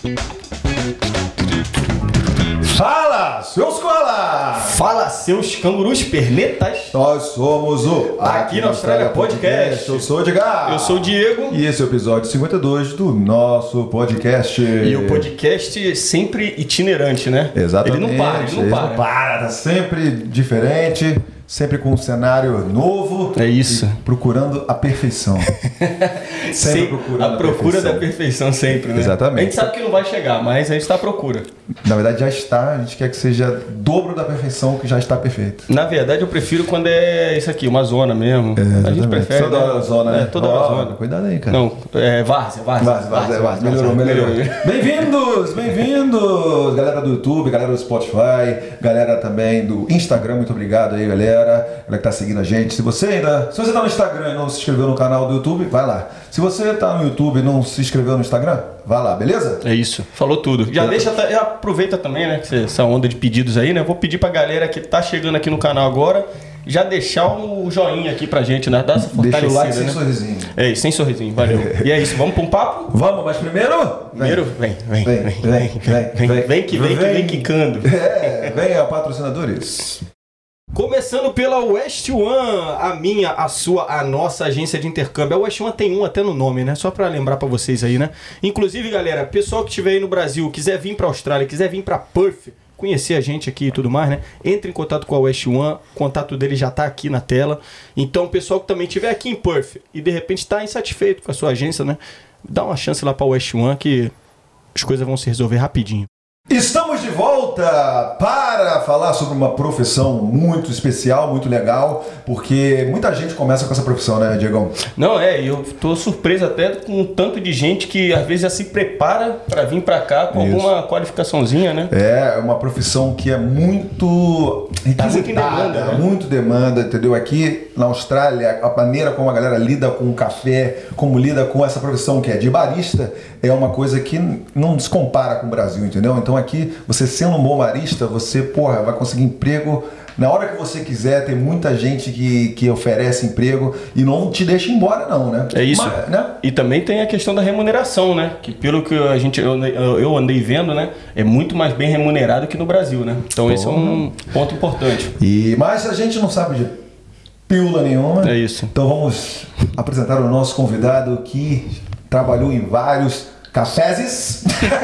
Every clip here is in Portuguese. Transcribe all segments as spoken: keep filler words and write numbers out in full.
Fala, seus koalas! Fala, seus cangurus pernetas! Nós somos o Aqui na Austrália Podcast. Eu sou o Edgar. Eu sou o Diego. E esse é o episódio cinquenta e dois do nosso podcast. E o podcast sempre itinerante, né? Exatamente. Ele não para, ele não ele para. Não para, tá sempre diferente. Sempre com um cenário novo. É isso. Procurando a perfeição. Sempre Sim, procurando a a procura perfeição. da perfeição sempre, né? Exatamente. A gente sabe que não vai chegar, mas a gente está à procura. Na verdade já está, a gente quer que seja dobro da perfeição que já está perfeito. Na verdade eu prefiro quando é isso aqui, uma zona mesmo. É, a gente prefere. Toda né? a zona, né? É, toda oh, a zona. Cuidado aí, cara. Não, é várzea, várzea. Várzea, várzea, várzea. Melhorou, melhorou. Bem-vindos, bem-vindos, galera do YouTube, galera do Spotify, galera também do Instagram, muito obrigado aí, galera. Galera que tá seguindo a gente. Se você ainda, se você tá no Instagram e não se inscreveu no canal do YouTube, vai lá. Se você tá no YouTube e não se inscreveu no Instagram, vai lá, beleza? É isso, falou tudo. Já deixa, já aproveita também, né, que essa onda de pedidos aí, né? Vou pedir pra galera que tá chegando aqui no canal agora, já deixar o joinha aqui pra gente, né? Dá essa fortalecida, Deixa o like sem né? sorrisinho. É isso, sem sorrisinho, valeu. E é isso, vamos pra um papo? Vamos, mas primeiro... Primeiro, vem, vem, Vem, vem, vem, vem, vem. Vem que vem, que vem quicando. É, vem a patrocinadores. Começando pela West One, a minha, a sua, a nossa agência de intercâmbio. A West One tem um até no nome, né? Só pra lembrar pra vocês aí, né? Inclusive, galera, pessoal que estiver aí no Brasil, quiser vir pra Austrália, quiser vir pra Perth, conhecer a gente aqui e tudo mais, né? Entre em contato com a West One, o contato dele já tá aqui na tela. Então, o pessoal que também estiver aqui em Perth e de repente está insatisfeito com a sua agência, né? Dá uma chance lá pra West One que as coisas vão se resolver rapidinho. Estamos de volta para falar sobre uma profissão muito especial, muito legal, porque muita gente começa com essa profissão, né, Diegão? Não, é, eu tô surpreso até com o tanto de gente que às vezes já se prepara para vir para cá com Isso. alguma qualificaçãozinha, né? É uma profissão que é muito Tá muito em demanda, né? muito demanda, entendeu? Aqui na Austrália, a maneira como a galera lida com o café, como lida com essa profissão que é de barista, é uma coisa que não se compara com o Brasil, entendeu? Então aqui, você sendo um bom barista, você, porra, vai conseguir emprego na hora que você quiser. Tem muita gente que, que oferece emprego e não te deixa embora, não, né? É isso. Mas, né? E também tem a questão da remuneração, né? Que pelo que a gente, eu, eu andei vendo, né? É muito mais bem remunerado que no Brasil, né? Então esse é um ponto importante. E, mas a gente não sabe de pílula nenhuma. É isso. Então vamos apresentar o nosso convidado que trabalhou em vários cafés,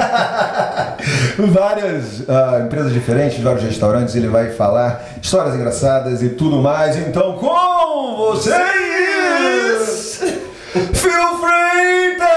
várias uh, empresas diferentes, vários restaurantes. Ele vai falar histórias engraçadas e tudo mais. Então, com vocês, Phil Freitas!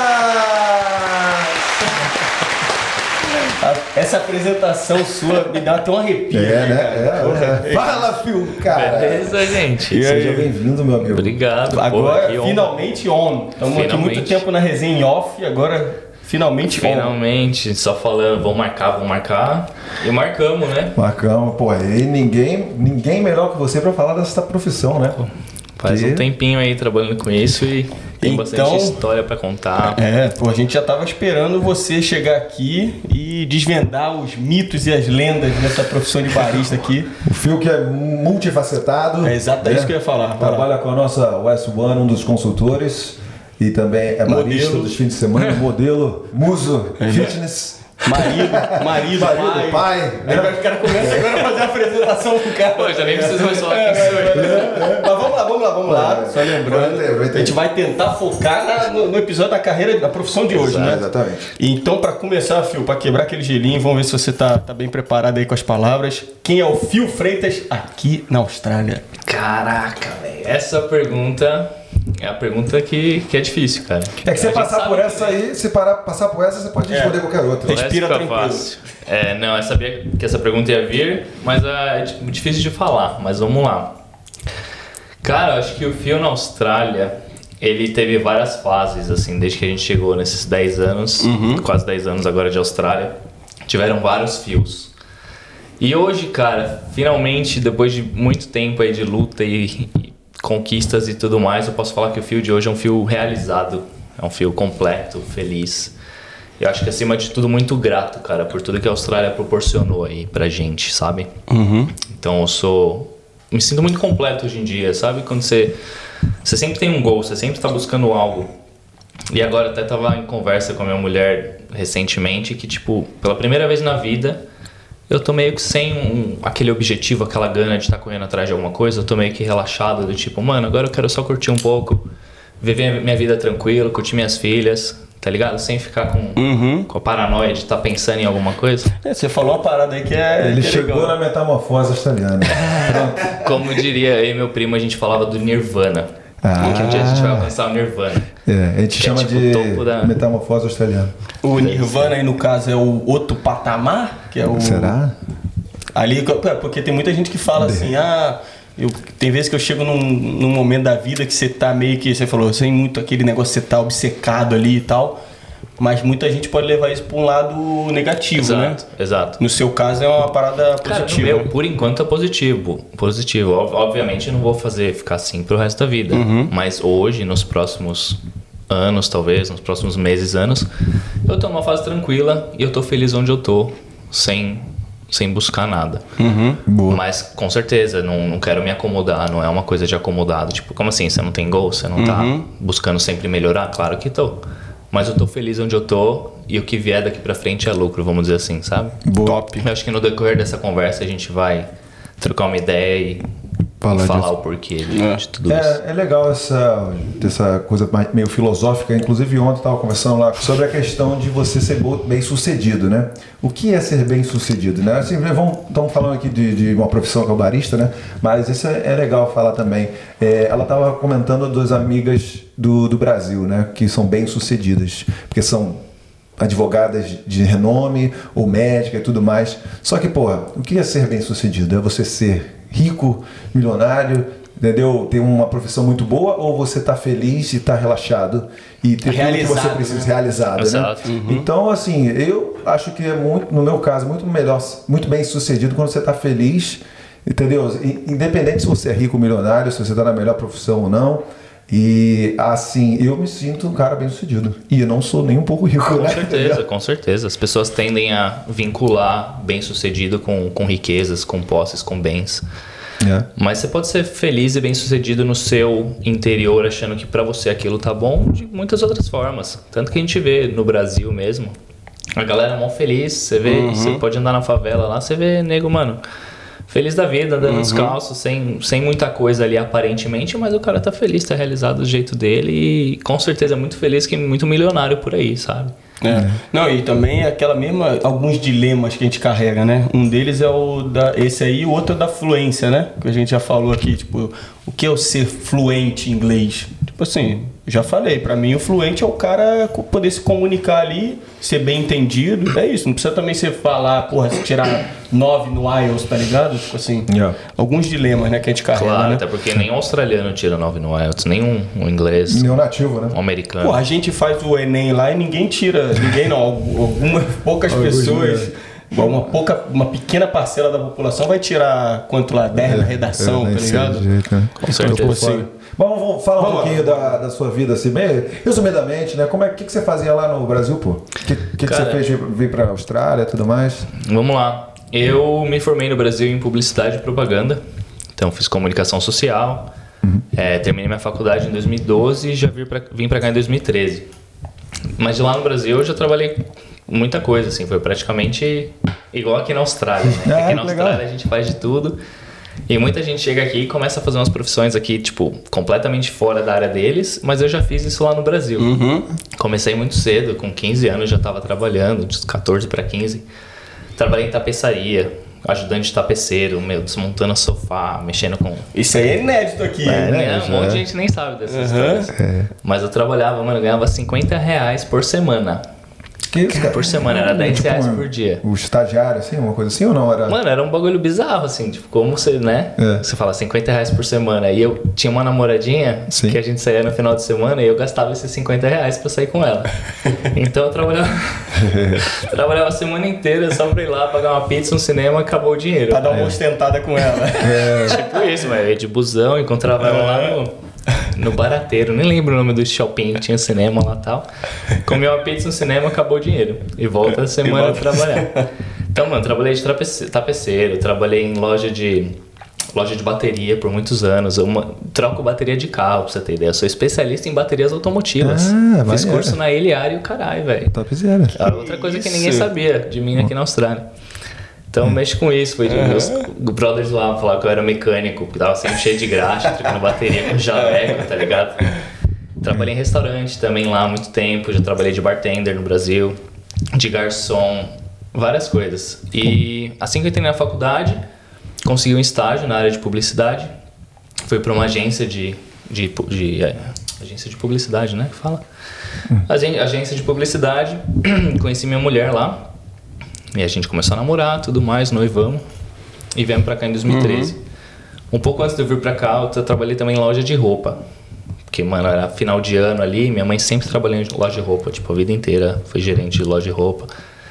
Essa apresentação sua me dá até um arrepio. É, né? Cara. É, é. Fala, Phil, cara! Beleza, gente. E aí? Seja bem-vindo, meu amigo. Obrigado. Agora, Pô, que honra. finalmente on. Estamos aqui Finalmente. muito tempo na resenha em off, agora finalmente on. Finalmente, só falando, vamos marcar, vamos marcar. E marcamos, né? Marcamos, pô, e ninguém, ninguém melhor que você pra falar dessa profissão, né? Faz Que- um tempinho aí trabalhando com isso e tem Então- bastante história pra contar. É, pô, a gente já tava esperando você chegar aqui e desvendar os mitos e as lendas dessa profissão de barista aqui. O Phil que é multifacetado. É exatamente isso que eu ia falar. Vai lá. Trabalha com a nossa West One, um dos consultores. E também é Modelo. barista dos fins de semana, modelo, muso, É. fitness, Marido, marido, marido, pai. pai. Aí né? vai- o cara começa agora a fazer a apresentação do cara. Pô, já nem precisa mais falar É, quem sou eu. Mas vamos lá, vamos lá, vamos lá. É. Só lembrando, Vai ter, vai ter. a gente vai tentar focar na- no, no episódio da carreira, da profissão de hoje, né? Exatamente. Então, para começar, Phil, para quebrar aquele gelinho, vamos ver se você tá, tá bem preparado aí com as palavras. Quem é o Phil Freitas aqui na Austrália? Caraca, velho. Essa pergunta é a pergunta que, que é difícil, cara. É que você A gente passar sabe por que- essa aí, se parar passar por essa, você pode responder É. qualquer outra. Essa Respira fica tranquilo. fácil. É, não, eu sabia que essa pergunta ia vir, mas ah, é di- difícil de falar, mas vamos lá. Cara, eu acho que o Phil na Austrália, ele teve várias fases, assim, desde que a gente chegou nesses dez anos, quase dez anos agora de Austrália, tiveram vários Phils. E hoje, cara, finalmente, depois de muito tempo aí de luta e, e conquistas e tudo mais, eu posso falar que o Phil de hoje é um Phil realizado, é um Phil completo, feliz. Eu acho que acima de tudo muito grato, cara, por tudo que a Austrália proporcionou aí pra gente, sabe? Uhum. Então eu sou... me sinto muito completo hoje em dia, sabe? Quando você... Você sempre tem um gol, você sempre tá buscando algo. E agora até tava em conversa com a minha mulher recentemente que, tipo, pela primeira vez na vida, eu tô meio que sem um, aquele objetivo, aquela gana de estar tá correndo atrás de alguma coisa. Eu tô meio que relaxado, do tipo, mano, agora eu quero só curtir um pouco, viver minha vida tranquilo, curtir minhas filhas, tá ligado? Sem ficar com, uhum. com a paranoia de estar tá pensando em alguma coisa. É, você falou uma parada aí que é... Ele que é chegou legal. na metamorfose australiana. Como diria eu e meu primo, a gente falava do Nirvana. Ah. Que um dia a gente vai alcançar o Nirvana. É, a gente que chama é, tipo, de topo da... metamorfose australiana. O Nirvana aí, no caso, é o outro patamar? Que é o... Será? Ali, porque tem muita gente que fala assim, ah... Eu, tem vezes que eu chego num, num momento da vida que você tá meio que... Você falou, sem muito aquele negócio, você tá obcecado ali e tal... Mas muita gente pode levar isso para um lado negativo, exato, né? Exato. No seu caso é uma parada Cara, positiva. no meu, por enquanto é positivo. Positivo. Obviamente eu não vou fazer ficar assim pro resto da vida. Uhum. Mas hoje, nos próximos anos, talvez, nos próximos meses, anos, eu tô numa fase tranquila e eu tô feliz onde eu tô, sem, sem buscar nada. Uhum. Boa. Mas com certeza, não, não quero me acomodar, não é uma coisa de acomodado. Tipo, como assim? Você não tem gol? Você não uhum. tá buscando sempre melhorar? Claro que tô. Mas eu tô feliz onde eu tô e o que vier daqui pra frente é lucro, vamos dizer assim, sabe? Boa. Top. Eu acho que no decorrer dessa conversa a gente vai trocar uma ideia e falar, e falar o porquê de, é. de tudo é, isso. É legal essa, essa coisa meio filosófica. Inclusive ontem eu estava conversando lá sobre a questão de você ser bem sucedido, né? O que é ser bem sucedido, né? Assim, estamos falando aqui de, de uma profissão que é o barista, né? Mas isso é, é legal falar também. É, ela estava comentando duas amigas do, do Brasil, né? Que são bem sucedidas, porque são advogadas de renome ou médica e tudo mais. Só que, porra, o que é ser bem sucedido? É você ser rico, milionário, entendeu? Ter uma profissão muito boa, ou você tá feliz e tá relaxado e ter tudo que você precisa, né? Realizado, exato. Né? Uhum. Então, assim, eu acho que é muito, no meu caso, muito melhor, muito bem sucedido quando você tá feliz, entendeu? Independente se você é rico ou milionário, se você tá na melhor profissão ou não. E assim, eu me sinto um cara bem sucedido. E eu não sou nem um pouco rico, com né? Com certeza, com certeza. As pessoas tendem a vincular bem sucedido com, com riquezas, com posses, com bens. É. Mas você pode ser feliz e bem sucedido no seu interior, achando que pra você aquilo tá bom, de muitas outras formas. Tanto que a gente vê no Brasil mesmo, a galera mó feliz, você vê, uhum. você pode andar na favela lá, você vê nego, mano, feliz da vida, andando uhum. descalço, sem, sem muita coisa ali aparentemente, mas o cara tá feliz, tá realizado do jeito dele e com certeza é muito feliz que muito milionário por aí, sabe? É. Não, e também aquela mesma, alguns dilemas que a gente carrega, né? Um deles é o da, esse aí, o outro é da fluência, né? Que a gente já falou aqui, tipo, o que é o ser fluente em inglês? Tipo assim, já falei, pra mim o fluente é o cara poder se comunicar ali, ser bem entendido, é isso, não precisa também você falar, porra, se tirar nove no I E L T S, tá ligado? Tipo assim, yeah. alguns dilemas, né, que a gente carrega, claro, né? até porque nem um australiano tira nove no I E L T S, nem um, um inglês. Nem um nativo, né? Um americano. Pô, a gente faz o Enem lá e ninguém tira, ninguém não, algumas poucas pessoas... Uma, pouca, uma pequena parcela da população vai tirar quanto lá? dez na redação, tá ligado? Jeito, né? Com certeza. Assim. Bom, vamos falar vamos um pouquinho da, da sua vida, assim, bem resumidamente, né? Como é que, que você fazia lá no Brasil, pô? O que, que, que você fez de vir pra Austrália e tudo mais? Vamos lá. Eu me formei no Brasil em publicidade e propaganda. Então, fiz comunicação social. Uhum. É, terminei minha faculdade em dois mil e doze e já vim pra, vim pra cá em dois mil e treze. Mas de lá no Brasil eu já trabalhei muita coisa, assim, foi praticamente igual aqui na Austrália, né? Ah, aqui na legal. Austrália a gente faz de tudo e muita gente chega aqui e começa a fazer umas profissões aqui, tipo, completamente fora da área deles, mas eu já fiz isso lá no Brasil. Uhum. Comecei muito cedo, com quinze anos já estava trabalhando, de catorze para quinze. Trabalhei em tapeçaria, ajudante de tapeceiro, meu, desmontando sofá, mexendo com... Isso aí é inédito aqui, é, né? né? Um monte de gente nem sabe dessas uhum. histórias. É. Mas eu trabalhava, mano, eu ganhava cinquenta reais por semana. Que isso, cara? Por semana, era dez tipo, reais um, por dia. O estagiário, assim, uma coisa assim ou não? Era... Mano, era um bagulho bizarro, assim, tipo, como você, né? É. Você fala cinquenta reais por semana. E eu tinha uma namoradinha Sim. que a gente saía no final de semana e eu gastava esses cinquenta reais pra sair com ela. Então eu trabalhava, trabalhava a semana inteira só pra ir lá pagar uma pizza no cinema, acabou o dinheiro. Pra dar uma é. ostentada com ela. É. Tipo isso, mas eu ia de busão, encontrava ela lá no... No Barateiro, nem lembro o nome do shopping, tinha cinema lá e tal. Comi uma pizza no cinema, acabou o dinheiro. E volta a semana a trabalhar. Então, mano, trabalhei de tapeceiro, trabalhei em loja de loja de bateria por muitos anos. Eu uma, troco bateria de carro, pra você ter ideia. Eu sou especialista em baterias automotivas. Ah, Fiz maneiro. curso na Eliar e o caralho, velho. Topzera. Era outra coisa que Isso. ninguém sabia de mim aqui na Austrália. Então, mexo com isso. Foi de meus brothers lá falar que eu era mecânico, que tava sempre cheio de graxa, trocando bateria com javeco, tá ligado? Trabalhei em restaurante também lá há muito tempo. Já trabalhei de bartender no Brasil, de garçom, várias coisas. E assim que eu entrei na faculdade, consegui um estágio na área de publicidade. Fui para uma agência de... de, de é, agência de publicidade, né? Que fala? Agen- agência de publicidade. Conheci minha mulher lá. E a gente começou a namorar, tudo mais, noivamos. E viemos pra cá em dois mil e treze. Uhum. Um pouco antes de eu vir pra cá, eu trabalhei também em loja de roupa. Porque, mano, era final de ano ali. Minha mãe sempre trabalhou em loja de roupa. Tipo, a vida inteira foi gerente de loja de roupa.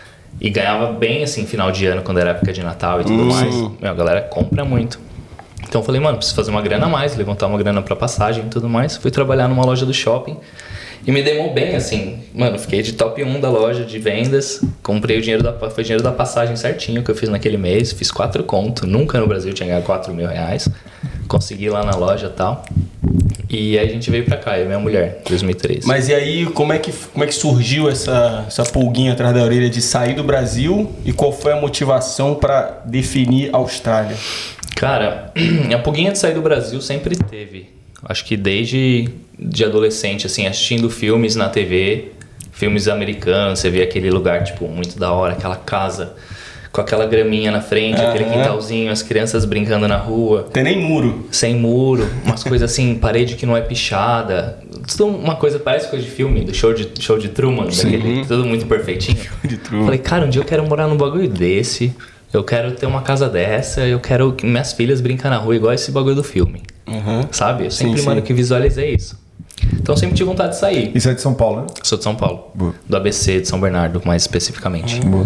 E ganhava bem, assim, final de ano, quando era época de Natal e tudo uhum. mais. Meu, a galera compra muito. Então eu falei, mano, preciso fazer uma grana a mais. Levantar uma grana pra passagem e tudo mais. Fui trabalhar numa loja do shopping. E me deu bem, assim, mano, fiquei de top um da loja de vendas, comprei o dinheiro da, foi o dinheiro da passagem certinho que eu fiz naquele mês, fiz quatro conto, nunca no Brasil tinha ganhado quatro mil reais, consegui lá na loja e tal, e aí a gente veio pra cá, eu e minha mulher, em dois mil e treze. Mas e aí, como é que, como é que surgiu essa, essa pulguinha atrás da orelha de sair do Brasil e qual foi a motivação pra definir a Austrália? Cara, a pulguinha de sair do Brasil sempre teve. Acho que desde de adolescente, assim, assistindo filmes na T V, filmes americanos, você vê aquele lugar, tipo, muito da hora, aquela casa com aquela graminha na frente, uhum. aquele quintalzinho, as crianças brincando na rua. Tem nem muro. Sem muro, umas coisas assim, parede que não é pichada. Tudo uma coisa, parece coisa de filme, do show de, show de Truman, Sim. daquele, tudo muito perfeitinho. Show de Truman. Falei, cara, um dia eu quero morar num bagulho desse, eu quero ter uma casa dessa, eu quero que minhas filhas brinquem na rua igual esse bagulho do filme. Uhum. Sabe? Eu sempre, sim, mano, sim. que visualizei isso. Então sempre tive vontade de sair. Isso é de São Paulo, né? Sou de São Paulo. Boa. Do A B C de São Bernardo, mais especificamente. Boa.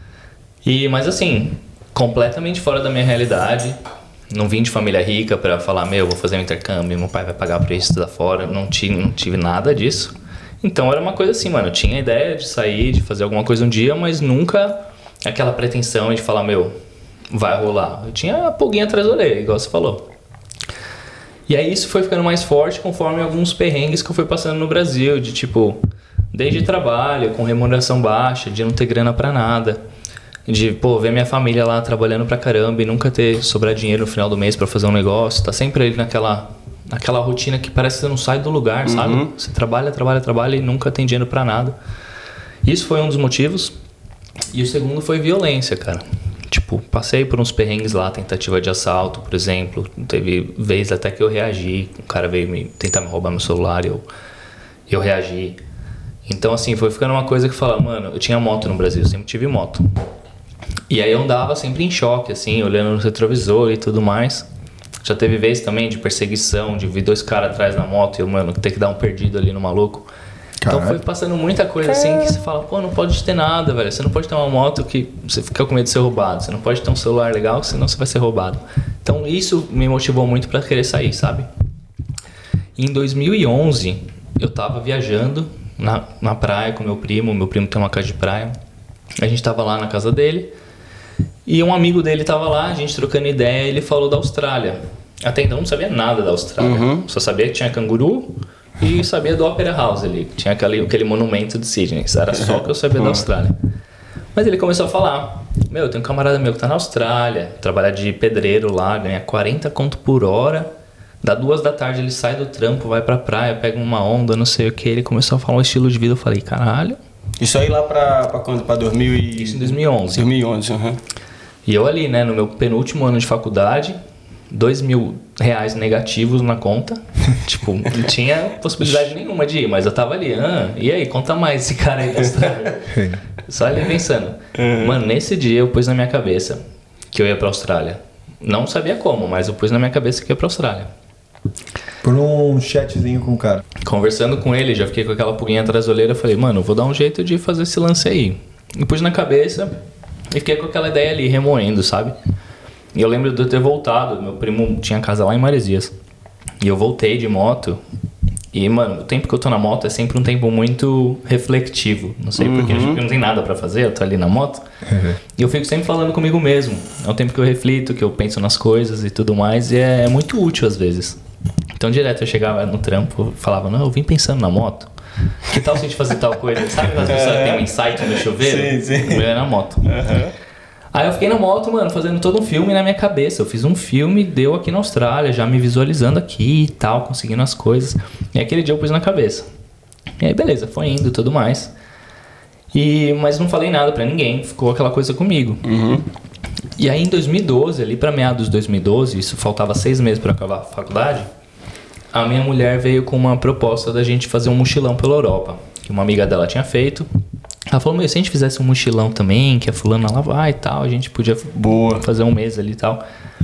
E, mas assim, completamente fora da minha realidade. Não vim de família rica pra falar, meu, vou fazer um intercâmbio, meu pai vai pagar pra isso estudar fora. Não tive, não tive nada disso. Então era uma coisa assim, mano. Eu tinha a ideia de sair, de fazer alguma coisa um dia, mas nunca aquela pretensão de falar, meu, vai rolar. Eu tinha a pulguinha atrás da orelha, igual você falou. E aí isso foi ficando mais forte conforme alguns perrengues que eu fui passando no Brasil, de tipo, desde trabalho, com remuneração baixa, de não ter grana pra nada, de, pô, ver minha família lá trabalhando pra caramba e nunca ter sobrar dinheiro no final do mês pra fazer um negócio, tá sempre ali naquela, naquela rotina que parece que você não sai do lugar, uhum. sabe? Você trabalha, trabalha, trabalha e nunca tem dinheiro pra nada. Isso foi um dos motivos. E o segundo foi violência, cara. Tipo, passei por uns perrengues lá, tentativa de assalto, por exemplo. Teve vezes até que eu reagi. O cara veio me, tentar me roubar meu celular e eu, eu reagi. Então, assim, foi ficando uma coisa que fala, mano, eu tinha moto no Brasil, sempre tive moto. E aí eu andava sempre em choque, assim, olhando no retrovisor e tudo mais. Já teve vezes também de perseguição, de ver dois caras atrás na moto e eu, mano, ter que dar um perdido ali no maluco. Então foi passando muita coisa assim que você fala, pô, não pode ter nada, velho. Você não pode ter uma moto que você fica com medo de ser roubado. Você não pode ter um celular legal, senão você vai ser roubado. Então isso me motivou muito pra querer sair, sabe? E em dois mil e onze, eu tava viajando na, na praia com meu primo. Meu primo tem uma casa de praia. A gente tava lá na casa dele. E um amigo dele tava lá, a gente trocando ideia, ele falou da Austrália. Até então não sabia nada da Austrália. Uhum. Só sabia que tinha canguru e sabia do Opera House ali. Tinha aquele, aquele monumento de Sydney. Isso era só que eu sabia da Austrália. Mas ele começou a falar, meu, tem um camarada meu que tá na Austrália, trabalha de pedreiro lá, ganha quarenta conto por hora. Dá duas da tarde, ele sai do trampo, vai pra praia, pega uma onda, não sei o que. Ele começou a falar um estilo de vida, eu falei, caralho. Isso aí lá pra, pra quando? Pra dois mil e... Isso em dois mil e onze. dois mil e onze, aham. Uhum. E eu ali, né, no meu penúltimo ano de faculdade, dois mil reais negativos na conta. Tipo, não tinha possibilidade nenhuma de ir, mas eu tava ali, ah, e aí, conta mais esse cara aí da Austrália. Só ali pensando. Uhum. Mano, nesse dia eu pus na minha cabeça que eu ia pra Austrália. Não sabia como, mas eu pus na minha cabeça que eu ia pra Austrália. Por um chatzinho com o cara. Conversando com ele, já fiquei com aquela pulguinha atrás da orelha, falei, mano, eu vou dar um jeito de fazer esse lance aí. E pus na cabeça e fiquei com aquela ideia ali, remoendo, sabe? E eu lembro de eu ter voltado, meu primo tinha casa lá em Maresias. E eu voltei de moto E, mano, o tempo que eu tô na moto é sempre um tempo muito reflexivo. Não sei porquê, Uhum. porque não tem nada pra fazer, eu tô ali na moto. Uhum. E eu fico sempre falando comigo mesmo. É um tempo que eu reflito, que eu penso nas coisas e tudo mais. E é, é muito útil às vezes. Então, direto eu chegava no trampo e falava, não, eu vim pensando na moto. Que tal se a gente fazer tal coisa? Sabe quando as pessoas têm um insight no chuveiro? Sim, sim. O meu é na moto. Uhum. Aí eu fiquei na moto, mano, fazendo todo um filme na minha cabeça. Eu fiz um filme, deu aqui na Austrália, já me visualizando aqui e tal, conseguindo as coisas. E aquele dia eu pus na cabeça. E aí beleza, foi indo e tudo mais. E, mas não falei nada pra ninguém, ficou aquela coisa comigo. Uhum. E aí em dois mil e doze, ali pra meados de dois mil e doze, isso faltava seis meses pra acabar a faculdade, a minha mulher veio com uma proposta da gente fazer um mochilão pela Europa, que uma amiga dela tinha feito. Ela falou, meu, se a gente fizesse um mochilão também, que a fulana lá vai e tal, a gente podia Boa. fazer um mês ali e tal.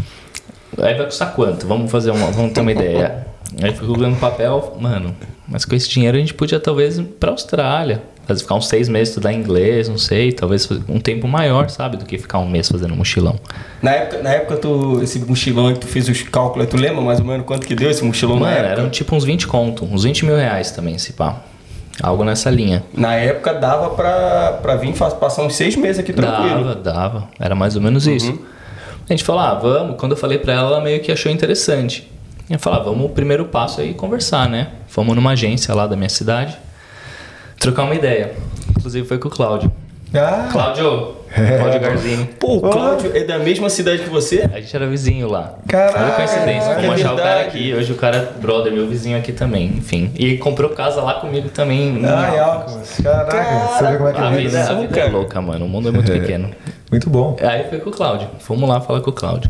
Aí vai custar quanto? Vamos fazer uma, vamos ter uma ideia. Aí fui colocando papel, mano, mas com esse dinheiro a gente podia talvez ir pra Austrália, fazer, ficar uns seis meses estudar inglês, não sei, talvez um tempo maior, sabe, do que ficar um mês fazendo mochilão. Na época, na época tu, esse mochilão aí que tu fez os cálculos, tu lembra mais ou menos quanto que deu esse mochilão Mano, na época? eram tipo uns vinte conto, uns vinte mil reais também, esse pá. Algo nessa linha. Na época dava pra, pra vir fa- passar uns seis meses aqui tranquilo. Dava, dava. Era mais ou menos isso. A gente falou, ah, vamos. Quando eu falei pra ela, ela meio que achou interessante. E eu falei, ah, vamos, o primeiro passo aí conversar, né? Fomos numa agência lá da minha cidade, trocar uma ideia. Inclusive foi com o Cláudio. Ah, Cláudio! É. Cláudio Garzini. Pô, o Cláudio é da mesma cidade que você? A gente era vizinho lá. Caralho, Olha a coincidência, é como achar o cara verdade. aqui. Hoje o cara é brother, meu vizinho aqui também, enfim. E comprou casa lá comigo também. ah, em Alckmin. Caraca, você vê como é que é A a vida, vida, a né? vida é louca, mano. O mundo é muito pequeno. Muito bom. Aí foi com o Cláudio. Fomos lá falar com o Cláudio.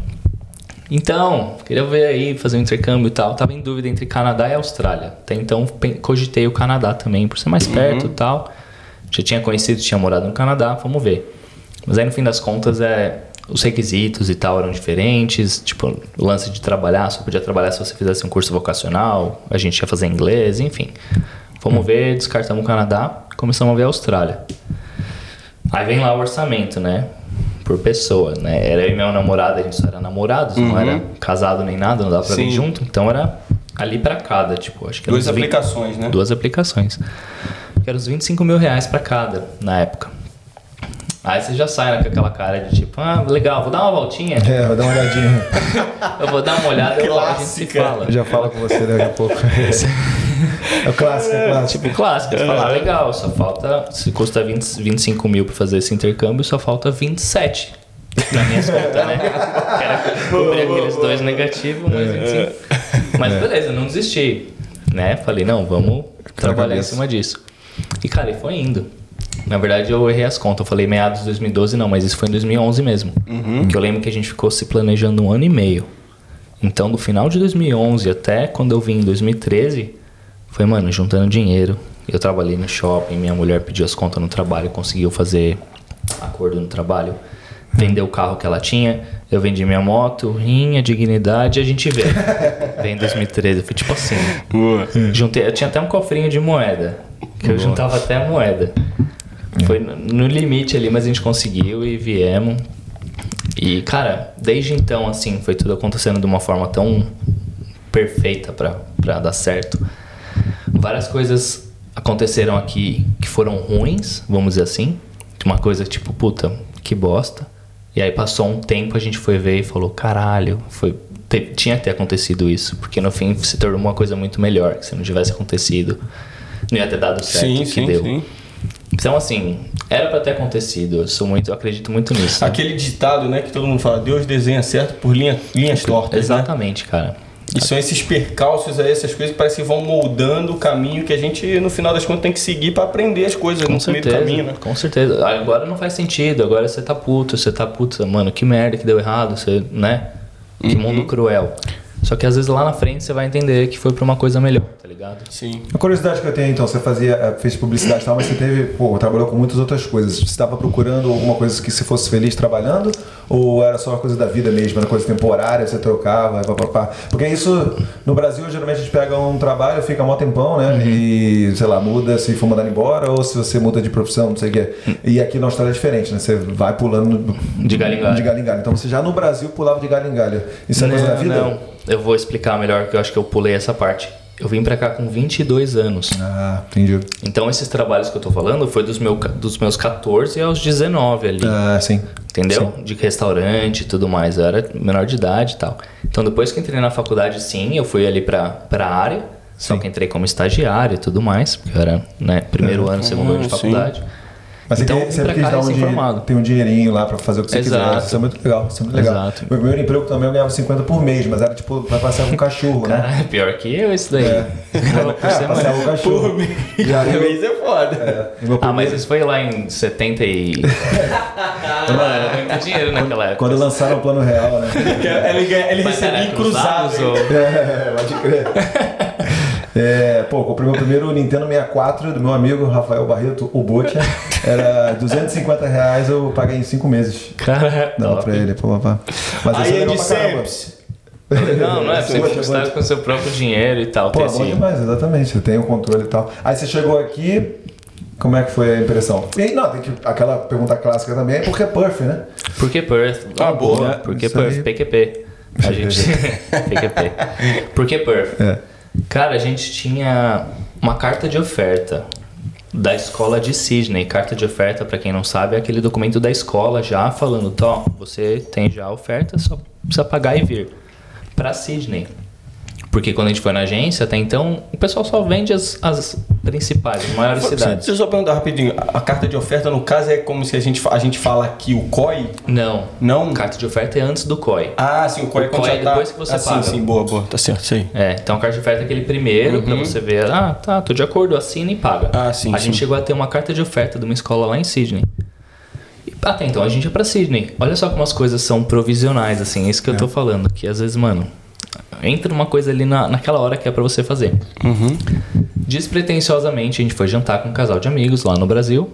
Então, queria ver aí, fazer um intercâmbio e tal. Tava em dúvida entre Canadá e Austrália. Até então, pen- cogitei o Canadá também, por ser mais perto e tal. Já tinha conhecido, tinha morado no Canadá, vamos ver. Mas aí, no fim das contas, é, os requisitos e tal eram diferentes. Tipo, o lance de trabalhar, só podia trabalhar se você fizesse um curso vocacional. A gente ia fazer inglês, enfim. Fomos ver, descartamos o Canadá, começamos a ver a Austrália. Aí vem lá o orçamento, né? Por pessoa, né? Era eu e meu namorado, a gente só era namorados, não era casado nem nada, não dava pra vir Sim. junto. Então era ali pra cada, tipo, acho que eram Duas uns vinte aplicações, né? Duas aplicações. Que eram uns vinte e cinco mil reais pra cada, na época. Aí você já sai né, com aquela cara de tipo, ah, legal, vou dar uma voltinha. É, vou dar uma olhadinha. Eu vou dar uma olhada e logo a gente se Clássica. fala. Eu já falo com você daqui a pouco. É o clássico, é o clássico. Tipo, clássico, você fala, ah, legal, só falta, se custa vinte, vinte e cinco mil pra fazer esse intercâmbio, só falta vinte e sete na minha conta, né? Que era cobrir aqueles dois negativos, mais vinte e cinco. Mas beleza, não desisti, né? Falei, não, vamos trabalhar em cabeça. cima disso. E cara, e foi indo. Na verdade, eu errei as contas. Eu falei meados de dois mil e doze, não, mas isso foi em dois mil e onze mesmo. Que eu lembro que a gente ficou se planejando um ano e meio. Então, do final de dois mil e onze até quando eu vim em dois mil e treze, foi, mano, juntando dinheiro. Eu trabalhei no shopping, minha mulher pediu as contas no trabalho, conseguiu fazer acordo no trabalho, vendeu o carro que ela tinha, eu vendi minha moto, rinha, dignidade, e a gente veio. Veio em dois mil e treze, foi tipo assim. Boa. Juntei, eu tinha até um cofrinho de moeda, que eu juntava até a moeda. Foi no- no limite ali, mas a gente conseguiu e viemos. E, cara, desde então, assim, foi tudo acontecendo de uma forma tão perfeita pra, pra dar certo. Várias coisas aconteceram aqui que foram ruins, vamos dizer assim. Uma coisa tipo, puta, que bosta. E aí passou um tempo, a gente foi ver e falou, caralho, foi, te- tinha que ter acontecido isso. Porque no fim se tornou uma coisa muito melhor, que se não tivesse acontecido, não ia ter dado certo Sim, o que sim, deu. sim. Então, assim, era pra ter acontecido. Eu sou muito, eu acredito muito nisso. Aquele ditado, né, que todo mundo fala, Deus desenha certo por linha, linhas tortas, né? Exatamente, cara. E são esses percalços aí, essas coisas que parece que vão moldando o caminho que a gente, no final das contas, tem que seguir pra aprender as coisas Com no meio do certeza, caminho, né? com certeza. Agora não faz sentido, agora você tá puto, você tá puto, mano, que merda que deu errado, você, né? Que Uhum. mundo cruel. Só que às vezes lá na frente você vai entender que foi pra uma coisa melhor, tá ligado? Sim. A curiosidade que eu tenho, então, você fazia, eh, fez publicidade e tal, mas você teve, pô, trabalhou com muitas outras coisas. Você estava procurando alguma coisa que você fosse feliz trabalhando? Ou era só uma coisa da vida mesmo, era coisa temporária, você trocava, papapá? Porque isso, no Brasil, geralmente a gente pega um trabalho, fica mó tempão, né? E, sei lá, muda se for mandado embora ou se você muda de profissão, não sei o quê. E aqui na Austrália é diferente, né? Você vai pulando De galho em galho. de galho em galho. Então você já no Brasil pulava de galho em galho. Isso é coisa da vida? Não, eu vou explicar melhor, que eu acho que eu pulei essa parte. eu vim pra cá com vinte e dois anos. Ah, entendi. Então esses trabalhos que eu tô falando foi dos, meu, dos meus catorze aos dezenove ali. Ah, sim. Entendeu? Sim. De restaurante e tudo mais. Eu era menor de idade e tal. Então depois que entrei na faculdade, sim, eu fui ali pra, pra área. Só Sim. que entrei como estagiário e tudo mais. Porque eu era, né, primeiro Uhum. ano, segundo ano de Sim. faculdade. Mas Então, você vim sempre pra quis cá dar um dinheiro, recém-formado. tem um dinheirinho lá pra fazer o que você Exato. quiser. Isso é muito legal, isso é muito legal. Exato. Meu primeiro emprego também eu ganhava cinquenta por mês, mas era tipo pra passear com um cachorro, né? Caralho, pior que eu isso daí. É, Ganhava por é semana. passear com o cachorro. Por mês. E aí eu- Mês é foda. é, e meu Ah, mas primeiro- isso foi lá em setenta e... Mano, era muito dinheiro naquela época. Quando lançaram o plano real, né? Ele, ganha- ele Mas recebia era em cruzado. cruzados ou... É, pode crer. É, pô, comprei meu primeiro Nintendo sessenta e quatro do meu amigo Rafael Barreto, o Botia. Era duzentos e cinquenta reais, eu paguei em cinco meses. Cara, Dava top. pra ele, pô, papá. Mas isso Aí é legal de pra caramba. Seps. Não, não é. Você Boa, conquistar boa. com seu próprio dinheiro e tal. Pô, ter bom esse- demais, exatamente. Você tem o controle e tal. Aí você chegou aqui, como é que foi a impressão? E aí, não, tem que, aquela pergunta clássica também, por que Perth, né? Por que Perth? Ah, boa. Por que Isso Perth? aí. P Q P. A gente... P Q P. Por que Perth? É. Cara, a gente tinha uma carta de oferta da escola de Sydney. Carta de oferta, pra quem não sabe, é aquele documento da escola já falando, Tó, você tem já a oferta, só precisa pagar e vir pra Sydney. Porque quando a gente foi na agência, até então, o pessoal só vende as, as principais, as maiores cidades. Deixa eu só perguntar rapidinho. A a carta de oferta, no caso, é como se a gente, fa- a gente fala aqui o C O I? Não. Não? Carta de oferta é antes do C O I. Ah, sim, o C O I é O quando C O I já é tá... depois que você ah, paga. Sim, sim, boa, boa. Tá certo, sei. É, então a carta de oferta é aquele primeiro, pra você ver, ah, tá, tô de acordo, assina e paga. Ah, sim, A sim. gente chegou a ter uma carta de oferta de uma escola lá em Sydney. E até então a gente ia pra Sydney. Olha só como as coisas são provisionais, assim, é isso que eu tô falando, que às vezes, mano, entra uma coisa ali na, naquela hora que é pra você fazer. Uhum. Despretensiosamente, a gente foi jantar com um casal de amigos lá no Brasil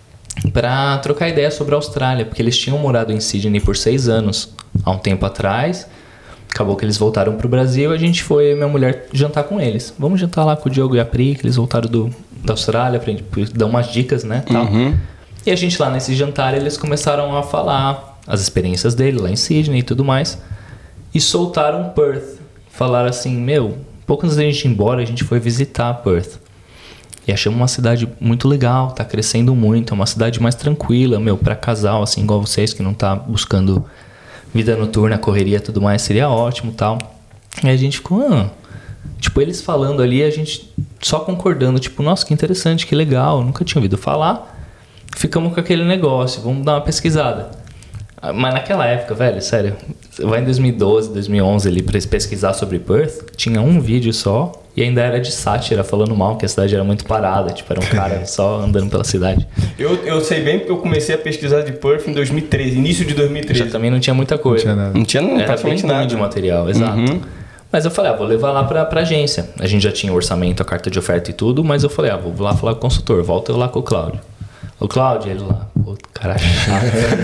pra trocar ideia sobre a Austrália, porque eles tinham morado em Sydney por seis anos, há um tempo atrás. Acabou que eles voltaram pro Brasil e a gente foi, minha mulher, jantar com eles. Vamos jantar lá com o Diogo e a Pri, que eles voltaram do, da Austrália, pra gente dar umas dicas, né, tal. Uhum. E a gente lá nesse jantar, eles começaram a falar as experiências dele lá em Sydney e tudo mais. E soltaram Perth. Falaram assim, meu, pouco antes da gente ir embora, a gente foi visitar Perth. E achamos uma cidade muito legal, tá crescendo muito, é uma cidade mais tranquila, meu, pra casal, assim, igual vocês, que não tá buscando vida noturna, correria e tudo mais, seria ótimo e tal. E a gente ficou, ah, tipo, eles falando ali, a gente só concordando, tipo, nossa, que interessante, que legal, nunca tinha ouvido falar. Ficamos com aquele negócio, vamos dar uma pesquisada. Mas naquela época, velho, sério, vai em dois mil e doze, dois mil e onze ali pra pesquisar sobre Perth, tinha um vídeo só e ainda era de sátira, falando mal que a cidade era muito parada, tipo, era um cara só andando pela cidade. Eu, eu sei bem porque eu comecei a pesquisar de Perth em dois mil e treze, início de dois mil e treze. Já também não tinha muita coisa. Não tinha nada. Não tinha Era bem praticamente ruim nada. de material, exato. Uhum. Mas eu falei, ah, vou levar lá pra, pra agência. A gente já tinha o orçamento, a carta de oferta e tudo, mas eu falei, ah, vou lá falar com o consultor, volta eu lá com o Cláudio. O Cláudio, ele lá, pô, cara chato.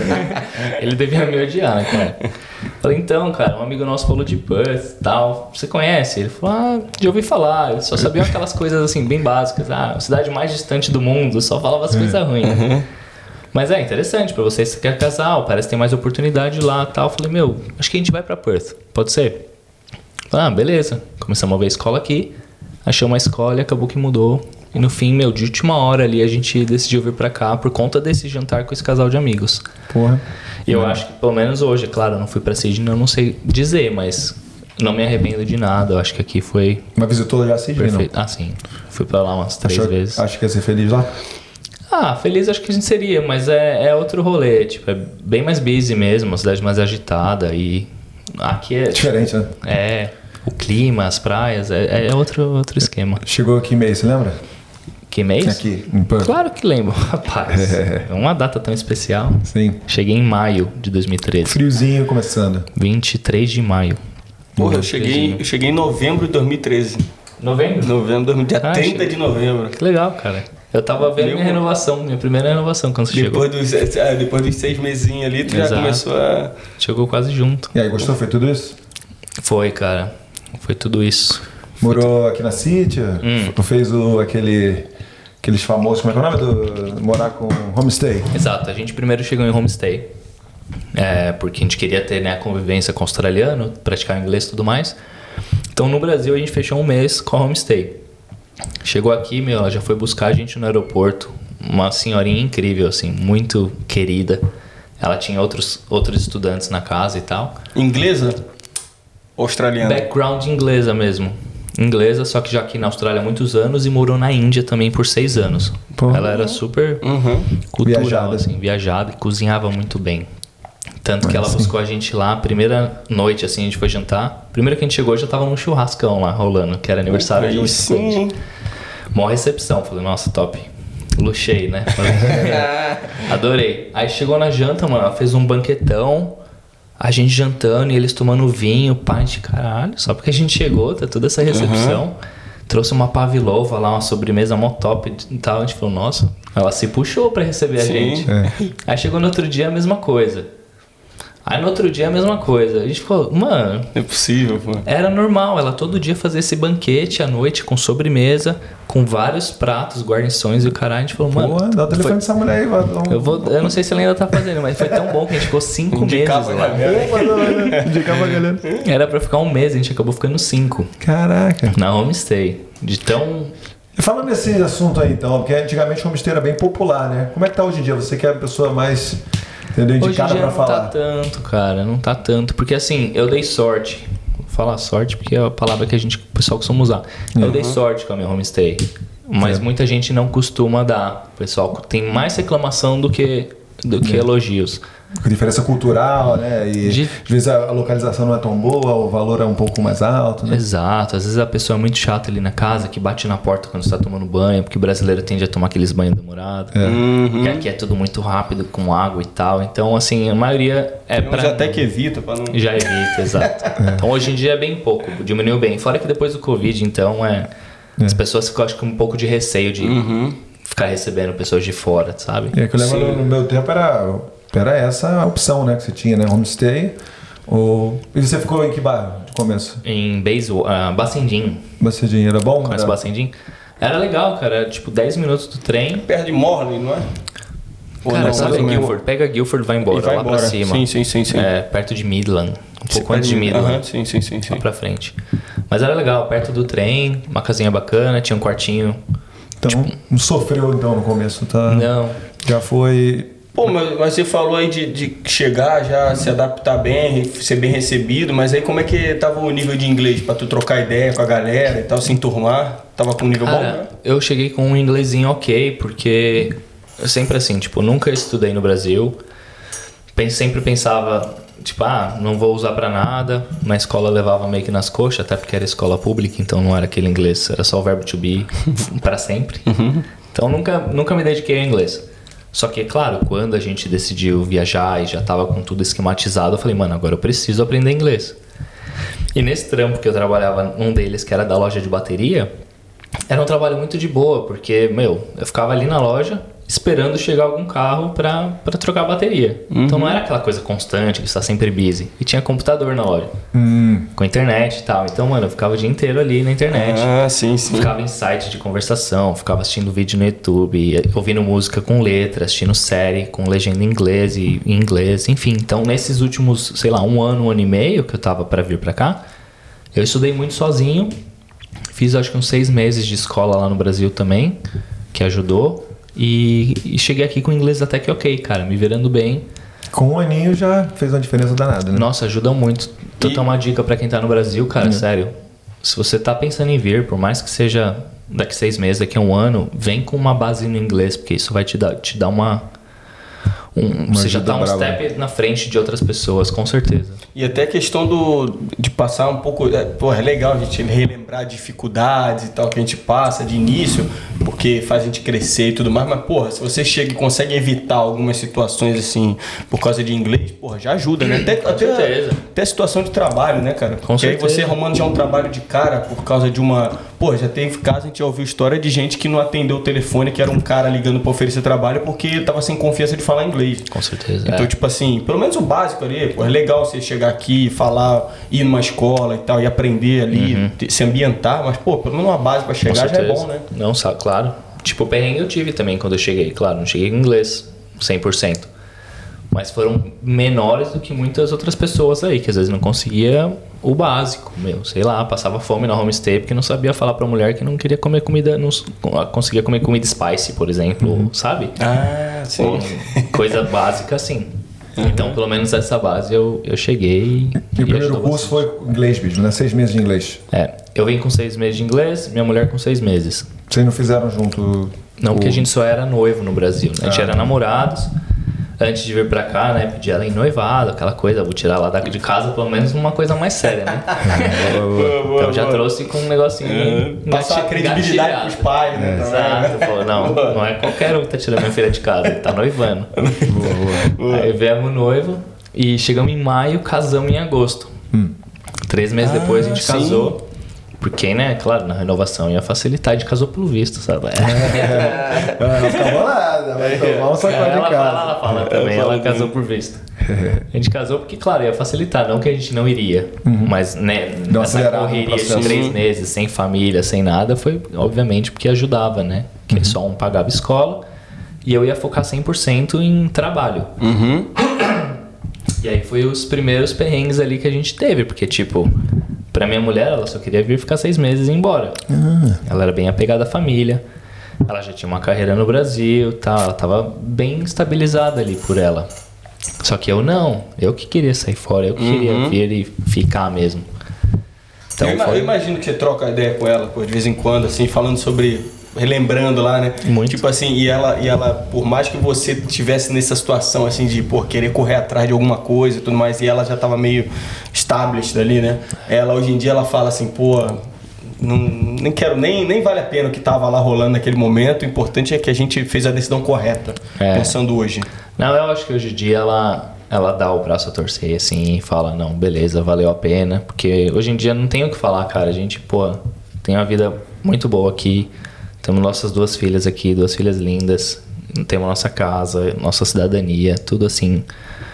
Ele devia me odiar, né, cara? Falei, então, cara, um amigo nosso falou de Perth e tal. Você conhece? Ele falou, ah, já ouvi falar. Ele só sabia aquelas coisas assim, bem básicas. Ah, a cidade mais distante do mundo, só falava as coisas ruins. Uhum. Mas é interessante pra você, se você quer casal, parece que tem mais oportunidade lá e tal. Falei, meu, acho que a gente vai pra Perth, pode ser? Falei, ah, beleza. Começamos a ver a escola aqui, achamos uma escola e acabou que mudou. E no fim, meu, de última hora ali, a gente decidiu vir pra cá por conta desse jantar com esse casal de amigos. Porra. E eu acho que pelo menos hoje, claro, eu não fui pra Sydney, eu não sei dizer, mas não me arrependo de nada. Eu acho que aqui foi Mas visitou já Sydney, não? perfeito. Ah, sim. Fui pra lá umas três Achou- vezes. Acho que ia ser feliz lá? Ah, feliz acho que a gente seria, mas é, é outro rolê. Tipo, é bem mais busy mesmo, uma cidade mais agitada e aqui é... Diferente, né? É, o clima, as praias, é, é outro, outro esquema. Chegou aqui em mês, você lembra? Que mês? Aqui, em Perth. Claro que lembro, rapaz. É uma data tão especial. Sim. Cheguei em maio de dois mil e treze. Friozinho começando. vinte e três de maio. Porra, eu cheguei, eu cheguei em novembro de dois mil e treze. Novembro? Novembro, dois mil, dia Ah, trinta cheguei. de novembro. Que legal, cara. Eu tava vendo Meu- minha renovação, minha primeira renovação quando você chegou. Depois dos, é, depois dos seis mesinhos ali, tu já Exato. começou a... Chegou quase junto. E aí, gostou? Foi tudo isso? Foi, cara. Foi tudo isso. Morou aqui na City? Hum. Fez o, aquele, aqueles famosos, como é que é o nome? Do, morar com homestay. Exato. A gente primeiro chegou em homestay. É, porque a gente queria ter, né, a convivência com o australiano, praticar inglês e tudo mais. Então no Brasil a gente fechou um mês com a homestay. Chegou aqui, meu, ela já foi buscar a gente no aeroporto. Uma senhorinha incrível, assim, muito querida. Ela tinha outros, outros estudantes na casa e tal. Inglesa? Australiana? Background inglesa mesmo. Inglesa, só que já aqui na Austrália há muitos anos e morou na Índia também por seis anos. Pô. Ela era super Uhum. cultural, Viajada. assim, viajada e cozinhava muito bem. Tanto que Ah, ela sim. buscou a gente lá, primeira noite, assim, a gente foi jantar. Primeiro que a gente chegou, já tava num churrascão lá, rolando, que era aniversário de um Aí sim. estudante. Mó recepção, falei, nossa, top. Luxei, né? Falei, adorei. Aí chegou na janta, mano, ela fez um banquetão, a gente jantando e eles tomando vinho, pai de caralho. Só porque a gente chegou, tá toda essa recepção. Uhum. Trouxe uma pavlova lá, uma sobremesa mó top e tal. A gente falou, nossa, ela se puxou pra receber a Sim. gente. É. Aí chegou no outro dia a mesma coisa. Aí no outro dia a mesma coisa. A gente falou, mano, Não é possível, pô. era normal ela todo dia fazer esse banquete à noite com sobremesa, com vários pratos, guarnições e o caralho. A gente falou, mano, Pô, dá o telefone foi- dessa mulher aí, vai. dar um- eu, vou, eu não sei se ela ainda tá fazendo, mas foi tão bom que a gente ficou cinco meses Indicava a lá. galera. Indicar pra galera. Era pra ficar um mês, a gente acabou ficando cinco Caraca. na homestay. De tão... E falando nesse assunto aí então, porque antigamente o homestay era bem popular, né? Como é que tá hoje em dia? Você que é a pessoa mais, entendeu, Hoje em indicada dia pra não falar. tá tanto, cara, não tá tanto. Porque assim, eu dei sorte. Vou falar sorte porque é a palavra que a gente, o pessoal costuma usar. Eu dei sorte com a minha homestay. Mas É. muita gente não costuma dar. O pessoal tem mais reclamação do que, do que É. elogios. Com diferença cultural, né? E De- às vezes a a localização não é tão boa, o valor é um pouco mais alto, né? Exato, às vezes a pessoa é muito chata ali na casa, que bate na porta quando está tomando banho, porque o brasileiro tende a tomar aqueles banhos demorados. Uhum. E aqui é tudo muito rápido, com água e tal. Então, assim, a maioria é Tem uns pra... até que evita pra não... Já evita, exato. Então, hoje em dia é bem pouco, diminuiu bem. Fora que depois do Covid, então, é... As pessoas ficam, acho que, um pouco de receio de ficar recebendo pessoas de fora, sabe? E é que eu lembro no, no meu tempo era, era essa a opção, né? Que você tinha, né? Homestay. Ou... E você ficou em que bairro de começo? Em Bayswater, uh, Bacendim. Bacendim era bom? Conhece Era- Bacendim? Era legal, cara. Era, tipo, dez minutos do trem. Perto de Morley, não é? Ou Cara, não, sabe mais ou menos? Guilford? Pega Guilford e vai embora, E vai lá embora. pra cima. Sim, sim, sim, sim. É, perto de Midland. Um pouco antes de Midland. Aham, sim, sim, sim, sim. Lá pra frente. Mas era legal, perto do trem, uma casinha bacana, tinha um quartinho. Então, não sofreu então no começo, tá? Não. Já foi... Pô, mas, mas você falou aí de, de chegar, já se adaptar bem, ser bem recebido, mas aí como é que tava o nível de inglês pra tu trocar ideia com a galera e tal, se enturmar? Tava com um nível bom, né? Cara, eu cheguei com um inglesinho ok, porque eu sempre assim, tipo, nunca estudei no Brasil. Pen- Sempre pensava, tipo, ah, não vou usar pra nada. Na escola levava meio que nas coxas, até porque era escola pública, então não era aquele inglês, era só o verbo to be pra sempre. Então nunca, nunca me dediquei ao inglês. Só que, é claro, quando a gente decidiu viajar e já tava com tudo esquematizado, eu falei, mano, agora eu preciso aprender inglês. E nesse trampo que eu trabalhava num deles, que era da loja de bateria, era um trabalho muito de boa, porque, meu, eu ficava ali na loja esperando chegar algum carro pra, pra trocar a bateria. Então não era aquela coisa constante, que você tá sempre busy. E tinha computador na loja, Hum, com internet e tal. Então, mano, eu ficava o dia inteiro ali na internet. Ah, sim, sim. Ficava em site de conversação, ficava assistindo vídeo no YouTube, ouvindo música com letra, assistindo série com legenda em inglês e em inglês, enfim. Então, nesses últimos, sei lá, um ano, um ano e meio que eu tava pra vir pra cá, eu estudei muito sozinho. Fiz acho que uns seis meses de escola lá no Brasil também, que ajudou. E, e cheguei aqui com inglês até que ok, cara, me virando bem. com um aninho já fez uma diferença danada, né? Nossa, ajuda muito. Tô E- dando uma dica pra quem tá no Brasil, cara, Hum. sério. Se você tá pensando em vir, por mais que seja daqui seis meses, daqui a um ano, vem com uma base no inglês, porque isso vai te dar, te dar uma... Um, você já ajuda tá um brava. step na frente de outras pessoas, com certeza. E até a questão do, de passar um pouco... É, porra, é legal a gente relembrar dificuldades e tal que a gente passa de início, porque faz a gente crescer e tudo mais, mas, porra, se você chega e consegue evitar algumas situações, assim, por causa de inglês, porra, já ajuda, né? Até, até, certeza. até a situação de trabalho, né, cara? Com Porque aí certeza. você arrumando já um trabalho de cara por causa de uma... Pô, já teve caso, a gente já ouviu história de gente que não atendeu o telefone, que era um cara ligando pra oferecer trabalho porque tava sem confiança de falar inglês. Com certeza. Então, é. tipo assim, pelo menos o básico ali, pô, é legal você chegar aqui, falar, ir numa escola e tal, e aprender ali, te- se ambientar, mas, pô, pelo menos uma base pra Com chegar já é certeza. bom, né? Não, sabe, claro. Tipo, o perrengue eu tive também quando eu cheguei. Claro, não cheguei com inglês cem por cento. Mas foram menores do que muitas outras pessoas aí, que às vezes não conseguia o básico, meu, sei lá, passava fome na homestay porque não sabia falar pra mulher que não queria comer comida, não conseguia comer comida spicy, por exemplo, uhum. sabe? Ah, sim. Ou coisa básica assim. Uhum. Então, pelo menos essa base eu, eu cheguei. E, e o primeiro curso bastante. Foi inglês mesmo, né? Seis meses de inglês. É, eu vim com seis meses de inglês, minha mulher com seis meses. Vocês não fizeram junto? Não, o... porque a gente só era noivo no Brasil, né? A gente ah. era namorados. Antes de vir pra cá, né, pedi ela em noivado, aquela coisa, vou tirar ela de casa, pelo menos uma coisa mais séria, né? boa, boa, então já boa. Trouxe com um negocinho... É, passar a credibilidade pros pais, né? Exato, pô, não, não é qualquer um que tá tirando minha filha de casa, ele tá noivando. Boa, boa. Aí viemos noivo e chegamos em maio, casamos em agosto. Hum. Três meses ah, depois a gente sim. casou. Porque, né, claro, na renovação ia facilitar, a gente casou pelo visto, sabe? É. Não ficou bolada, vai tomar um sacode de casa. Ela, ela fala também, ela casou por visto. A gente casou porque, claro, ia facilitar, não que a gente não iria. Uhum. Mas, né, não nessa correria de três meses, sem família, sem nada, foi, obviamente, porque ajudava, né? Que uhum. só um pagava escola e eu ia focar cem por cento em trabalho. Uhum. E aí foi os primeiros perrengues ali que a gente teve, porque, tipo... Pra minha mulher, ela só queria vir ficar seis meses e ir embora. Ah. Ela era bem apegada à família. Ela já tinha uma carreira no Brasil, tá? Ela tava bem estabilizada ali por ela. Só que eu não. Eu que queria sair fora. Eu que uhum. queria vir e ficar mesmo. Então, eu, foi... eu imagino que você troca ideia com ela, pô, de vez em quando, assim, falando sobre... Relembrando lá, né? Muito. Tipo assim, e ela, e ela, por mais que você estivesse nessa situação, assim, de, pô, querer correr atrás de alguma coisa e tudo mais, e ela já tava meio established ali, né? Ela, hoje em dia, ela fala assim, pô, não, nem quero, nem, nem vale a pena o que tava lá rolando naquele momento, o importante é que a gente fez a decisão correta, é. pensando hoje. Não, eu acho que hoje em dia ela... Ela dá o braço a torcer, assim, e fala, não, beleza, valeu a pena. Porque hoje em dia não tem o que falar, cara. A gente, pô, tem uma vida muito boa aqui. Temos nossas duas filhas aqui, duas filhas lindas. Temos nossa casa, nossa cidadania, tudo assim,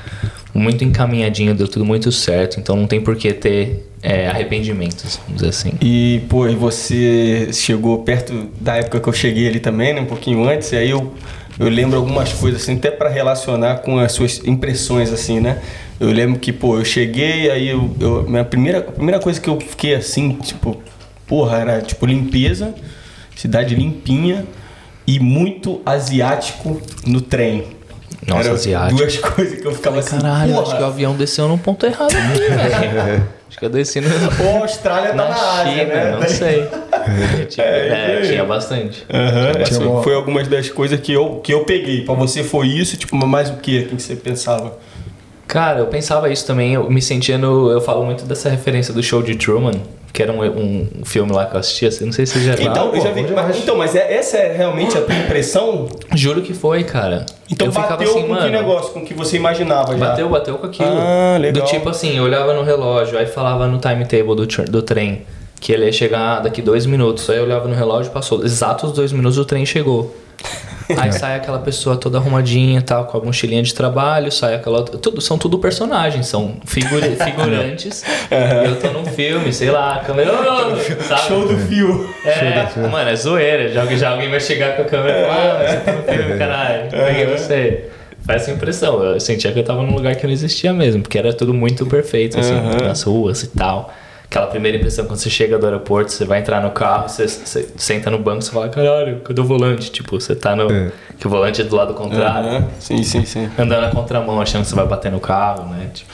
muito encaminhadinho, deu tudo muito certo. Então não tem por que ter é, arrependimentos, vamos dizer assim. E, pô, e você chegou perto da época que eu cheguei ali também, né? Um pouquinho antes, e aí eu... Eu lembro algumas coisas, assim, até para relacionar com as suas impressões, assim, né? Eu lembro que, pô, eu cheguei, aí eu... eu minha primeira, a primeira coisa que eu fiquei, assim, tipo... Porra, era, tipo, limpeza, cidade limpinha e muito asiático no trem. Nossa, era asiático. Duas coisas que eu ficava assim, caralho, porra. Acho que o avião desceu num ponto errado aqui, velho. Acho que eu desci no... Pô, a Austrália na tá na Ásia, China, né? Não sei. Tipo, é, é, tinha bastante. Uhum. Tinha bastante. Foi algumas das coisas que eu, que eu peguei. Pra você foi isso, tipo, mais o que? O que você pensava? Cara, eu pensava isso também. Eu me sentia no... Eu falo muito dessa referência do Show de Truman, que era um, um filme lá que eu assistia. Não sei se você já viu. Então, ah, eu já vi. Mas, então, mas é, essa é realmente a tua impressão? Juro que foi, cara. Então eu bateu ficava assim, com mano, que negócio? Com o que você imaginava já? Bateu, bateu com aquilo. Ah, legal. Do tipo assim, eu olhava no relógio, aí falava no timetable do, do trem que ele ia chegar daqui dois minutos. Aí eu olhava no relógio, passou exatos dois minutos, o trem chegou. Aí sai aquela pessoa toda arrumadinha, tal, com a mochilinha de trabalho, sai aquela outra, tudo, são tudo personagens, são figura, figurantes. Uhum. E eu tô num filme, sei lá, a câmera, sabe? Show do fio. É, Show do fio. Mano, é zoeira. Já, já alguém vai chegar com a câmera e falar, ah, você tá no filme, caralho. Peguei você. Faz essa impressão. Eu sentia que eu tava num lugar que não existia mesmo, porque era tudo muito perfeito, assim, uhum. nas ruas e tal. Aquela primeira impressão quando você chega do aeroporto, você vai entrar no carro, você, você senta no banco, você fala, caralho, cadê o volante? Tipo, você tá no... É. Que o volante é do lado contrário. Uhum. Sim, sim, sim. Andando na contramão, achando que você vai bater no carro, né? Tipo...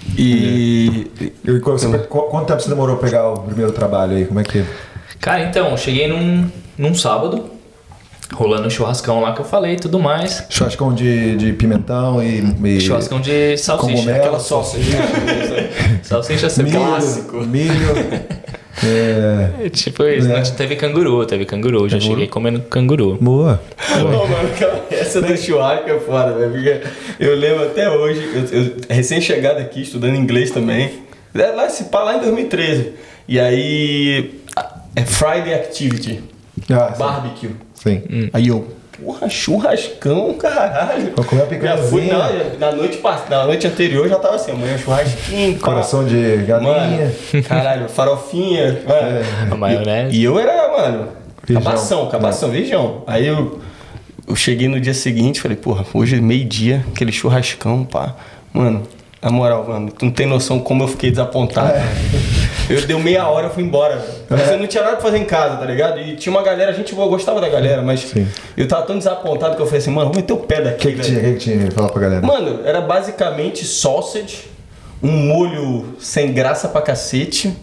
E... e você, quanto tempo você demorou pra pegar o primeiro trabalho aí? Como é que... Cara, então, eu cheguei num, num sábado, rolando um churrascão lá que eu falei e tudo mais. Churrascão de, de pimentão e, e... Churrascão de salsicha. Cogumelo, aquela salsicha. Salsicha sempre milho, clássico. Milho. É, tipo isso, é. Teve canguru, teve canguru. Já cheguei comendo canguru. Boa. Não, mano, essa do churrasco é foda, velho. Eu lembro até hoje, eu, eu recém-chegado aqui, estudando inglês também. Lá, esse pá, lá em dois mil e treze. E aí, é Friday Activity. Ah, barbecue. Sim. Hum. Aí eu, porra, churrascão, caralho. Vou comer uma picanhazinha. Fui na, na, noite, na noite anterior já tava assim, amanhã churrasquinho. Coração de galinha. Mano, caralho, farofinha. Mano. É. A maionese. E, e eu era, mano, Feijão. cabação, cabação, é. Feijão. Aí eu eu cheguei no dia seguinte, falei, porra, hoje é meio-dia, aquele churrascão, pá. Mano, na moral, mano, tu não tem noção como eu fiquei desapontado. É. Eu deu meia hora, eu fui embora, velho. É. Eu não tinha nada pra fazer em casa, tá ligado? E tinha uma galera, a gente boa, gostava da galera, mas Sim. eu tava tão desapontado que eu falei assim, mano, vou meter o pé daqui, que que tinha? O que que tinha? Fala pra galera. Mano, era basicamente sausage, um molho sem graça pra cacete.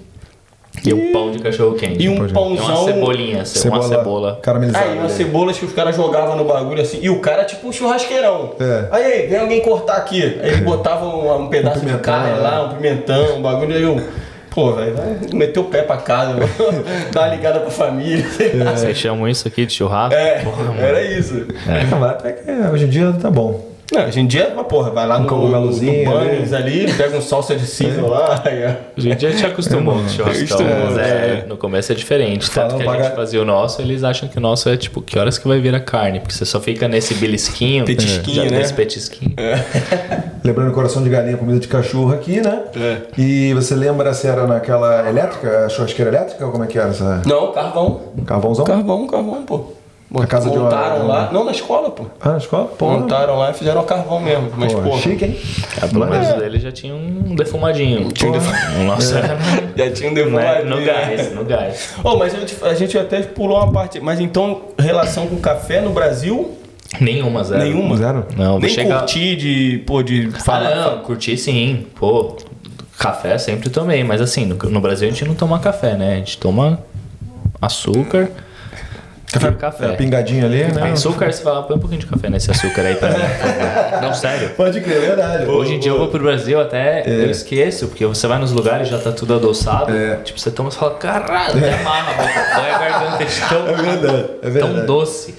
E um pão de cachorro quente. E um pãozão. E uma cebolinha, cebola, uma cebola. Caramelizada. Aí, umas cebolas que os caras jogavam no bagulho assim. E o cara, tipo um churrasqueirão. É. Aí, aí, vem alguém cortar aqui. Aí ele botava um, um pedaço um de carne né? lá, um pimentão, um bagulho. Aí eu, pô, velho, vai meter o pé pra casa, dar uma ligada pra família. É. Vocês chamam isso aqui de churrasco? É, porra, era isso. É. Não, até que hoje em dia tá bom. Não, hoje em dia, porra, vai lá no, no, no Bunnies ali, pega um salsa de Caesar lá. Hoje em dia a gente acostumou com churrascão, mas é, no começo é diferente. Tanto que a gente fazia o nosso, eles acham que o nosso é tipo, que horas que vai vir a carne? Porque você só fica nesse belisquinho, petisquinho, já né? Nesse petisquinho. É. Lembrando coração de galinha, comida de cachorro aqui, né? É. E você lembra se era naquela elétrica, a churrasqueira elétrica ou como é que era essa? Não, carvão. Carvãozão? Carvão, carvão, pô. A casa montaram de uma... lá, não na escola, pô. Ah, na escola? Pô. Montaram lá e fizeram carvão mesmo. Mas, pô, chique, hein? É, pelo menos é. dele já tinha um defumadinho. Tinha um defumadinho. Nossa, é. já tinha um defumadinho. No gás, no gás. Oh, mas a gente até pulou uma parte. Mas então, relação com café no Brasil? Nenhuma, zero. Nenhuma? Zero? Não, nem chegar... curti de, pô, de falar. Ah, não, curti sim. Pô, café sempre tomei. Mas assim, no, no Brasil a gente não toma café, né? A gente toma açúcar... Café, café. É, pingadinho ali, né? Açúcar, você fala, põe um pouquinho de café nesse açúcar aí pra mim. Não, sério. Pode crer, é verdade. Hoje em dia eu vou pro Brasil até, é. eu esqueço, porque você vai nos lugares e já tá tudo adoçado. É. Tipo, você toma e fala, caralho, até amarra, dói a garganta de tão, é verdade, é verdade. tão doce.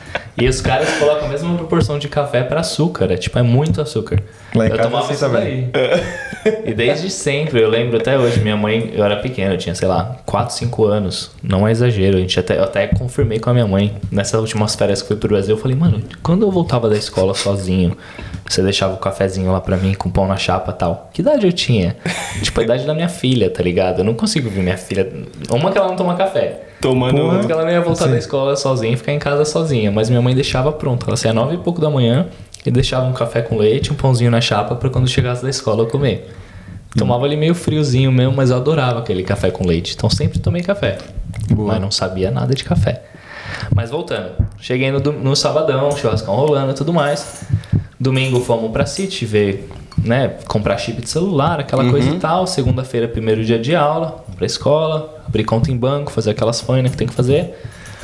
E os caras colocam a mesma proporção de café pra açúcar, é tipo, é muito açúcar. Lá em eu casa tomava isso também. daí. E desde sempre, eu lembro até hoje, minha mãe, eu era pequeno, eu tinha, sei lá, quatro, cinco anos. Não é exagero, a gente até, eu até confirmei com a minha mãe. Nessas últimas férias que fui pro Brasil, eu falei, mano, quando eu voltava da escola sozinho, você deixava o cafezinho lá pra mim com pão na chapa e tal. Que idade eu tinha? Tipo, a idade da minha filha, tá ligado? Eu não consigo ver minha filha... Uma que ela não toma café. Tomando... Uma que ela não ia voltar Sim. da escola sozinha e ficar em casa sozinha. Mas minha mãe deixava pronto. Ela saía nove e pouco da manhã e deixava um café com leite, um pãozinho na chapa pra quando chegasse da escola eu comer. Tomava ali meio friozinho mesmo, mas eu adorava aquele café com leite. Então sempre tomei café. Boa. Mas não sabia nada de café. Mas voltando. Cheguei no, no sabadão, churrascão rolando e tudo mais. Domingo fomos pra City ver, né, comprar chip de celular, aquela uhum. coisa e tal. Segunda-feira, primeiro dia de aula, pra escola, abrir conta em banco, fazer aquelas fãs que tem que fazer.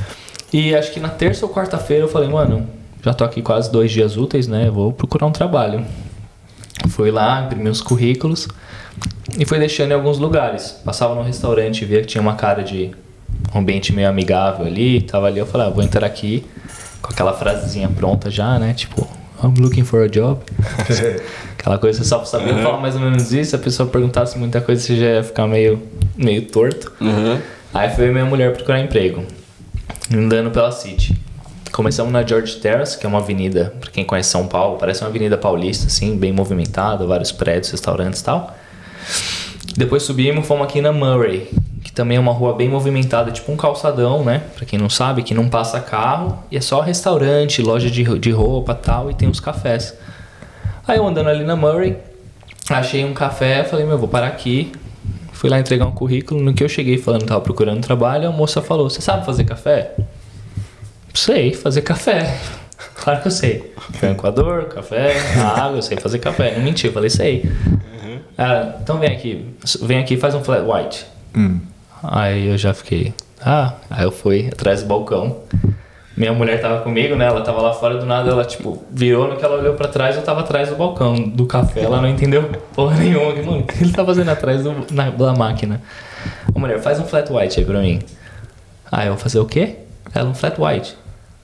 E acho que na terça ou quarta-feira eu falei, mano, já tô aqui quase dois dias úteis, né, vou procurar um trabalho. Fui lá, imprimi os currículos e fui deixando em alguns lugares. Passava num restaurante e via que tinha uma cara de um ambiente meio amigável ali, tava ali, eu falei, ah, vou entrar aqui com aquela frasezinha pronta já, né, tipo... I'm looking for a job. Aquela coisa, você só sabia uhum. falar mais ou menos isso. Se a pessoa perguntasse muita coisa, você já ia ficar meio, meio torto. Uhum. Aí foi minha mulher procurar emprego, andando pela City. Começamos na George Terrace, que é uma avenida, pra quem conhece São Paulo, parece uma avenida paulista, assim, bem movimentada, vários prédios, restaurantes e tal. Depois subimos, fomos aqui na Murray, que também é uma rua bem movimentada, tipo um calçadão, né? Pra quem não sabe, que não passa carro. E é só restaurante, loja de, de roupa e tal, e tem uns cafés. Aí eu andando ali na Murray, achei um café, falei, meu, vou parar aqui. Fui lá entregar um currículo. No que eu cheguei falando que tava procurando trabalho, a moça falou, você sabe fazer café? Sei, fazer café. Claro que eu sei. Foi um coador, café, água, eu sei fazer café. Não menti, eu falei, sei. Uhum. Ah, então vem aqui, vem aqui e faz um flat white. Hum. Aí eu já fiquei, ah, aí eu fui atrás do balcão. Minha mulher tava comigo, né? Ela tava lá fora, do nada ela, tipo, virou, no que ela olhou pra trás, eu tava atrás do balcão do café. Ela não entendeu porra nenhuma. Mano, o que ele tá fazendo atrás do, na, da máquina? A mulher, faz um flat white aí pra mim. Aí eu vou fazer o quê? Ela, um flat white.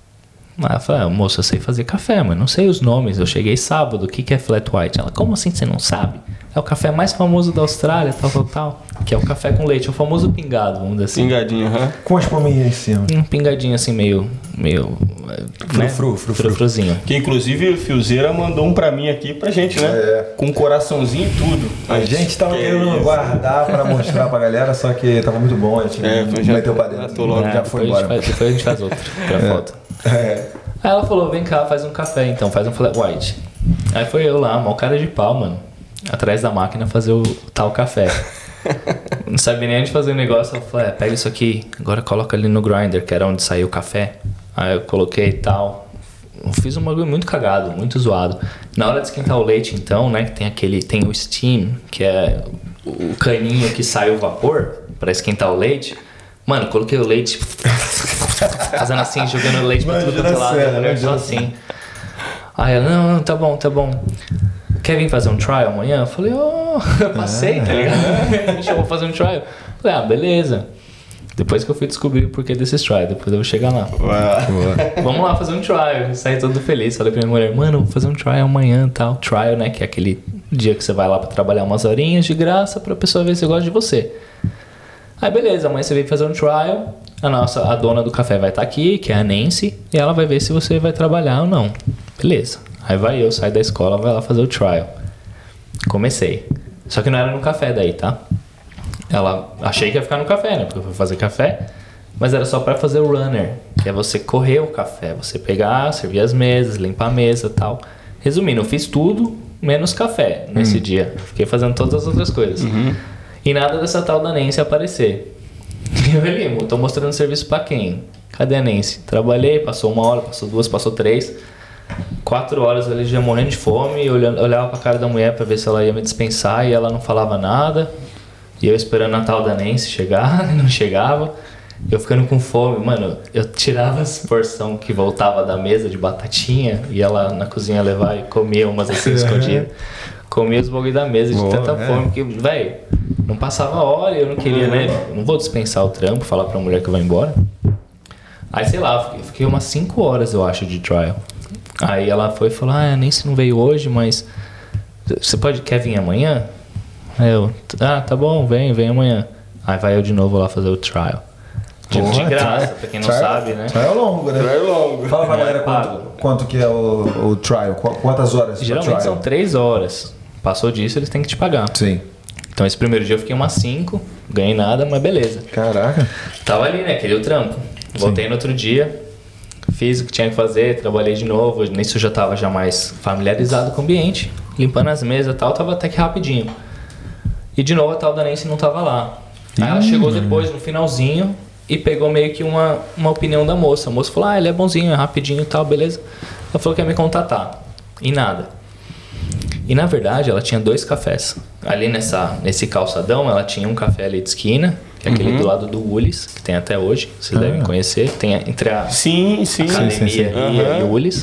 Aí eu falei, ah, moça, eu sei fazer café, mas não sei os nomes. Eu cheguei sábado, o que, que é flat white? Ela, como assim você não sabe? É o café mais famoso da Austrália, tal, tal, tal. Que é o café com leite, o famoso pingado, vamos dizer assim. Pingadinho, aham. Uhum. Com as palminhas em cima. Um pingadinho assim, meio... meio frufru, né? frufruzinho. Que inclusive o Fiozeira mandou um pra mim aqui, pra gente, né? É. Com um coraçãozinho e tudo. A gente tava que querendo é guardar pra mostrar pra galera, só que tava muito bom, a gente é, já meteu pra dentro. Logo, já foi embora. Faz, depois a gente faz outro pra é. foto. É. Aí ela falou, vem cá, faz um café então, faz um flat white. Aí foi eu lá, mal cara de pau, mano, atrás da máquina fazer o tal café. Não sabia nem onde fazer o negócio. Eu falei, é, pega isso aqui, agora coloca ali no grinder, que era onde saiu o café. Aí eu coloquei e tal. Eu fiz um bagulho muito cagado, muito zoado. Na hora de esquentar o leite, então, né, que tem aquele, tem o steam, que é o caninho que sai o vapor pra esquentar o leite. Mano, coloquei o leite, fazendo assim, jogando o leite pra tudo quanto é lado, né, só assim. Aí ela, não, não, tá bom, tá bom. Quer vir fazer um trial amanhã? Eu falei, oh, eu passei, tá ligado? Me chamou pra fazer um trial. Eu falei, ah, beleza. Depois que eu fui descobrir o porquê desses trial, depois eu vou chegar lá. Vamos lá fazer um trial. Eu saí todo feliz. Falei pra minha mulher, mano, vou fazer um trial amanhã e tal. Trial, né? Que é aquele dia que você vai lá pra trabalhar umas horinhas de graça pra pessoa ver se gosta de você. Aí beleza, amanhã você vem fazer um trial. A nossa, a dona do café vai estar aqui, que é a Nancy, e ela vai ver se você vai trabalhar ou não. Beleza. Aí vai eu, saio da escola, vai lá fazer o trial. Comecei. Só que não era no café daí, tá? Ela, achei que ia ficar no café, né? Porque eu fui fazer café. Mas era só pra fazer o runner, que é você correr o café. Você pegar, servir as mesas, limpar a mesa e tal. Resumindo, eu fiz tudo, menos café nesse hum. dia. Fiquei fazendo todas as outras coisas. Uhum. E nada dessa tal da Nancy aparecer. Eu limo, tô mostrando serviço pra quem? Cadê a Nancy? Trabalhei, passou uma hora, passou duas, passou três. Quatro horas eu já morrendo de fome, olhando, olhava pra cara da mulher pra ver se ela ia me dispensar e ela não falava nada. E eu esperando a tal da Nancy chegar, não chegava. Eu ficando com fome, mano, eu tirava as porção que voltava da mesa de batatinha e ela na cozinha levar e comia umas assim escondidas. Comia os bagulho da mesa de Boa, tanta é. fome que, velho, não passava hora e eu não queria, né? Não vou dispensar o trampo, falar pra mulher que eu vou embora. Aí, sei lá, fiquei, fiquei umas cinco horas, eu acho, de trial. Aí ela foi e falou, ah, a Nancy não veio hoje, mas você pode, quer vir amanhã? Aí eu, ah, tá bom, vem, vem amanhã. Aí vai eu de novo lá fazer o trial. De, Porra, de graça, trial, pra quem não trial, sabe, né? Trial longo, né? Trial longo. Fala pra galera quanto, quanto que é o, o trial, quantas horas? Geralmente são três horas. Passou disso, eles têm que te pagar. Sim. Então esse primeiro dia eu fiquei umas cinco, ganhei nada, mas beleza. Caraca. Tava ali, né? Queria o trampo. Voltei Sim. no outro dia, fiz o que tinha que fazer, trabalhei de novo. Nisso eu já tava já mais familiarizado com o ambiente, limpando as mesas e tal, tava até que rapidinho. E de novo a tal da Nancy não tava lá. Aí ela chegou depois, no finalzinho, e pegou meio que uma, uma opinião da moça. A moça falou, ah, ele é bonzinho, é rapidinho e tal, beleza. Ela falou que ia me contatar. E nada. E na verdade ela tinha dois cafés. Ali nessa, nesse calçadão ela tinha um café ali de esquina, que é aquele uhum. do lado do Woolies, que tem até hoje, vocês ah. devem conhecer. Tem entre a sim, sim, academia sim, sim, sim. e, uhum. e o Woolies.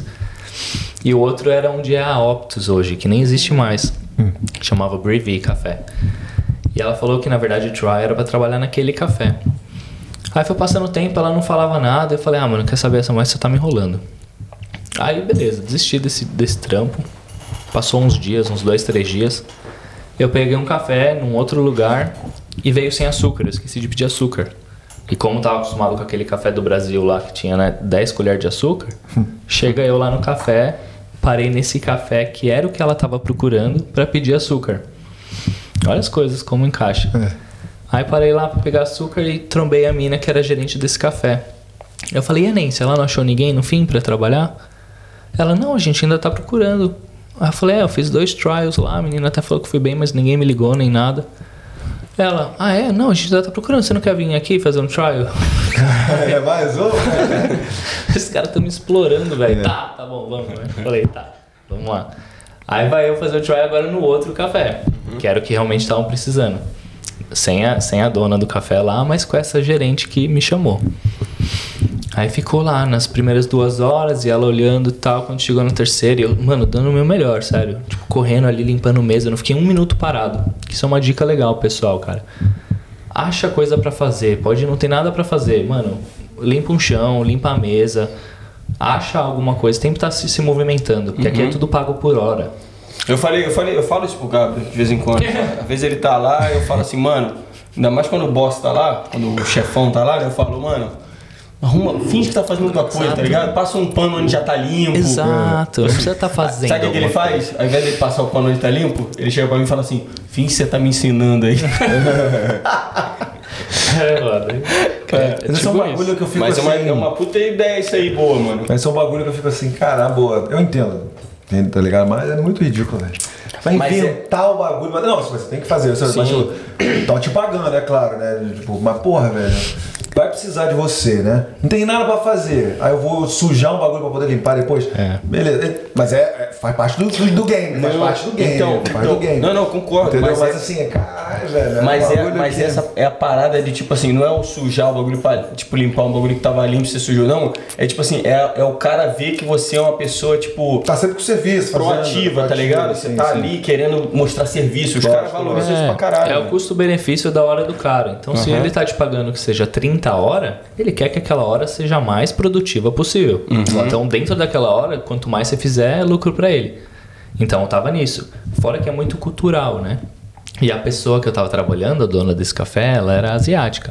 E o outro era onde é a Optus hoje, que nem existe mais. Uhum. Chamava Brevie Café. E ela falou que na verdade o trial era pra trabalhar naquele café. Aí foi passando o tempo, ela não falava nada. Eu falei, ah, mano, quer saber essa mais, você tá me enrolando. Aí beleza, desisti desse, desse trampo. Passou uns dias, uns dois, três dias. Eu peguei um café num outro lugar e veio sem açúcar. Eu esqueci de pedir açúcar. E como eu tava acostumado com aquele café do Brasil lá, que tinha, né, dez colheres de açúcar, chega eu lá no café, parei nesse café que era o que ela tava procurando pra pedir açúcar. Olha as coisas como encaixa. É. Aí parei lá pra pegar açúcar e trombei a mina que era gerente desse café. Eu falei, e a Nancy, ela não achou ninguém no fim pra trabalhar? Ela, não, a gente ainda tá procurando. Aí eu falei, é, eu fiz dois trials lá, a menina até falou que fui bem, mas ninguém me ligou nem nada. Ela, ah é? Não, a gente ainda tá procurando, você não quer vir aqui fazer um trial? É mais um? Esses caras tão me explorando, velho. É. Tá, tá bom, vamos. Né? Falei, tá, vamos lá. Aí vai eu fazer o trial agora no outro café, uhum. que era o que realmente estavam precisando. Sem a, sem a dona do café lá, mas com essa gerente que me chamou. Aí ficou lá nas primeiras duas horas e ela olhando e tal, quando chegou na terceira, eu, mano, dando o meu melhor, sério. Tipo, correndo ali, limpando mesa, eu não fiquei um minuto parado. Isso é uma dica legal, pessoal, cara. Acha coisa pra fazer, pode não ter nada pra fazer, mano, limpa um chão, limpa a mesa, acha alguma coisa, tem que estar se, se movimentando, porque uhum. aqui é tudo pago por hora. Eu falei, eu falei, eu falo isso pro Gabriel de vez em quando. Às vezes ele tá lá, eu falo assim, mano, ainda mais quando o boss tá lá, quando o chefão tá lá, eu falo, mano, arruma, finge que tá fazendo alguma coisa, tá ligado? Passa um pano onde já tá limpo. Exato, não precisa tá fazendo. Sabe o que ele faz? Ao invés de ele passar o pano onde tá limpo, ele chega pra mim e fala assim, finge que você tá me ensinando aí. É, mano. é, Mas esse é um tipo bagulho isso. que eu fico Mas assim... é uma, é uma puta ideia isso aí, boa, mano. Mas é um bagulho que eu fico assim, caramba, boa. Eu entendo. Entende, tá ligado? Mas é muito ridículo, velho. Vai Mas inventar o bagulho. Mas, não, você tem que fazer. Você, mas, tipo, tão te pagando, é claro, né? Tipo, mas porra, velho. Vai precisar de você, né? Não tem nada pra fazer. Aí eu vou sujar um bagulho pra poder limpar depois. É. Beleza. Mas é, é- faz parte do, do game, faz Não, parte do game. então, faz parte então, do game. não, não, concordo, Entendeu? mas Mas, é- assim, é caralho, velho. Mas, um é, bagulho mas que- essa é a parada de, tipo assim, não é o sujar o bagulho pra, tipo, limpar um bagulho que tava limpo e você sujou, não. É tipo assim, é, é o cara ver que você é uma pessoa, tipo, Tá sempre com serviço, fazendo, proativa, tá proativa, ligado? Você sim, tá sim. ali querendo mostrar serviço. Os Lógico, caras valorizam lógico. isso pra caralho. É o mano. custo-benefício da hora do cara. Então, se Uhum. ele tá te pagando que seja trinta horas, ele quer que aquela hora seja a mais produtiva possível. Então, dentro daquela hora, quanto mais você fizer, é lucro pra ele. Então, eu tava nisso. Fora que é muito cultural, né? E a pessoa que eu tava trabalhando, a dona desse café, ela era asiática.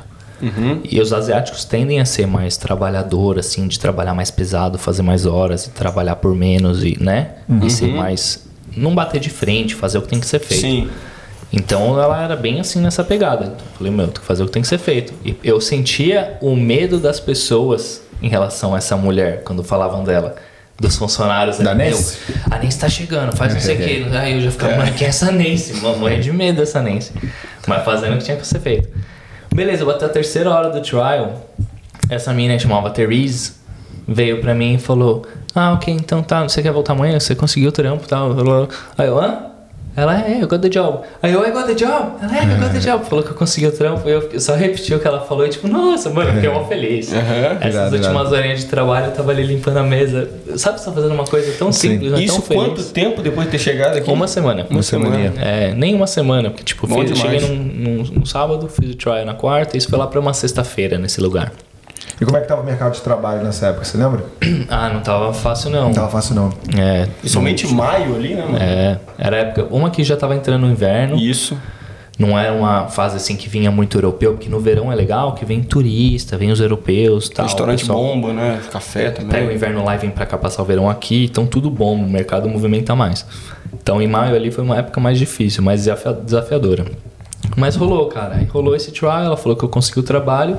E os asiáticos tendem a ser mais trabalhador, assim, de trabalhar mais pesado, fazer mais horas, e trabalhar por menos, e, né? E ser mais... Não bater de frente, fazer o que tem que ser feito. Sim. Então ela era bem assim nessa pegada. Então, eu falei, meu, tem que fazer o que tem que ser feito. E eu sentia o medo das pessoas em relação a essa mulher, quando falavam dela. Dos funcionários. Da ali, Nancy? meu, a Nancy tá chegando, faz não sei o quê. Aí eu já ficava, mano, quem é essa Nancy? Mano, morria de medo dessa Nancy. Mas fazendo o que tinha que ser feito. Beleza, bateu a terceira hora do trial. Essa menina chamava Therese, veio pra mim e falou: ah, ok, então tá, você quer voltar amanhã? Você conseguiu o trampo e tal. Aí eu, hã? Ela, é, eu got the job. Aí eu, I got the job. Ela, é, eu got the job. Falou que eu consegui o trampo. Eu só repeti o que ela falou e tipo, nossa, mano, eu fiquei mó feliz. Uhum. Essas Irado, últimas irado. horinhas de trabalho, eu tava ali limpando a mesa. Sabe, você tá fazendo uma coisa tão Sim. simples, mas Isso tão feliz. quanto tempo depois de ter chegado aqui? Uma semana. Uma semaninha. É, nem uma semana, porque tipo, Bom fiz, demais. cheguei num, num, num sábado, fiz o trial na quarta, e isso foi lá pra uma sexta-feira nesse lugar. E como é que tava o mercado de trabalho nessa época, você lembra? Ah, não tava fácil não. Não tava fácil, não. É, Principalmente maio ali, né, mano? é, era época, uma que já tava entrando no inverno. Isso. Não era uma fase assim que vinha muito europeu, porque no verão é legal que vem turista, vem os europeus, tal. Restaurante o pessoal bomba, né? Café também. Pega o inverno lá e vem pra cá passar o verão aqui, então tudo bom, o mercado movimenta mais. Então em maio ali foi uma época mais difícil, mais desafia- desafiadora. Mas rolou, cara. Aí rolou esse trial, ela falou que eu consegui o trabalho.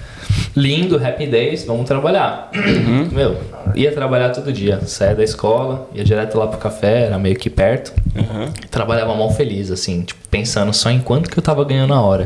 Lindo, happy days, vamos trabalhar. Meu, ia trabalhar todo dia. Saía da escola, ia direto lá pro café, era meio que perto. Uhum. Trabalhava mal feliz, assim, tipo, pensando só em quanto que eu tava ganhando a hora.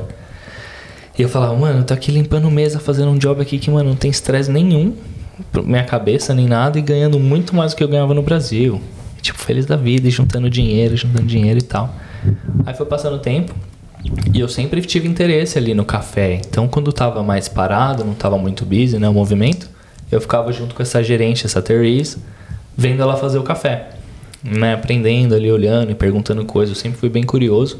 E eu falava, mano, eu tô aqui limpando mesa, fazendo um job aqui que, mano, não tem estresse nenhum pra minha cabeça, nem nada, e ganhando muito mais do que eu ganhava no Brasil. E, tipo, feliz da vida, e juntando dinheiro, juntando dinheiro e tal. Aí foi passando o tempo, e eu sempre tive interesse ali no café. Então, quando tava mais parado, não tava muito busy, né, o movimento, eu ficava junto com essa gerente, essa Therese, vendo ela fazer o café, né, aprendendo ali, olhando e perguntando coisas. Eu sempre fui bem curioso.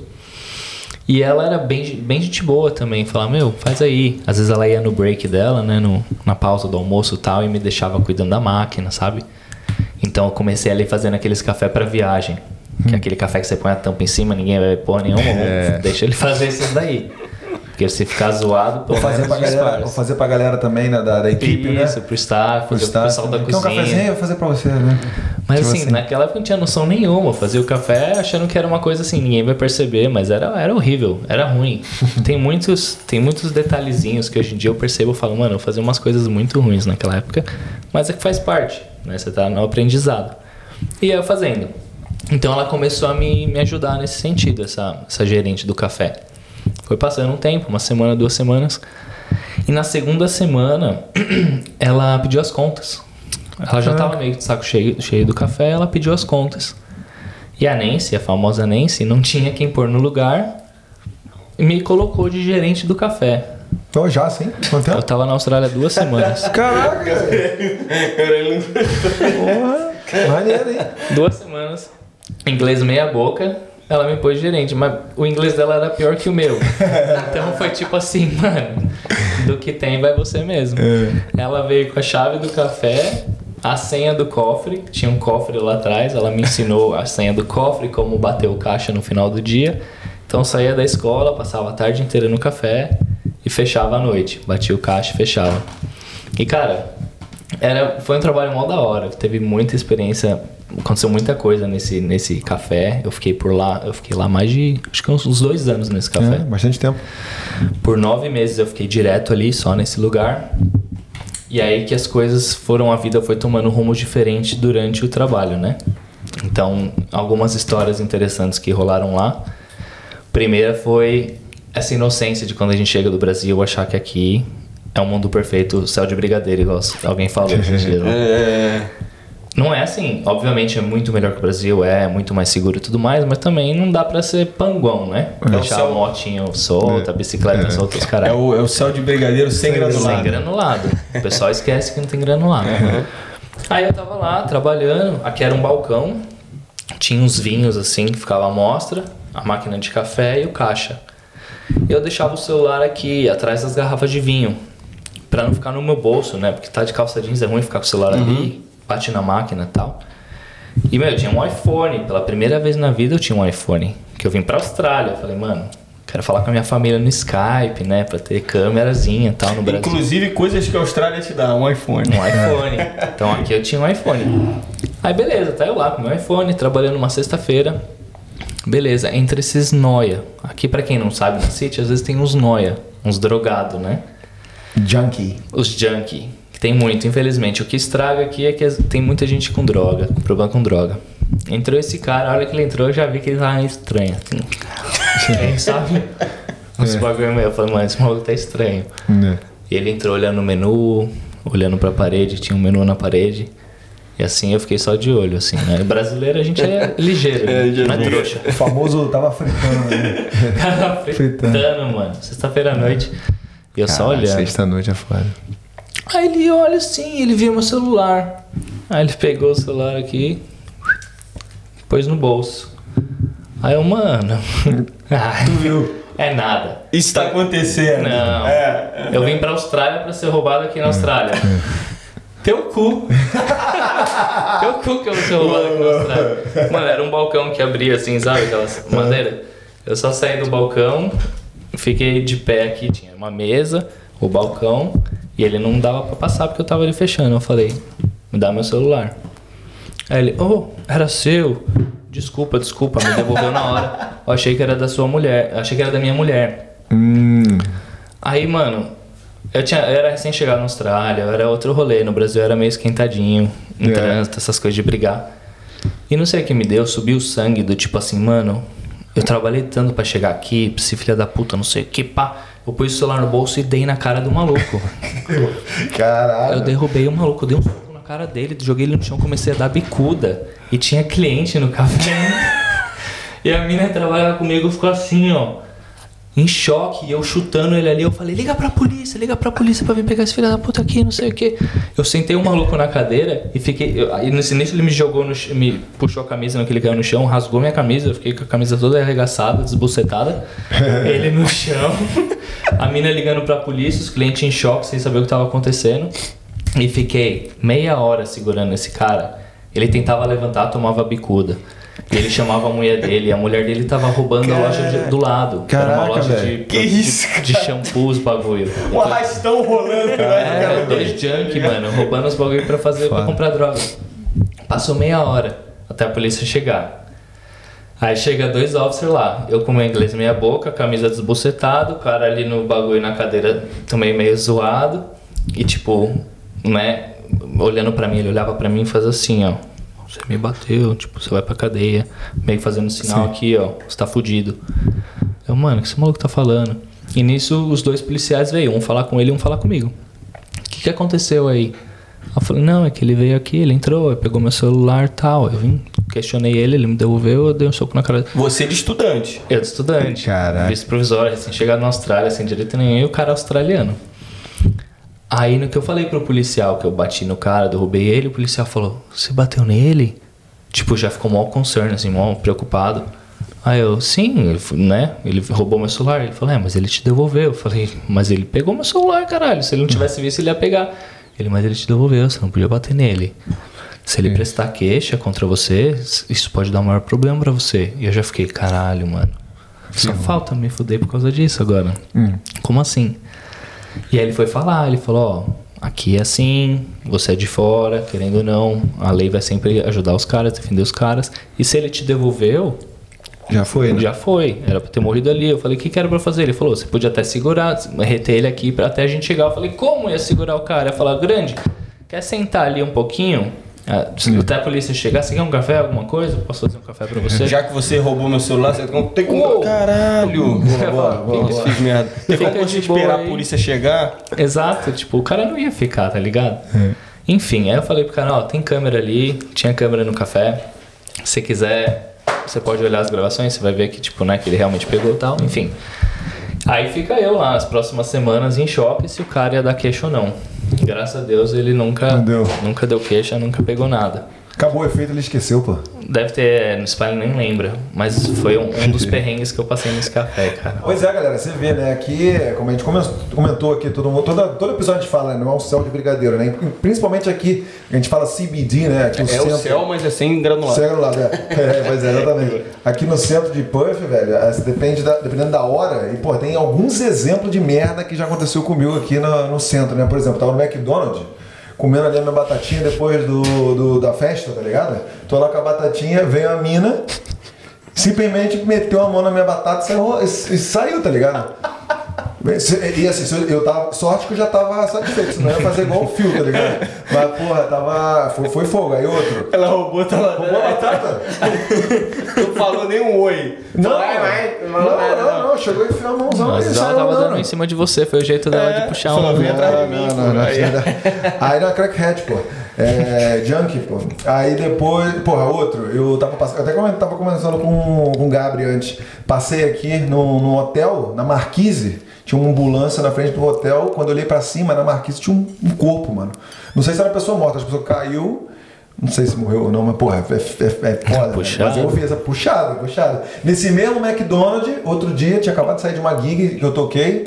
E ela era bem, bem gente boa também, falava, meu, faz aí. Às vezes ela ia no break dela, né, no, na pausa do almoço e tal, e me deixava cuidando da máquina, sabe? Então eu comecei ali fazendo aqueles café pra viagem. Que é aquele café que você põe a tampa em cima, ninguém vai pôr nenhuma, É. deixa ele fazer esses daí. Porque se ficar zoado, pô, Vou fazer pra galera, vou fazer pra galera também né, da, da equipe, né? Isso, pro staff, Pro pro staff. pessoal da Quer um cozinha. cafezinho? Eu vou fazer pra você, né? Mas Tipo assim, assim. naquela época não tinha noção nenhuma. Eu fazia o café achando que era uma coisa assim, ninguém vai perceber, mas era, era horrível, era ruim. tem, muitos, tem muitos detalhezinhos que hoje em dia eu percebo e falo, mano, eu fazia umas coisas muito ruins naquela época, mas é que faz parte, né? Você tá no aprendizado. E eu fazendo. Então ela começou a me, me ajudar nesse sentido, essa, essa gerente do café. Foi passando um tempo, uma semana, duas semanas. E na segunda semana, ela pediu as contas. Ela já estava meio de saco cheio, cheio do café, ela pediu as contas. E a Nancy, a famosa Nancy, não tinha quem pôr no lugar e me colocou de gerente do café. Tô já, sim? Quanto Eu tempo? tava na Austrália duas semanas. Caraca! Porra! Maneiro, hein? Duas semanas. Inglês meia boca. Ela me pôs de gerente, mas o inglês dela era pior que o meu. Então foi tipo assim, mano, do que tem vai você mesmo. Ela veio com a chave do café, a senha do cofre, tinha um cofre lá atrás, ela me ensinou a senha do cofre, como bater o caixa no final do dia. Então eu saía da escola, passava a tarde inteira no café e fechava à noite. Batia o caixa e fechava. E cara, Era, foi um trabalho mó da hora, teve muita experiência, aconteceu muita coisa nesse, nesse café. Eu fiquei por lá, eu fiquei lá mais de, acho que uns, uns dois anos nesse café. É, bastante tempo. Por nove meses eu fiquei direto ali, só nesse lugar. E aí que as coisas foram, a vida foi tomando rumos diferentes durante o trabalho, né? Então, algumas histórias interessantes que rolaram lá. Primeira foi essa inocência de quando a gente chega do Brasil, achar que aqui é um mundo perfeito, céu de brigadeiro, igual alguém falou esses dias. É... Não é assim, obviamente é muito melhor que o Brasil, é muito mais seguro e tudo mais, mas também não dá pra ser panguão, né? É Deixar céu... a motinha solta, a bicicleta É. solta, os caras. É o, é o céu de brigadeiro sem granulado. Sem granulado. O pessoal esquece que não tem granulado. Uhum. Aí eu tava lá trabalhando, aqui era um balcão, tinha uns vinhos assim que ficava à mostra, a máquina de café e o caixa. E eu deixava o celular aqui atrás das garrafas de vinho, pra não ficar no meu bolso, né? Porque tá de calça jeans, é ruim ficar com o celular Uhum. ali, bate na máquina e tal. E, meu, eu tinha um iPhone, pela primeira vez na vida eu tinha um iPhone, que eu vim pra Austrália. Eu falei, mano, quero falar com a minha família no Skype, né? Pra ter câmerazinha e tal no Brasil. Inclusive coisas que a Austrália te dá, um iPhone. Um iPhone. Então aqui eu tinha um iPhone. Aí beleza, tá eu lá com meu iPhone, trabalhando uma sexta-feira. Beleza, entre esses noia. Aqui pra quem não sabe na City, às vezes tem uns noia, uns drogados, né? Junkie. Os junkie, que tem muito, infelizmente. O que estraga aqui é que tem muita gente com droga, com problema com droga. Entrou esse cara, a hora que ele entrou eu já vi que ele tava estranho. Assim. Quem sabe? Uns bagulho meio, eu falei, mano, esse maluco tá estranho. É. E ele entrou olhando o menu, olhando pra parede, tinha um menu na parede. E assim eu fiquei só de olho, assim, né? Brasileiro a gente é ligeiro, É, né? Não é trouxa. O famoso tava fritando, né? Cara, fritando, Fritando. mano. Sexta-feira à noite. E eu só olhando. Sexta-noite é foda. Aí ele olha assim, ele viu meu celular. Aí ele pegou o celular aqui, pôs no bolso. Aí eu, mano. Ai, Tu viu? é nada. Isso tá acontecendo. Não. É. Eu vim pra Austrália pra ser roubado aqui na Austrália. Teu cu. Teu cu que eu vou ser roubado aqui na Austrália. Mano, era um balcão que abria assim, sabe? Aquelas madeira. Eu só saí do balcão, fiquei de pé aqui, tinha uma mesa, o balcão, e ele não dava pra passar porque eu tava ali fechando. Eu falei, me dá meu celular. Aí ele, oh, era seu. Desculpa, desculpa, me devolveu na hora. Eu achei que era da sua mulher, eu achei que era da minha mulher. Hum. Aí, mano, eu, tinha, eu era recém-chegado na Austrália, eu era outro rolê. No Brasil eu era meio esquentadinho, em É. trânsito, essas coisas de brigar. E não sei o que me deu, subiu o sangue do tipo assim, mano, eu trabalhei tanto pra chegar aqui, pra esse filho da puta, não sei o que, pá. Eu pus o celular no bolso e dei na cara do maluco. Caralho. Eu derrubei o maluco, eu dei um soco na cara dele, joguei ele no chão, comecei a dar bicuda. E tinha cliente no café. E a mina que trabalhava comigo ficou assim, ó, em choque. E eu chutando ele ali, eu falei, liga pra polícia, liga pra polícia pra vir pegar esse filho da puta aqui, não sei o que. Eu sentei o maluco na cadeira e fiquei... Eu, aí nesse início ele me jogou, no, ch- me puxou a camisa naquele caiu no chão, rasgou minha camisa, eu fiquei com a camisa toda arregaçada, desbucetada. Ele no chão, a mina ligando pra polícia, os clientes em choque, sem saber o que tava acontecendo. E fiquei meia hora segurando esse cara. Ele tentava levantar, tomava bicuda. E ele chamava a mulher dele, e a mulher dele tava roubando a loja de- do lado. Caraca, Era uma loja velho. de, Que de, isso, de shampoos, bagulho. O arrastão rolando. É, dois junk, mano, roubando os bagulho pra fazer, pra Foda. comprar droga. Passou meia hora até a polícia chegar. Aí chega dois officers lá, eu com meu inglês meia boca, camisa desbucetada, o cara ali no bagulho na cadeira também meio zoado. E tipo, né, olhando pra mim, ele olhava pra mim e fazia assim, ó. Você me bateu, tipo, você vai pra cadeia. Meio que fazendo sinal Sim. aqui, ó, você tá fudido. Eu, mano, o que esse maluco tá falando? E nisso os dois policiais veio, um falar com ele e um falar comigo. O que que aconteceu aí? Eu falei, não, é que ele veio aqui, ele entrou, ele pegou meu celular e tal. Eu vim, questionei ele, ele me devolveu, eu dei um soco na cara dele. Você de estudante. Eu de estudante, Caraca. vice-provisório, recém-chegado na Austrália, sem direito nenhum, e o cara australiano. Aí no que eu falei pro policial que eu bati no cara, derrubei ele, o policial falou, você bateu nele? Tipo, já ficou mó concern, assim, mó preocupado. Aí eu, sim, ele, f- né? Ele roubou meu celular. Ele falou, é, mas ele te devolveu. Eu falei, mas ele pegou meu celular, caralho. Se ele não tivesse visto, ele ia pegar. Ele, mas ele te devolveu, você não podia bater nele. Se ele prestar queixa contra você, isso pode dar um maior problema pra você. E eu já fiquei, caralho, mano. Só falta me fuder por causa disso agora. Hum. Como assim? E aí ele foi falar, ele falou, ó, aqui é assim, você é de fora, querendo ou não, a lei vai sempre ajudar os caras, defender os caras. E se ele te devolveu, Já foi, né? já foi, era pra ter morrido ali. Eu falei, o que que era pra fazer? Ele falou, você podia até segurar, reter ele aqui pra até a gente chegar. Eu falei, como ia segurar o cara? Eu falei, grande, quer sentar ali um pouquinho? Ah, até a polícia chegar, você quer um café, alguma coisa? Posso fazer um café pra você? Já que você roubou meu celular, você tem que... Uou. Caralho! Boa, boa, boa, boa. Fiz merda. Tem Fica como você de boa esperar aí. a polícia chegar? Exato, tipo, o cara não ia ficar, tá ligado? Enfim, aí eu falei pro cara, ó, tem câmera ali, tinha câmera no café. Se quiser, você pode olhar as gravações, você vai ver que, tipo, né, que ele realmente pegou e tal, enfim. Aí fica eu lá, as próximas semanas em choque se o cara ia dar queixa ou não. Graças a Deus ele nunca, Não deu. nunca deu queixa, nunca pegou nada. Acabou o efeito, ele esqueceu, pô. Deve ter, no Spy nem lembra, mas foi um, um dos perrengues que eu passei nesse café, cara. Pois é, galera, você vê, né? Aqui, como a gente come- comentou aqui, todo, mundo, toda, todo episódio a gente fala, né, não é um céu de brigadeiro, né? Principalmente aqui, a gente fala C B D, né? Aqui no É o centro. céu, mas é sem granulado. Céu granulado, é. É, pois é, exatamente. Aqui no centro de Puff, velho, é, depende da, dependendo da hora, e, pô, tem alguns exemplos de merda que já aconteceu comigo aqui no, no centro, né? Por exemplo, tava no McDonald's, comendo ali a minha batatinha depois do, do- da festa, tá ligado? Tô lá com a batatinha, veio a mina, simplesmente meteu a mão na minha batata e saiu, e, e saiu, tá ligado? E assim, se eu, eu tava, sorte que eu já tava satisfeito, senão eu ia fazer igual o fio, tá ligado? Mas, porra, tava. Foi, foi fogo. Aí outro. Ela roubou, tá lá. Roubou a batata? Não falou nem um oi. Não, Falou, não, "Ai, mãe, não falou nada, não, não, chegou e enfiou a mãozão Mas e ela saiu tava andando. dando em cima de você, foi o jeito dela É, de puxar falou, um. vem atrás de Não, mim, não, pô. não, não, Aí- Aí não é crackhead, pô. É junkie, pô. Aí depois, porra, outro, eu tava passando, eu até coment- tava conversando com, com o Gabriel antes. Passei aqui no, no hotel, na Marquise, tinha uma ambulância na frente do hotel. Quando eu olhei pra cima, na Marquise tinha um, um corpo, mano. Não sei se era uma pessoa morta, a pessoa caiu. Não sei se morreu ou não, mas porra, é, é, é foda. Puxado. Mas eu vi essa puxada, puxada. Nesse mesmo McDonald's, outro dia, tinha acabado de sair de uma gig que eu toquei.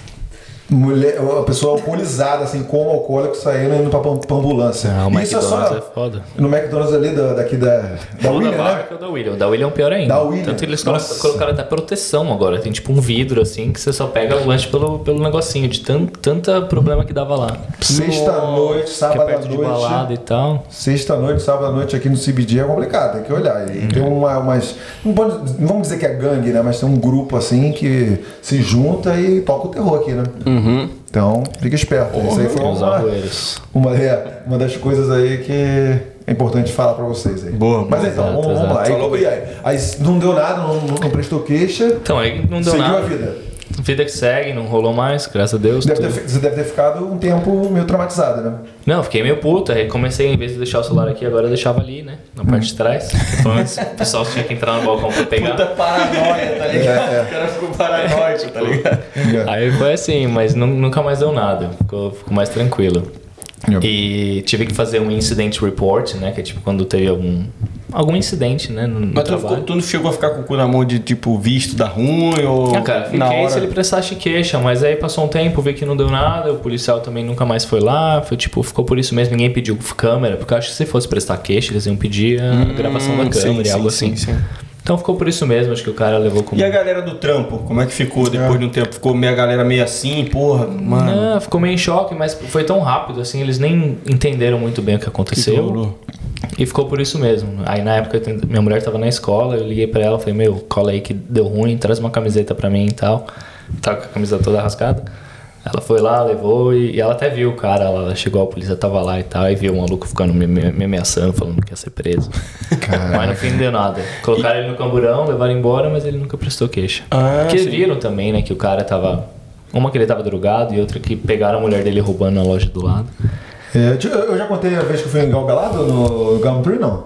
Mulher, a pessoa alcoolizada, assim, como alcoólico, saindo e indo pra, pra ambulância. Ah, o Isso é McDonald's só é foda. no McDonald's ali da, daqui da, da Ou William, da né? Barca ou da William. Da William é o pior ainda. Da William. Tanto que eles colo- Nossa. colocaram até proteção agora. Tem tipo um vidro assim que você só pega o lanche pelo, pelo negocinho, de tan, tanta problema que dava lá. Sexta-noite, Que é sábado à perto de balada noite. e tal. Sexta-noite, sábado à noite aqui no C B D é complicado, tem que olhar. E tem uma, umas. Não, pode- não vamos dizer que é gangue, né? Mas tem um grupo assim que se junta e toca o terror aqui, né? Uhum. Então, fica esperto. Isso aí foi Os uma, arroeiros. uma, é, uma das coisas aí que é importante falar pra vocês aí. Boa, Mas boa, então, exato, vamos, vamos lá. exato. Aí, como- e aí, aí não deu nada, não, não prestou queixa, Então, aí não deu seguiu nada. a vida. Vida que segue, não rolou mais, graças a Deus. Deve ter, tudo. fi- você deve ter ficado um tempo meio traumatizado, né? Não, fiquei meio puto. Aí comecei, em vez de deixar o celular aqui, agora eu deixava ali, né? Na parte de trás. Então, antes, o pessoal tinha que entrar no balcão pra pegar. Puta paranoia, tá ligado? É, é. O cara ficou paranoico, tá ligado? Aí foi assim, mas nu- nunca mais deu nada. Ficou, ficou mais tranquilo. Yep. E tive que fazer um incident report, né? Que é tipo quando teve algum, algum incidente, né? No, no Mas tu, trabalho. ficou, tu não chegou a ficar com o cu na mão de, tipo, visto dar ruim ou... Ah, cara, fiquei na hora... se ele prestasse queixa, mas aí passou um tempo, vi que não deu nada, o policial também nunca mais foi lá, foi tipo, ficou por isso mesmo, ninguém pediu câmera, porque eu acho que se fosse prestar queixa, eles iam pedir a Hum, gravação da câmera sim, e algo sim, assim. sim, sim. Então ficou por isso mesmo, acho que o cara levou como... E a galera do trampo, como é que ficou depois de um tempo? Ficou meio, a galera meio assim, porra, mano... Não, ficou meio em choque, mas foi tão rápido, assim, eles nem entenderam muito bem o que que aconteceu. rolou? E ficou por isso mesmo. Aí na época eu tent- minha mulher tava na escola, eu liguei pra ela, falei, meu, cola aí que deu ruim, traz uma camiseta pra mim e tal. Tava com a camisa toda rasgada. Ela foi lá, levou e, e ela até viu o cara, ela chegou, a polícia tava lá e tal, e viu o maluco ficando me, me, me ameaçando, falando que ia ser preso. Mas no fim não deu nada. Colocaram ele no camburão, levaram embora, mas ele nunca prestou queixa. Ah, Porque sim. viram também, né, que o cara tava... Uma que ele tava drogado e outra que pegaram a mulher dele roubando na loja do lado. É, eu eu já contei a vez que eu fui engalgalado no Gumtree, não?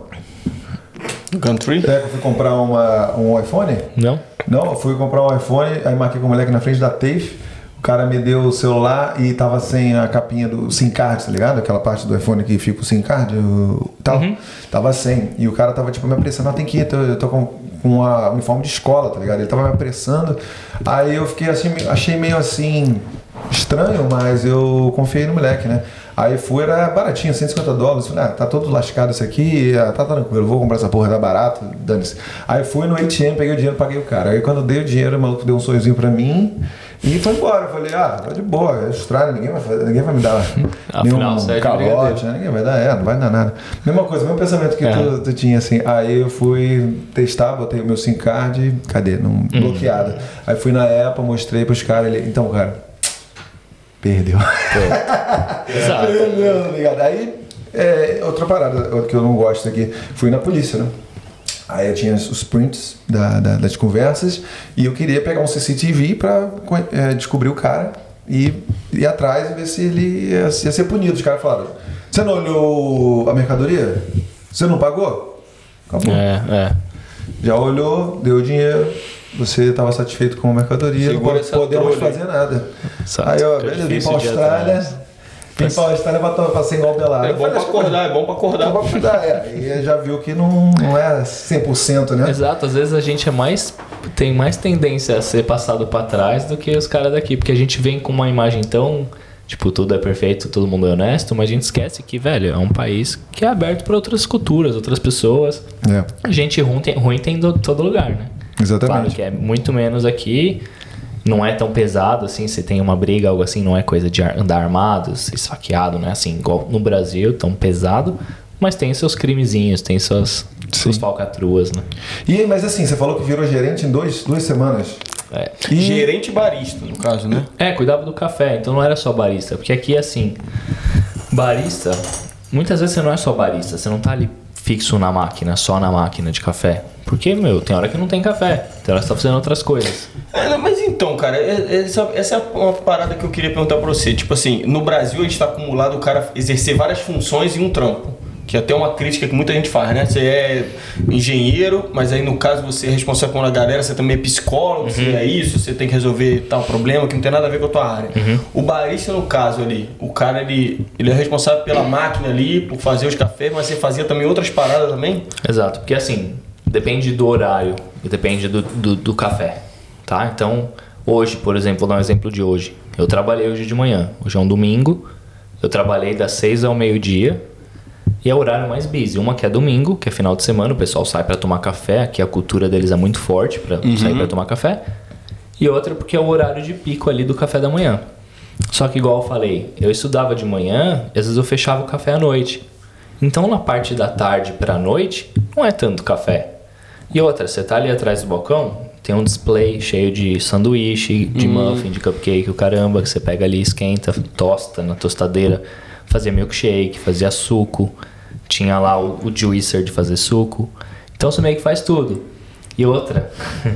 Country? É, que eu fui comprar uma, um iPhone. Não? Não, eu fui comprar um iPhone, aí marquei com o moleque na frente da TAFE. O cara me deu o celular e tava sem a capinha do SIM card, tá ligado? Aquela parte do iPhone que fica o SIM card e tal. Uhum. Tava sem. E o cara tava tipo me apressando, ah, tem que ir, tô- eu tô com, com uma uniforme de escola, tá ligado? Ele tava me apressando. Aí eu fiquei assim, achei meio assim estranho, mas eu confiei no moleque, né? Aí fui, era baratinho, cento e cinquenta dólares. Falei, ah, tá todo lascado isso aqui, ah, tá tranquilo, vou comprar essa porra, tá barato, dane-se. Aí fui no A T M, peguei o dinheiro, paguei o cara. Aí quando eu dei o dinheiro, o maluco deu um sorrisinho pra mim e foi embora. Eu falei, ah, tá de boa, é Austrália, ninguém vai, fazer, ninguém vai me dar Afinal, nenhum calote, né? Ninguém vai dar, é, não vai dar nada. Mesma coisa, mesmo pensamento que é. tu, tu tinha, assim. Aí eu fui testar, botei o meu SIM card, cadê? Não, hum. Bloqueada. Aí fui na Apple, mostrei pros caras, ele, então, cara, perdeu. Exato. Perdeu, ligado? Aí, é, outra parada que eu não gosto aqui, fui na polícia, né? Aí eu tinha os prints da, da, das conversas e eu queria pegar um C C T V pra é, descobrir o cara e ir atrás e ver se ele ia, ia ser punido. Os caras falaram, você não olhou a mercadoria? Você não pagou? Acabou. É, é. Já olhou, deu o dinheiro, você estava satisfeito com a mercadoria, Segura não podemos fazer nada. Exato. Aí, ó, beleza, vim pra Austrália, vim pra Austrália pra ser engolbelado. É bom pra acordar, é bom pra acordar. É bom pra acordar, é. E já viu que não, não é cem por cento, né? Exato, às vezes a gente é mais, tem mais tendência a ser passado pra trás do que os caras daqui, porque a gente vem com uma imagem tão, tipo, tudo é perfeito, todo mundo é honesto, mas a gente esquece que, velho, é um país que é aberto pra outras culturas, outras pessoas. É. Gente ruim tem, ruim tem em todo lugar, né? Exatamente. Claro que é muito menos aqui, não é tão pesado assim, se tem uma briga, algo assim, não é coisa de andar armado, ser esfaqueado, não é assim, igual no Brasil, tão pesado, mas tem seus crimezinhos, tem suas, suas falcatruas, né? E, mas assim, você falou que virou gerente em dois, duas semanas. É. E... Gerente barista, no caso, né? É, cuidava do café, então não era só barista, porque aqui é assim, barista, muitas vezes você não é só barista, você não tá ali fixo na máquina, só na máquina de café. Porque, meu, tem hora que não tem café, tem hora que você tá fazendo outras coisas. É, mas então, cara, essa, essa é uma parada que eu queria perguntar pra você. Tipo assim, no Brasil a gente tá acumulado o cara exercer várias funções em um trampo. Que é até uma crítica que muita gente faz, né? Você é engenheiro, mas aí no caso você é responsável pela galera, você também é psicólogo, uhum. Você é isso, você tem que resolver tal problema que não tem nada a ver com a tua área. Uhum. O barista, no caso ali, o cara ele, ele é responsável pela máquina ali, por fazer os cafés, mas você fazia também outras paradas também? Exato, porque assim, depende do horário e depende do, do, do café, tá? Então, hoje, por exemplo, vou dar um exemplo de hoje. Eu trabalhei hoje de manhã, hoje é um domingo, eu trabalhei das seis ao meio-dia, e é o horário mais busy. Uma que é domingo, que é final de semana, o pessoal sai para tomar café, aqui a cultura deles é muito forte para uhum. sair para tomar café. E outra porque é o horário de pico ali do café da manhã. Só que igual eu falei, eu estudava de manhã, e às vezes eu fechava o café à noite. Então na parte da tarde para a noite, não é tanto café. E outra, você tá ali atrás do balcão, tem um display cheio de sanduíche, de uhum. muffin, de cupcake, o caramba, que você pega ali, esquenta, tosta na tostadeira, fazia milkshake, fazia suco. Tinha lá o, o juicer de fazer suco. Então você meio que faz tudo. E outra,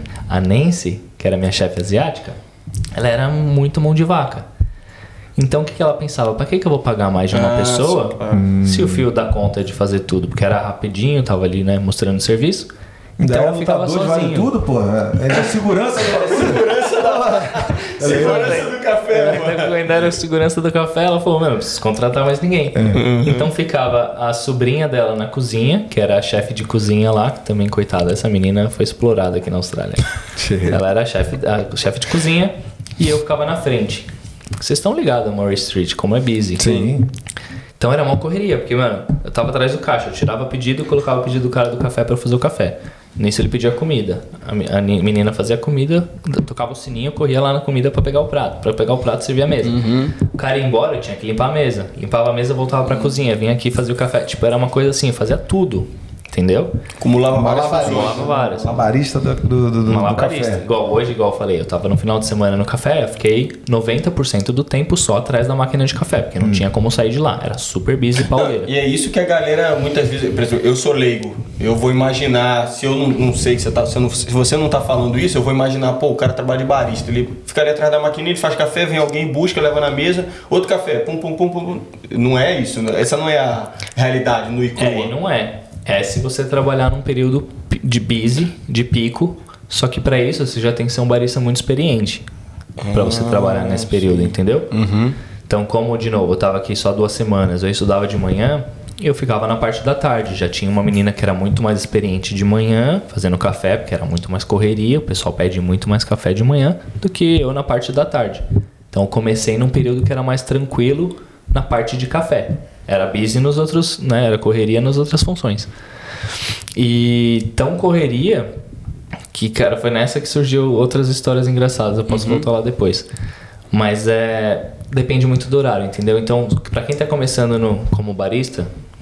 a Nancy, que era minha chefe asiática, ela era muito mão de vaca. Então o que, que ela pensava? Pra que, que eu vou pagar mais de uma ah, pessoa se, se o Fio dá conta de fazer tudo? Porque era rapidinho, tava ali, né, mostrando o serviço. Então ela ficava sozinha. Vale tudo, porra. É a segurança do bagulho. Segurança da... segurança do café, mano. Quando ainda era segurança do café, ela falou, meu, não preciso contratar mais ninguém. Uhum. Então ficava a sobrinha dela na cozinha, que era a chefe de cozinha lá, que também, coitada, essa menina foi explorada aqui na Austrália. Ela era a chefe, a chefe de cozinha e eu ficava na frente. Vocês estão ligados a Murray Street, como é busy. Sim. Então era uma correria, porque, mano, eu tava atrás do caixa, eu tirava pedido e colocava o pedido do cara do café pra eu fazer o café. Nisso ele pedia comida. A menina fazia a comida, tocava o sininho, eu corria lá na comida pra pegar o prato. Pra pegar o prato, servia a mesa. Uhum. O cara ia embora, eu tinha que limpar a mesa. Limpava a mesa, voltava pra cozinha, vinha aqui fazer o café. Tipo, era uma coisa assim, fazia tudo. Entendeu? Acumulava várias Acumulava várias. Uma barista do, do, do, uma do barista. café. Igual hoje, igual eu falei, eu tava no final de semana no café, eu fiquei noventa por cento do tempo só atrás da máquina de café, porque não hum. tinha como sair de lá. Era super busy e pauleira. E é isso que a galera, muitas vezes, por exemplo, eu sou leigo, eu vou imaginar, se eu não, não sei que você tá, se, não, se você não tá falando isso, eu vou imaginar, pô, o cara trabalha de barista, ele fica ali atrás da maquininha, ele faz café, vem alguém, busca, leva na mesa, outro café, pum, pum, pum, pum. Não é isso, né? Essa não é a realidade no I C U A. É, e não é. É se você trabalhar num período de busy, de pico, só que para isso você já tem que ser um barista muito experiente para você ah, trabalhar nesse período, sim. Entendeu? Uhum. Então, como de novo, eu tava aqui só duas semanas, eu estudava de manhã e eu ficava na parte da tarde. Já tinha uma menina que era muito mais experiente de manhã, fazendo café, porque era muito mais correria, o pessoal pede muito mais café de manhã do que eu na parte da tarde. Então, eu comecei num período que era mais tranquilo na parte de café. Era busy nos outros, né? Era correria nas outras funções. E tão correria que, cara, foi nessa que surgiu outras histórias engraçadas. Eu posso uhum. voltar lá depois. Mas é... depende muito do horário, entendeu? Então, pra quem tá começando no, como barista,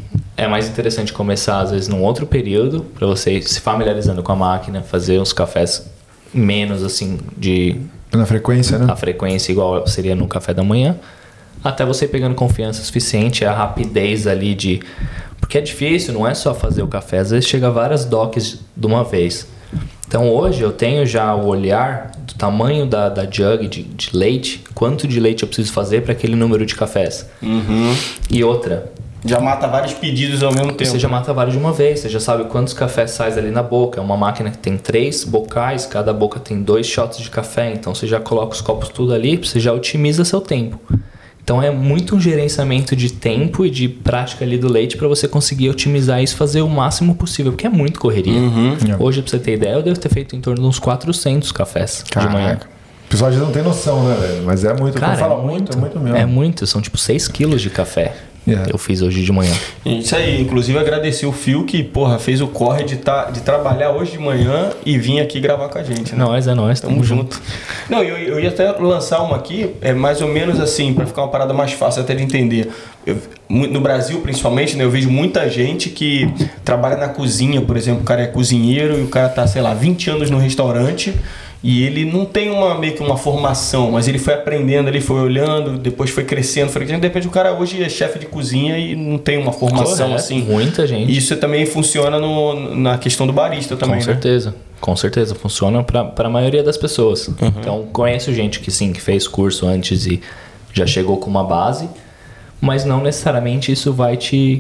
é mais interessante começar, às vezes, num outro período, pra você ir se familiarizando com a máquina, fazer uns cafés menos, assim, de... na frequência, né? A frequência igual seria no café da manhã. Até você pegando confiança suficiente, a rapidez ali de... Porque é difícil, não é só fazer o café. Às vezes chega várias docs de uma vez. Então hoje eu tenho já o olhar do tamanho da, da jug de, de leite, quanto de leite eu preciso fazer para aquele número de cafés. Uhum. E outra... Já mata vários pedidos ao mesmo tempo. Você já mata vários de uma vez, você já sabe quantos cafés sais ali na boca. É uma máquina que tem três bocais, cada boca tem dois shots de café. Então você já coloca os copos tudo ali, você já otimiza seu tempo. Então é muito um gerenciamento de tempo e de prática ali do leite para você conseguir otimizar isso e fazer o máximo possível, porque é muito correria. Uhum. Hoje, pra você ter ideia, eu devo ter feito em torno de uns quatrocentos cafés Caraca. de manhã. O pessoal já não tem noção, né, velho? Mas é muito. Cara, fala é muito, muito, é muito mesmo. É muito, são tipo seis quilos de café. Yeah. Eu fiz hoje de manhã. Isso aí, inclusive agradecer o Phil que, porra, fez o corre de, tá, de trabalhar hoje de manhã e vir aqui gravar com a gente, né? Nós, é nós, tamo junto. Não, eu, eu ia até lançar uma aqui, é mais ou menos assim, pra ficar uma parada mais fácil até de entender. Eu, no Brasil, principalmente, né, eu vejo muita gente que trabalha na cozinha, por exemplo, o cara é cozinheiro e o cara tá, sei lá, vinte anos no restaurante. E ele não tem uma, meio que uma formação, mas ele foi aprendendo, ele foi olhando, depois foi crescendo, foi crescendo. De repente o cara hoje é chefe de cozinha e não tem uma formação. Correto, assim. Muita gente. E isso também funciona no, na questão do barista também, Com né? certeza, com certeza. Funciona para a maioria das pessoas. Uhum. Então, conheço gente que sim, que fez curso antes e já chegou com uma base, mas não necessariamente isso vai te...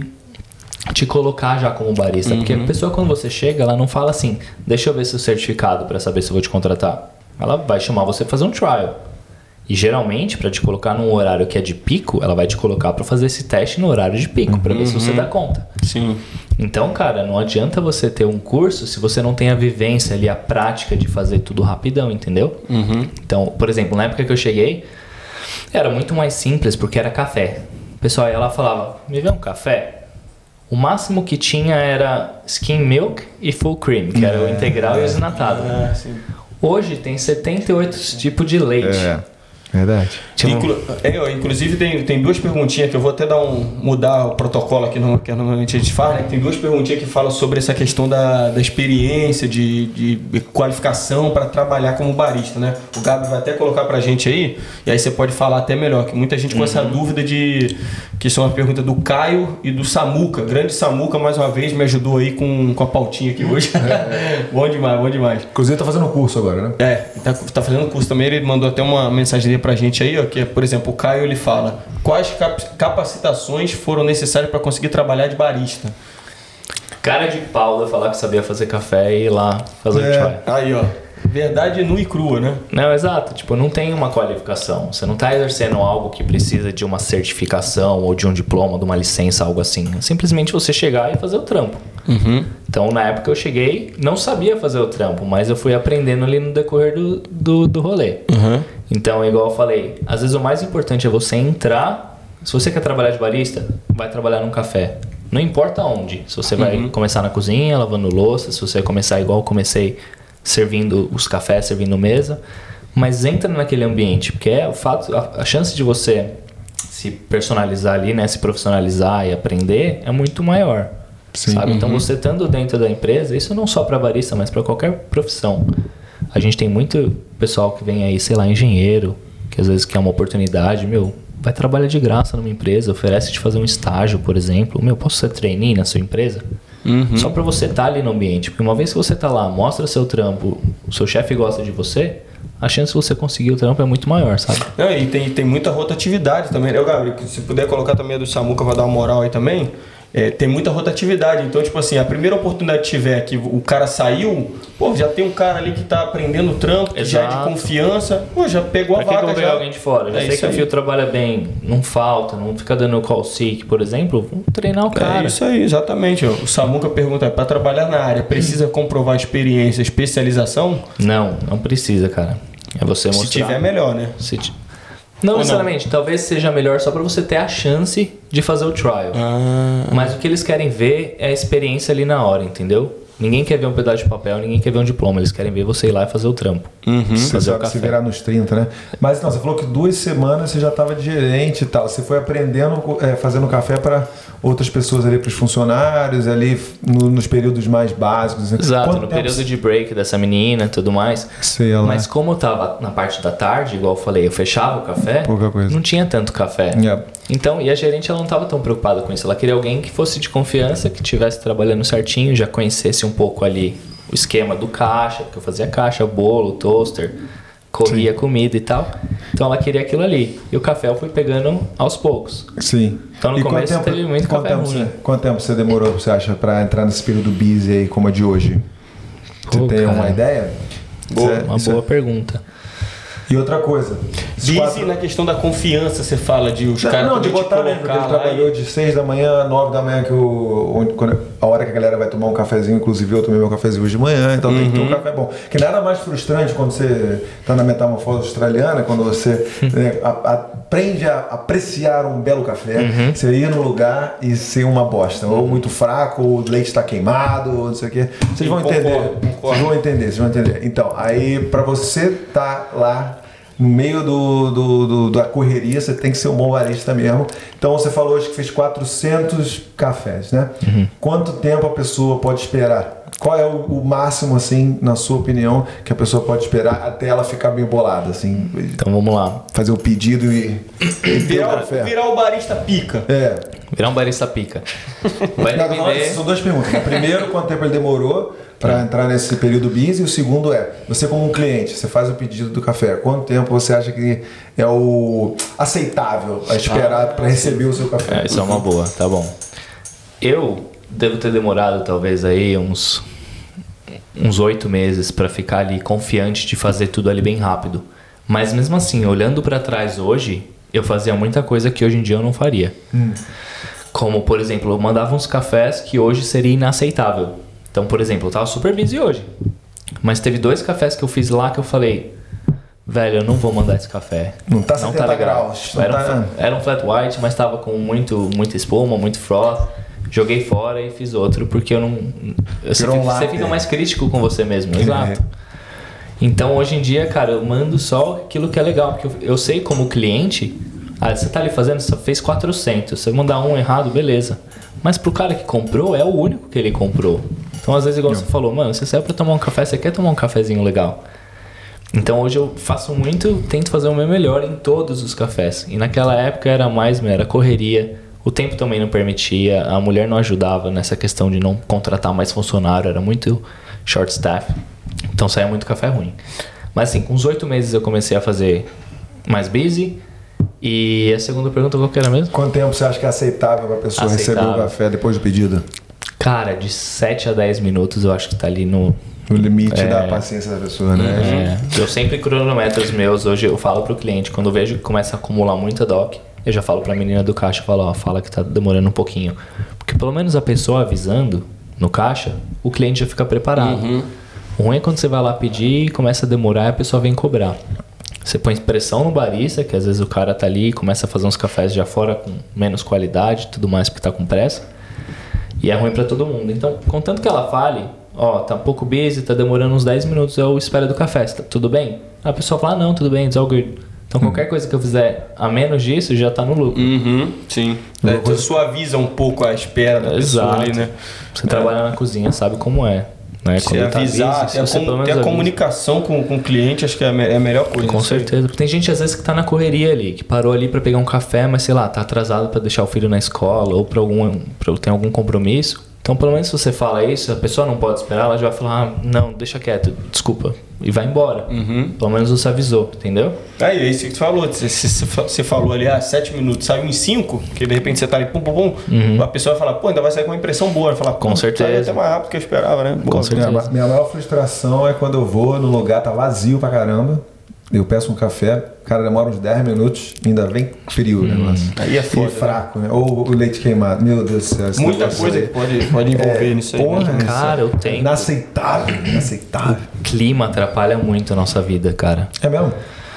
te colocar já como barista, uhum. porque a pessoa quando você chega, ela não fala assim, deixa eu ver seu certificado para saber se eu vou te contratar. Ela vai chamar você para fazer um trial. E geralmente, para te colocar num horário que é de pico, ela vai te colocar para fazer esse teste no horário de pico, uhum. para ver se você dá conta. Sim. Então, cara, não adianta você ter um curso se você não tem a vivência ali, a prática de fazer tudo rapidão, entendeu? Uhum. Então, por exemplo, na época que eu cheguei, era muito mais simples porque era café. O pessoal ia lá e falava, me vê um café? O máximo que tinha era skim milk e full cream, que era o integral e o desnatado. É, sim. Hoje tem setenta e oito tipos de leite. É, verdade. Inclu é, inclusive tem, tem duas perguntinhas que eu vou até dar um, mudar o protocolo aqui no, que normalmente a gente faz, né? Tem duas perguntinhas que falam sobre essa questão da, da experiência, de, de qualificação para trabalhar como barista, né? O Gabi vai até colocar pra gente aí, e aí você pode falar até melhor, que muita gente com uhum. essa dúvida de... que são as perguntas do Caio e do Samuca. Grande Samuca, mais uma vez, me ajudou aí com, com a pautinha aqui hoje. É. Bom demais, bom demais. Inclusive tá fazendo curso agora, né? É, tá, tá fazendo curso também, ele mandou até uma mensagem dele pra gente aí, ó, que é, por exemplo, o Caio, ele fala, quais capacitações foram necessárias para conseguir trabalhar de barista? Cara de pau de falar que sabia fazer café e ir lá fazer é. o try. Aí, ó. Verdade nua e crua, né? Não, exato. Tipo, não tem uma qualificação. Você não tá exercendo algo que precisa de uma certificação ou de um diploma, de uma licença, algo assim. Simplesmente você chegar e fazer o trampo. Uhum. Então, na época eu cheguei, não sabia fazer o trampo, mas eu fui aprendendo ali no decorrer do, do, do rolê. Uhum. Então, igual eu falei, às vezes o mais importante é você entrar. Se você quer trabalhar de barista, vai trabalhar num café. Não importa onde. Se você vai uhum. começar na cozinha, lavando louça, se você vai começar igual eu comecei, servindo os cafés, servindo mesa, mas entra naquele ambiente, porque é o fato, a, a chance de você se personalizar ali, né, se profissionalizar e aprender é muito maior. Sim. Sabe? Uhum. Então você estando dentro da empresa, isso não só para barista, mas para qualquer profissão. A gente tem muito pessoal que vem aí, sei lá, engenheiro, que às vezes quer uma oportunidade, meu, vai trabalhar de graça numa empresa, oferece te fazer um estágio, por exemplo, meu, posso ser trainee na sua empresa? Uhum. Só para você estar tá ali no ambiente, porque uma vez que você está lá, mostra seu trampo, o seu chefe gosta de você, a chance de você conseguir o trampo é muito maior, sabe? Não, e tem, tem muita rotatividade também, né, Gabriel? Se puder colocar também a do Samuca para dar uma moral aí também, é, tem muita rotatividade. Então, tipo assim, a primeira oportunidade que tiver que o cara saiu, pô, já tem um cara ali que tá aprendendo o trampo, que já é de confiança, pô, já pegou pra a vaga. Pra que eu vou já... alguém de fora? Já é sei que o Fio trabalha bem, não falta, não fica dando call sick, por exemplo, vamos treinar o cara. É isso aí, exatamente. Ó. O Samuca pergunta, para trabalhar na área, precisa comprovar experiência, especialização? Não, não precisa, cara. É você mostrar. Se tiver, melhor, né? Se t... Não Ou necessariamente, talvez seja melhor só pra você ter a chance de fazer o trial. Ah. Mas o que eles querem ver é a experiência ali na hora, entendeu? Ninguém quer ver um pedaço de papel, ninguém quer ver um diploma. Eles querem ver você ir lá e fazer o trampo. Uhum. Você Fazer o sabe café. se virar nos trinta, né? Mas não, você falou que duas semanas você já estava de gerente e tal. Você foi aprendendo, é, fazendo café para outras pessoas ali, para os funcionários, ali no- nos períodos mais básicos. Né? Exato, Quanto no tempo período de break dessa menina e tudo mais. você ia lá? Mas como eu tava na parte da tarde, igual eu falei, eu fechava o café, Pouca coisa. não tinha tanto café. Yeah. Então, e a gerente ela não estava tão preocupada com isso. Ela queria alguém que fosse de confiança, que estivesse trabalhando certinho, já conhecesse um pouco ali o esquema do caixa, porque eu fazia caixa, bolo, toaster, corria comida e tal. Então ela queria aquilo ali. E o café eu fui pegando aos poucos. Sim. Então, no E quanto começo tempo- teve muito quanto café tempo ruim. Você, quanto tempo você demorou, você acha, para entrar nesse período busy aí como é de hoje? Você Pô, tem cara. uma ideia? Boa, Isso é- uma isso é- boa pergunta. E outra coisa. esses Busy quatro- na questão da confiança, você fala de os Não, caras não, de poder te botar mesmo, porque ele colocar lá trabalhou e- de seis da manhã, nove da manhã, que o, onde- quando- a hora que a galera vai tomar um cafezinho, inclusive eu tomei meu cafezinho hoje de manhã, então tem que ter um café bom. Que nada mais frustrante quando você está na metamorfose australiana, quando você né, a- a- aprende a apreciar um belo café, você ir no lugar e ser uma bosta, ou muito fraco, ou o leite está queimado, ou não sei o quê. Vocês Sim, vão concordo, entender. concordo. Vocês vão entender, vocês vão entender. Então, aí para você estar lá no meio do, do- do- da correria, você tem que ser um bom barista mesmo. Então você falou hoje que fez quatrocentos cafés, né? Quanto tempo a pessoa pode esperar? Qual é o, o máximo, assim, na sua opinião, que a pessoa pode esperar até ela ficar bem bolada, assim? Então vamos lá. Fazer o pedido e, e ter o Virar, café. virar o barista pica. É. Virar um barista pica. Vai Não, tô falando, depender. são duas perguntas. O primeiro, quanto tempo ele demorou para entrar nesse período busy, e o segundo é, você como um cliente, você faz o pedido do café, quanto tempo você acha que é o aceitável a esperar para receber o seu café? É, isso é uma boa, tá bom. Eu devo ter demorado talvez aí uns uns oito meses pra ficar ali confiante de fazer tudo ali bem rápido. Mas mesmo assim, olhando pra trás hoje, eu fazia muita coisa que hoje em dia eu não faria. Como, por exemplo, eu mandava uns cafés que hoje seria inaceitável. Então, por exemplo, eu tava super busy hoje. Mas teve dois cafés que eu fiz lá que eu falei, velho, eu não vou mandar esse café. Não tá setenta graus, não Era, tá- um, fla- era um flat white, mas tava com muito, muita espuma, muito froth. Joguei fora e fiz outro, porque eu não... Você Virou um fica, você latte. fica mais crítico com você mesmo, exato. Então, hoje em dia, cara, eu mando só aquilo que é legal, porque eu, eu sei como cliente, ah, você tá ali fazendo, você fez quatrocentos, você mandar um errado, beleza. Mas pro cara que comprou, é o único que ele comprou. Então, às vezes, igual você falou, mano, você saiu pra tomar um café, você quer tomar um cafezinho legal. Então, hoje eu faço muito, tento fazer o meu melhor em todos os cafés. E naquela época era mais, era correria, o tempo também não permitia, a mulher não ajudava nessa questão de não contratar mais funcionário, era muito short staff. Então saía muito café ruim. Mas assim, com uns oito meses eu comecei a fazer mais busy. E a segunda pergunta qual que era mesmo? Quanto tempo você acha que é aceitável para a pessoa receber Aceitável. o café depois do pedido? Cara, de sete a dez minutos eu acho que tá ali no... No limite É. da paciência da pessoa, né? É, eu sempre cronometro os meus. Hoje eu falo pro cliente, quando eu vejo que começa a acumular muita doc, eu já falo pra menina do caixa, eu falo, ó, fala que tá demorando um pouquinho. Porque pelo menos a pessoa avisando no caixa, o cliente já fica preparado. O ruim é quando você vai lá pedir e começa a demorar e a pessoa vem cobrar. Você põe pressão no barista, que às vezes o cara tá ali e começa a fazer uns cafés já fora com menos qualidade e tudo mais porque tá com pressa. E é ruim pra todo mundo. Então, contanto que ela fale, ó, tá um pouco busy, tá demorando uns dez minutos, eu espero do café, tá tudo bem? A pessoa fala, ah, não, tudo bem, it's all good. Então qualquer coisa que eu fizer a menos disso já tá no lucro. Uhum, sim. É, tu suaviza um pouco a espera da pessoa Exato. ali, né? Você trabalha na cozinha, sabe como é. Né? Se avisar, busy, ter a, se você com- pelo menos ter a avisa. comunicação com, com o cliente, acho que é a, me- é a melhor coisa. Com isso aí. certeza, porque tem gente às vezes que tá na correria ali, que parou ali pra pegar um café, mas sei lá, tá atrasado pra deixar o filho na escola ou pra algum, pra, tem algum compromisso. Então, pelo menos se você fala isso, a pessoa não pode esperar, ela já vai falar, ah, não, deixa quieto, desculpa, e vai embora. Uhum. Pelo menos você avisou, entendeu? Aí, é isso que tu falou. Você, você, você falou ali, ah, sete minutos, saiu em cinco, que de repente você tá ali, pum, pum, pum. Uhum. A pessoa vai falar, pô, ainda vai sair com uma impressão boa. Vai falar, Com pô, certeza. saiu até mais rápido do que eu esperava, né? Boa. certeza. Minha, minha maior frustração é quando eu vou no lugar, tá vazio pra caramba. Eu peço um café, o cara demora uns dez minutos, ainda vem frio o negócio. Aí é foda, E fraco, né? Ou o leite queimado. Meu Deus do céu. esse Muita negócio coisa aí que pode, pode envolver nisso aí. porra, né? Cara, eu é tenho. inaceitável, inaceitável. Clima atrapalha muito a nossa vida, cara. É mesmo?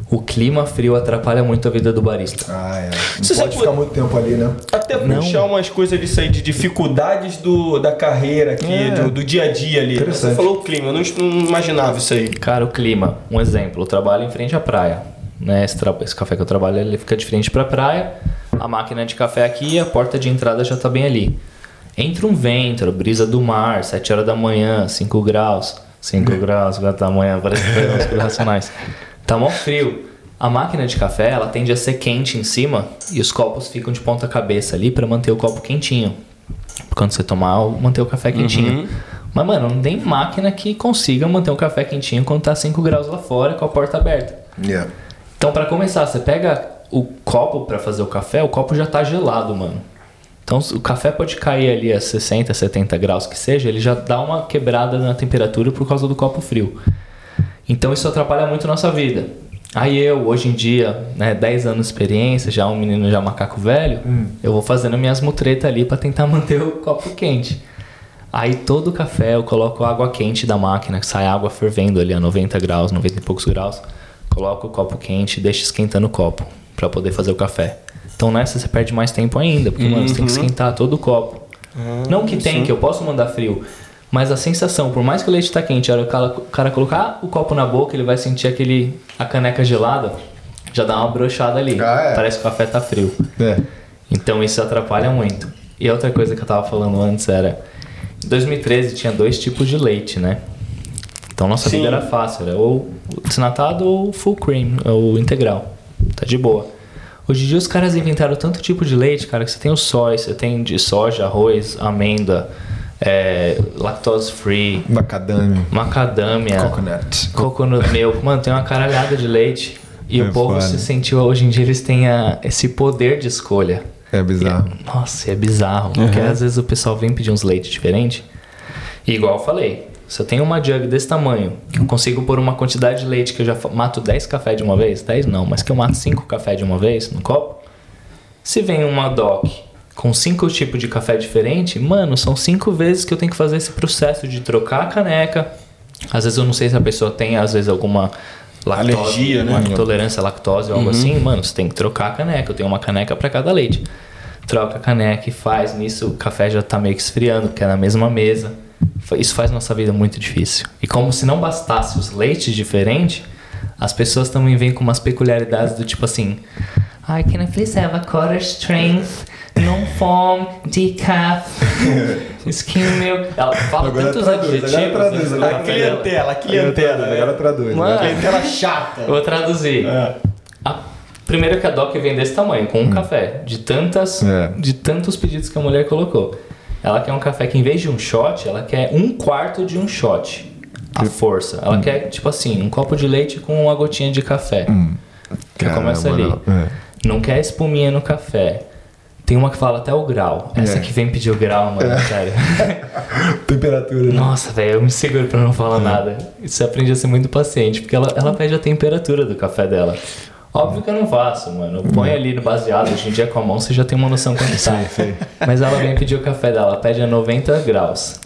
O clima frio atrapalha muito a vida do barista. Ah, é. Não Você pode sabe- ficar muito tempo ali, né? Até Não. puxar umas coisas disso aí, de dificuldades do, da carreira aqui, É. do, do dia a dia ali. Interessante. Você falou o clima, eu não, não imaginava isso aí. Cara, o clima. Um exemplo, eu trabalho em frente à praia. Né? Esse, tra- esse café que eu trabalho, ele fica de frente pra praia. A máquina de café aqui, a porta de entrada já tá bem ali. Entra um vento, brisa do mar, sete horas da manhã, cinco graus. cinco graus, quatro da manhã, parece que foi uns racionais. Tá mó frio. A máquina de café, ela tende a ser quente em cima e os copos ficam de ponta cabeça ali pra manter o copo quentinho. Quando você tomar, manter o café quentinho. Uhum. Mas, mano, não tem máquina que consiga manter um café quentinho quando tá cinco graus lá fora com a porta aberta. Yeah. Então, pra começar, você pega o copo pra fazer o café, o copo já tá gelado, mano. Então, o café pode cair ali a sessenta, setenta graus que seja, ele já dá uma quebrada na temperatura por causa do copo frio. Então, isso atrapalha muito a nossa vida. Aí eu, hoje em dia, né, dez anos de experiência, já um menino já macaco velho, Hum. eu vou fazendo minhas mutretas ali pra tentar manter o copo quente. Aí todo o café eu coloco água quente da máquina, que sai água fervendo ali a noventa graus, noventa e poucos graus. Coloco o copo quente e deixo esquentando o copo pra poder fazer o café. Então nessa você perde mais tempo ainda, porque mano, você tem que esquentar todo o copo. Não que tem, que eu posso mandar frio, mas a sensação, por mais que o leite tá quente, a hora que o cara, o cara colocar o copo na boca, ele vai sentir aquele, a caneca gelada, já dá uma brochada ali. Ah, é? Parece que o café tá frio. É. Então isso atrapalha muito. E a outra coisa que eu tava falando antes era, em dois mil e treze tinha dois tipos de leite, né? Então nossa Sim. vida era fácil, era ou desnatado ou full cream, ou integral. Tá de boa. Hoje em dia os caras inventaram tanto tipo de leite, cara, que você tem o soy, você tem de soja, arroz, amêndoa, é, lactose free, Macadâmia. macadâmia, Coconut. coconut milk. Mano, tem uma caralhada de leite. E É o povo foda. se sentiu, hoje em dia eles têm a, esse poder de escolha. É bizarro. Nossa, é bizarro. Porque às vezes o pessoal vem pedir uns leites diferentes. E igual eu falei, se eu tenho uma jug desse tamanho, que eu consigo pôr uma quantidade de leite que eu já fa- mato dez cafés de uma vez, dez não, mas que eu mato cinco cafés de uma vez no copo. Se vem uma doc com cinco tipos de café diferente, mano, são cinco vezes que eu tenho que fazer esse processo de trocar a caneca. Às vezes eu não sei se a pessoa tem, às vezes, alguma lactose, Alergia, né? uma intolerância à lactose ou algo assim. Mano, você tem que trocar a caneca. Eu tenho uma caneca para cada leite. Troca a caneca e faz. Nisso o café já tá meio que esfriando, porque é na mesma mesa. Isso faz nossa vida muito difícil. E como se não bastasse os leites diferentes, as pessoas também vêm com umas peculiaridades do tipo assim: Hi, can I please have a quarter strength, non-foam, decaf, skim milk? Ela fala Agora tantos traduz, adjetivos. agora traduz, dentro do agora A café dela. clientela, a clientela. Agora né? traduz. Mano. A clientela chata. Vou traduzir. É. A primeira que a Doc vem desse tamanho, com um café, de tantas, É. de tantos pedidos que a mulher colocou. Ela quer um café que, em vez de um shot, ela quer um quarto de um shot. A força. Ela quer, tipo assim, um copo de leite com uma gotinha de café. Já começa ali. Caramba, não. É. Não quer espuminha no café. Tem uma que fala até o grau. Essa É. que vem pedir o grau, mano, sério. Temperatura, né? Nossa, velho, eu me seguro pra não falar nada. Você aprende a ser muito paciente, porque ela, ela pede a temperatura do café dela. Óbvio que eu não faço, mano. Põe ali no baseado, hoje em dia com a mão você já tem uma noção quanto tá. Mas ela vem pedir o café dela, ela pede a noventa graus.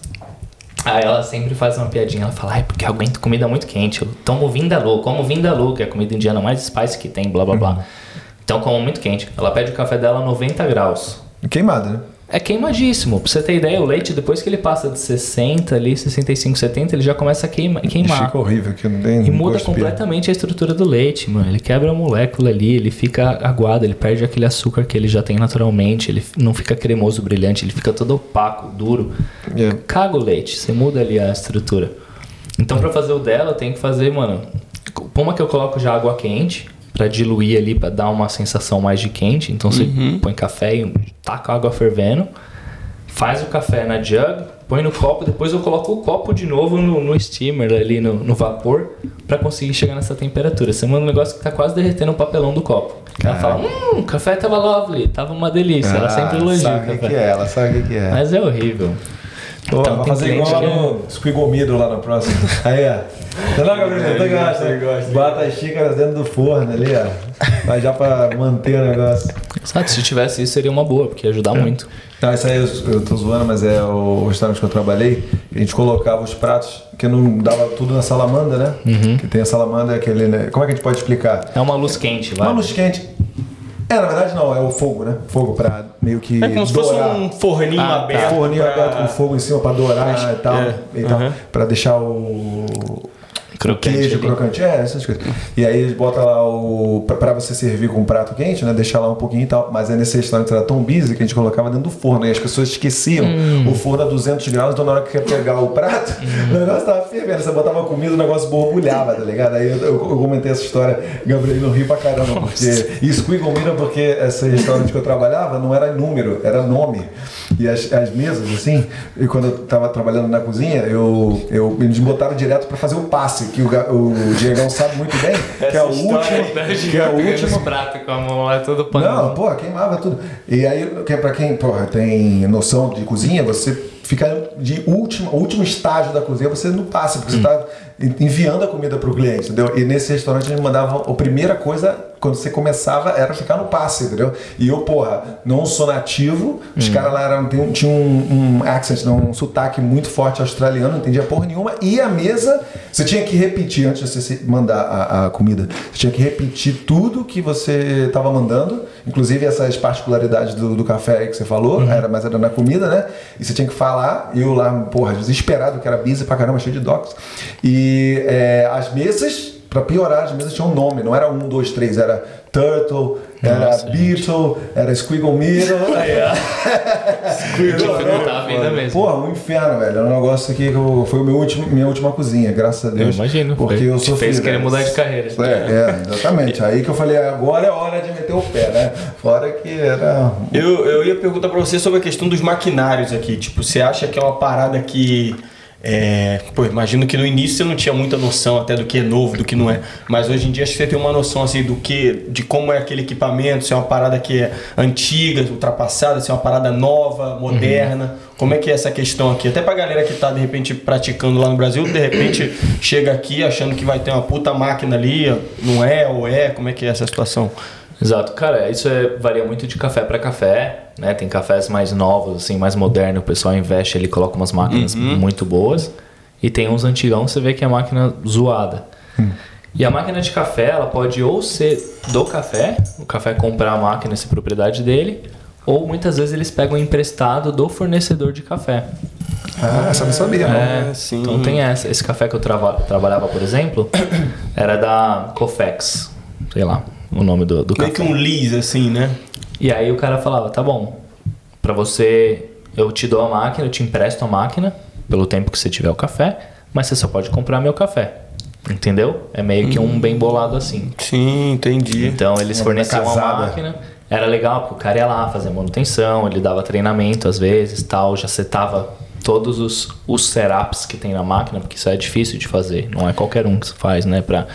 Aí ela sempre faz uma piadinha, ela fala, ai, porque eu aguento comida muito quente. Eu tomo Vindaloo, como Vindaloo, que é a comida indiana mais spicy que tem, blá blá blá. Então como muito quente. Ela pede o café dela a noventa graus. Queimado, né? É queimadíssimo. Pra você ter ideia, o leite, depois que ele passa de sessenta ali, sessenta e cinco, setenta, ele já começa a queima, queimar. Fica horrível, que não tem E muda gosto completamente a estrutura do leite, mano. Ele quebra a molécula ali, ele fica aguado, ele perde aquele açúcar que ele já tem naturalmente, ele não fica cremoso, brilhante, ele fica todo opaco, duro. É. Caga o leite, você muda ali a estrutura. Então pra fazer o dela, eu tenho que fazer, mano... Uma que eu coloco já água quente, pra diluir ali, pra dar uma sensação mais de quente. Então você põe café e taca a água fervendo, faz o café na jug, põe no copo, depois eu coloco o copo de novo no, no steamer ali, no, no vapor, pra conseguir chegar nessa temperatura. Você manda um negócio que tá quase derretendo o papelão do copo. Ela fala, hum, o café tava lovely, tava uma delícia. Ela sempre elogia o Sabe o que, café. que é, ela sabe o que, que é. Mas é horrível. Pô, Então, vai tem fazer cliente igual lá que é- no Squigomidro lá no próximo. Aí, ó. Tá não, Gabriel? Tu gosta, eu gosto. Bota as xícaras dentro do forno ali, ó. Mas já pra manter o negócio. Sabe, se tivesse isso seria uma boa, porque ia ajudar muito. Não, isso aí eu, eu tô zoando, mas é o restaurante que eu trabalhei, a gente colocava os pratos, que não dava tudo na salamandra, né? Uhum. Que tem a salamandra, aquele, né? Como é que a gente pode explicar? É uma luz quente, vai. Uma luz quente. É, na verdade não, é o fogo, né? Fogo pra meio que É como se dourar. fosse um forninho Ah, tá. aberto. Forninho pra... aberto com fogo em cima pra dourar e tal, É. e tal Uhum. pra deixar o... Crocante queijo ali. crocante, é, essas coisas. E aí eles botam lá o... Pra, pra você servir com um prato quente, né? Deixar lá um pouquinho e tal. Mas aí nesse restaurante era tão busy que a gente colocava dentro do forno. E as pessoas esqueciam Hum. o forno a duzentos graus. Então na hora que ia pegar o prato, o negócio tava fervendo. Você botava a comida, o negócio borbulhava, tá ligado? Aí eu, eu, eu comentei essa história, Gabriel não riu pra caramba. Porque, e Squiggle Mira, porque esse restaurante que eu trabalhava não era número, era nome. E as, as mesas, assim, e quando eu tava trabalhando na cozinha, eu, eu, eles botaram direto pra fazer o passe, que o, ga- o Diegão sabe muito bem, que é o último. Que é o último. prato com a mão lá, todo Não, porra, queimava tudo. E aí, que é pra quem porra, tem noção de cozinha, você fica de último, o último estágio da cozinha, você não passa, porque hum. você tá enviando a comida pro cliente, entendeu? E nesse restaurante eles mandavam, a primeira coisa, quando você começava, era ficar no passe, entendeu? E eu, porra, não sou nativo, os hum. caras lá eram, tinham um, um accent, um sotaque muito forte australiano, não entendia porra nenhuma, e a mesa, você tinha que repetir, antes de você mandar a, a comida, você tinha que repetir tudo que você tava mandando, inclusive essas particularidades do, do café aí que você falou, uhum. era, mas era na comida, né? E você tinha que falar, e eu lá, porra, desesperado, que era busy pra caramba, cheio de docs. E é, as mesas, pra piorar, as mesas tinham um nome, não era um, dois, três, era Turtle, era Nossa, Beetle, gente. Era Squiggle Mira. Squiggle não tava ainda mesmo. Porra, um inferno, velho. É um negócio aqui que eu, foi o meu último, minha última cozinha, graças a Deus. Eu imagino. Porque foi. eu sou fez querer mudar de carreira. É, é, exatamente. Aí que eu falei, agora é hora de meter o pé, né? Fora que era. Eu, eu ia perguntar pra você sobre a questão dos maquinários aqui. Tipo, você acha que é uma parada que. É, pô, imagino que no início você não tinha muita noção até do que é novo, do que não é. Mas hoje em dia acho que você tem uma noção assim do que, de como é aquele equipamento, se é uma parada que é antiga, ultrapassada, se é uma parada nova, moderna. Uhum. Como é que é essa questão aqui? Até pra galera que tá de repente praticando lá no Brasil, de repente chega aqui achando que vai ter uma puta máquina ali, não é ou é? Como é que é essa situação? Exato, cara, isso é, varia muito de café para café, né? Tem cafés mais novos, assim, mais modernos, o pessoal investe ali, coloca umas máquinas uhum. muito boas. E tem uns antigão, você vê que é máquina zoada. Uhum. E a máquina de café, ela pode ou ser do café, o café comprar a máquina e ser propriedade dele, ou muitas vezes eles pegam emprestado do fornecedor de café. Ah, essa eu não sabia, não. É, sim. Então tem essa. Esse café que eu trava, trabalhava, por exemplo, era da Cofex, sei lá. O nome do, do meio café. que um lease, assim, né? E aí o cara falava, tá bom, pra você, eu te dou a máquina, eu te empresto a máquina, pelo tempo que você tiver o café, mas você só pode comprar meu café. Entendeu? É meio que um bem bolado assim. Sim, entendi. Então eles uma forneciam a máquina, era legal, porque o cara ia lá fazer manutenção, ele dava treinamento às vezes, tal, já setava todos os, os setups que tem na máquina, porque isso é difícil de fazer, não é qualquer um que faz, né, pra...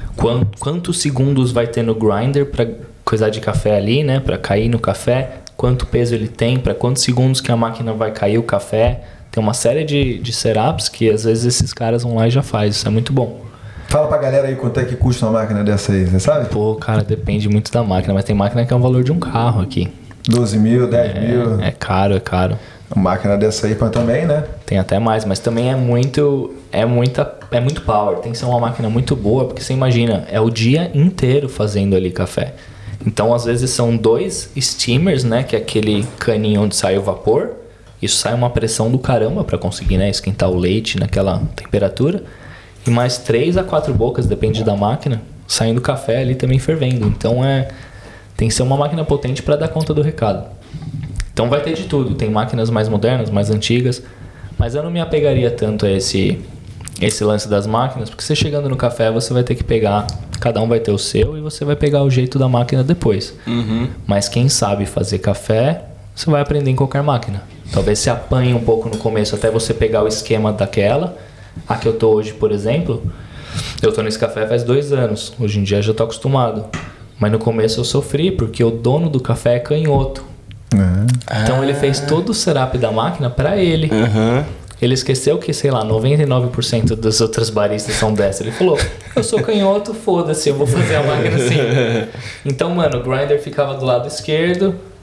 Quantos segundos vai ter no grinder para coisar de café ali, né? Para cair no café, quanto peso ele tem, para quantos segundos que a máquina vai cair o café. Tem uma série de, de setups que às vezes esses caras vão lá e já faz. Isso é muito bom. Fala pra galera aí quanto é que custa uma máquina dessa aí, você sabe? Pô, cara, depende muito da máquina, mas tem máquina que é o valor de um carro aqui. doze mil, dez mil. É caro, é caro. Uma máquina dessa aí também, né? Tem até mais, mas também é muito, é muita, é muito power. Tem que ser uma máquina muito boa, porque você imagina, é o dia inteiro fazendo ali café. Então, às vezes são dois steamers, né, que é aquele caninho onde sai o vapor. Isso sai uma pressão do caramba para conseguir, né, esquentar o leite naquela temperatura. E mais três a quatro bocas, depende da máquina, saindo café ali também fervendo. Então, é, tem que ser uma máquina potente para dar conta do recado. Então vai ter de tudo, tem máquinas mais modernas, mais antigas, mas eu não me apegaria tanto a esse, esse lance das máquinas, porque você chegando no café você vai ter que pegar, cada um vai ter o seu e você vai pegar o jeito da máquina depois. Uhum. Mas quem sabe fazer café, você vai aprender em qualquer máquina. Talvez você apanhe um pouco no começo até você pegar o esquema daquela. A que eu tô hoje, por exemplo, eu tô nesse café faz dois anos, hoje em dia eu já tô acostumado. Mas no começo eu sofri, porque o dono do café é canhoto. Uhum. Então ah. ele fez todo o setup da máquina para ele. Uhum. Ele esqueceu que, sei lá, noventa e nove por cento dos outros baristas são dessa. Ele falou, eu sou canhoto, foda-se, eu vou fazer a máquina assim. Então, mano, o grinder ficava do lado esquerdo,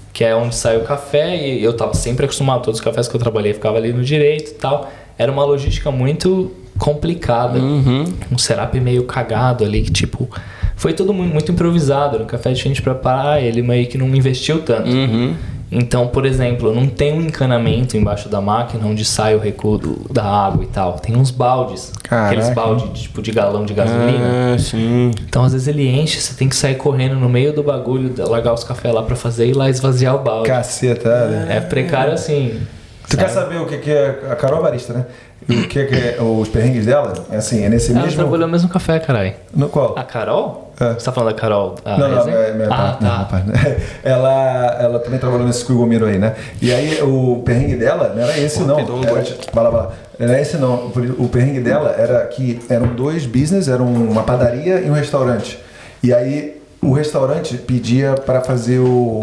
que é onde sai o café, e eu tava sempre acostumado, todos os cafés que eu trabalhei ficava ali no direito e tal. Era uma logística muito complicada, Uhum. um setup meio cagado ali, que tipo, foi tudo muito, muito improvisado, era um café diferente pra preparar, ele meio que não investiu tanto. Uhum. Então, por exemplo, não tem um encanamento embaixo da máquina onde sai o recuo do- da água e tal. Tem uns baldes, Caraca. aqueles baldes de, tipo de galão de gasolina. Ah, sim. Então, às vezes ele enche, você tem que sair correndo no meio do bagulho, largar os cafés lá pra fazer e ir lá esvaziar o balde. Caceta, né? É precário assim. Tu quer saber o que que é a Carol Barista, né? E o que que é os perrengues dela? É assim, é nesse Ela mesmo... trabalhou no mesmo café, caralho. No qual? A Carol? É. Você tá falando da Carol? A Não, não, Rezen? é minha ah, parte, tá. minha parte. Ela, ela também trabalhou nesse Squigomiro aí, né? E aí o perrengue dela não era esse, não. Rapidão, Era, boa. vai lá, vai lá. Não era esse, não. O perrengue dela era que eram dois business, era uma padaria e um restaurante. E aí o restaurante pedia para fazer o,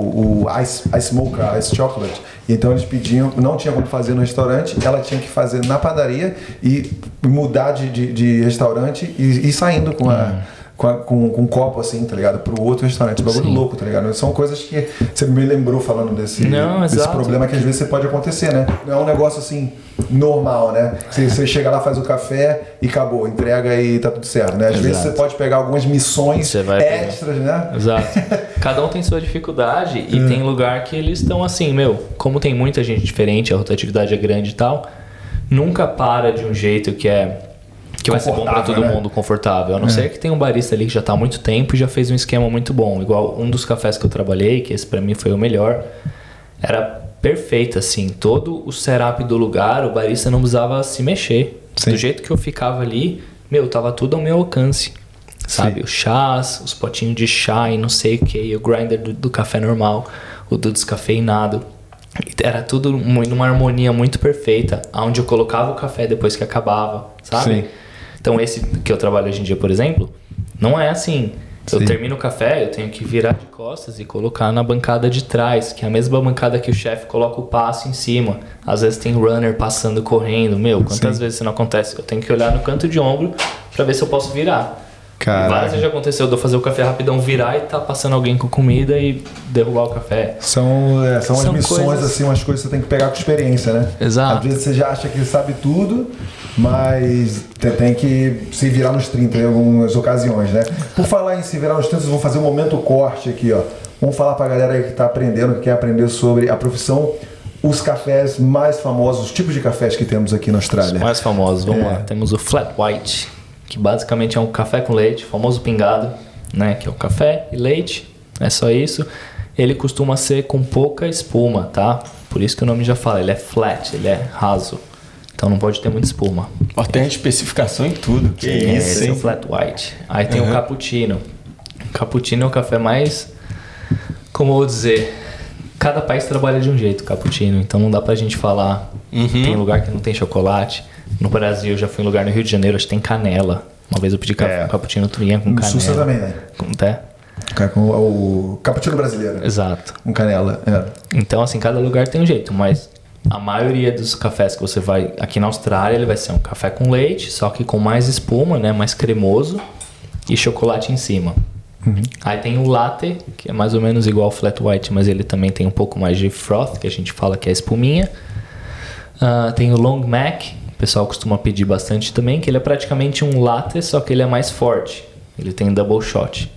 o ice, ice mocha, ice chocolate. E então eles pediam, não tinha como fazer no restaurante, ela tinha que fazer na padaria e mudar de, de, de restaurante e ir saindo com a. Com, a- com, com um copo assim, tá ligado? Pro outro restaurante. Bagulho Sim. louco, tá ligado? São coisas que você me lembrou falando desse, Não, desse exato. problema que às vezes você pode acontecer, né? Não é um negócio assim normal, né? Você, você chega lá, faz o café e acabou, entrega e tá tudo certo, né? Às vezes Exato. você pode pegar algumas missões Você vai pegar. extras, né? Exato. Cada um tem sua dificuldade e É. tem lugar que eles estão assim, meu, como tem muita gente diferente, a rotatividade é grande e tal, nunca para de um jeito que é que vai ser bom pra Confortável, todo né? mundo, confortável. A não É. ser que tem um barista ali que já tá há muito tempo e já fez um esquema muito bom. Igual um dos cafés que eu trabalhei, que esse pra mim foi o melhor, era perfeito, assim. Todo o setup do lugar, o barista não precisava se mexer. Sim. Do jeito que eu ficava ali, meu, tava tudo ao meu alcance. Sabe? Sim. Os chás, os potinhos de chá e não sei o que, o grinder do, do café normal, o do descafeinado. Era tudo muito, numa harmonia muito perfeita, onde eu colocava o café depois que acabava, sabe? Sim. Então esse que eu trabalho hoje em dia, por exemplo, não é assim. Eu Sim. termino o café, eu tenho que virar de costas e colocar na bancada de trás, que é a mesma bancada que o chefe coloca o passo em cima. Às vezes tem runner passando, correndo. Meu, quantas Sim. vezes isso não acontece? Eu tenho que olhar no canto de ombro pra ver se eu posso virar. Caraca. Várias vezes já aconteceu de eu fazer o café rapidão, virar e tá passando alguém com comida e derrubar o café. São, é, são, São as missões, coisas- assim, umas coisas que você tem que pegar com experiência, né? Exato. Às vezes você já acha que sabe tudo, mas você tem que se virar nos trinta em algumas ocasiões, né? Por falar em se virar nos trinta, eu vou fazer um momento corte aqui, ó. Vamos falar pra galera aí que tá aprendendo, que quer aprender sobre a profissão, os cafés mais famosos, os tipos de cafés que temos aqui na Os Austrália. mais famosos, vamos É. lá. Temos o Flat White, que basicamente é um café com leite, famoso pingado, né? Que é o café e leite, é só isso. Ele costuma ser com pouca espuma, tá? Por isso que o nome já fala, ele é flat, ele é raso. Então não pode ter muita espuma. Ó, tem especificação em tudo. Que É, isso, esse é hein? o Flat White. Aí tem Uhum. o Cappuccino. O Cappuccino é o café mais... Como eu vou dizer... Cada país trabalha de um jeito, Cappuccino. Então não dá pra gente falar... Uhum. Tem lugar que não tem chocolate. No Brasil, eu já fui em lugar no Rio de Janeiro, acho que tem canela. Uma vez eu pedi ca- É. Cappuccino turinha com No canela. Sul também, né? Com, até? Cara, com o, o cappuccino brasileiro. Exato. Com canela. É. Então, assim, cada lugar tem um jeito, mas a maioria dos cafés que você vai aqui na Austrália, ele vai ser um café com leite, só que com mais espuma, né, mais cremoso e chocolate em cima. Aí tem o latte, que é mais ou menos igual ao flat white, mas ele também tem um pouco mais de froth, que a gente fala que é espuminha. Ah, tem o long mac, o pessoal costuma pedir bastante também, que ele é praticamente um latte, só que ele é mais forte. Ele tem double shot.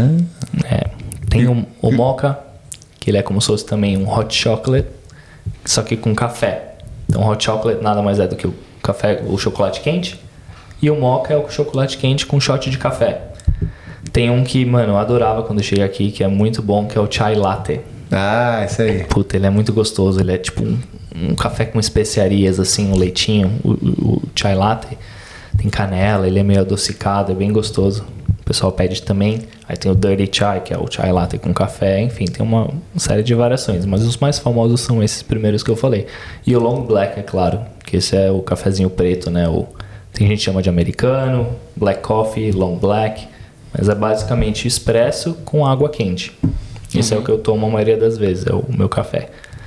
É. Tem o, o mocha, que ele é como se fosse também um hot chocolate, só que com café. Então hot chocolate nada mais é do que o café, o chocolate quente. E o mocha é o chocolate quente com shot de café. Tem um que, mano, eu adorava quando eu cheguei aqui, que é muito bom, que é o chai latte. Ah, isso aí. Puta, ele é muito gostoso. Ele é tipo um, um café com especiarias, assim, um leitinho. O, o, o chai latte tem canela, ele é meio adocicado, é bem gostoso. O pessoal pede também. Aí tem o dirty chai, que é o chai latte com café. Enfim, tem uma, uma série de variações. Mas os mais famosos são esses primeiros que eu falei. E o long black, é claro, que esse é o cafezinho preto, né? O, tem gente que chama de americano, black coffee, long black. Mas é basicamente expresso com água quente. Esse é o que eu tomo a maioria das vezes, é o meu café.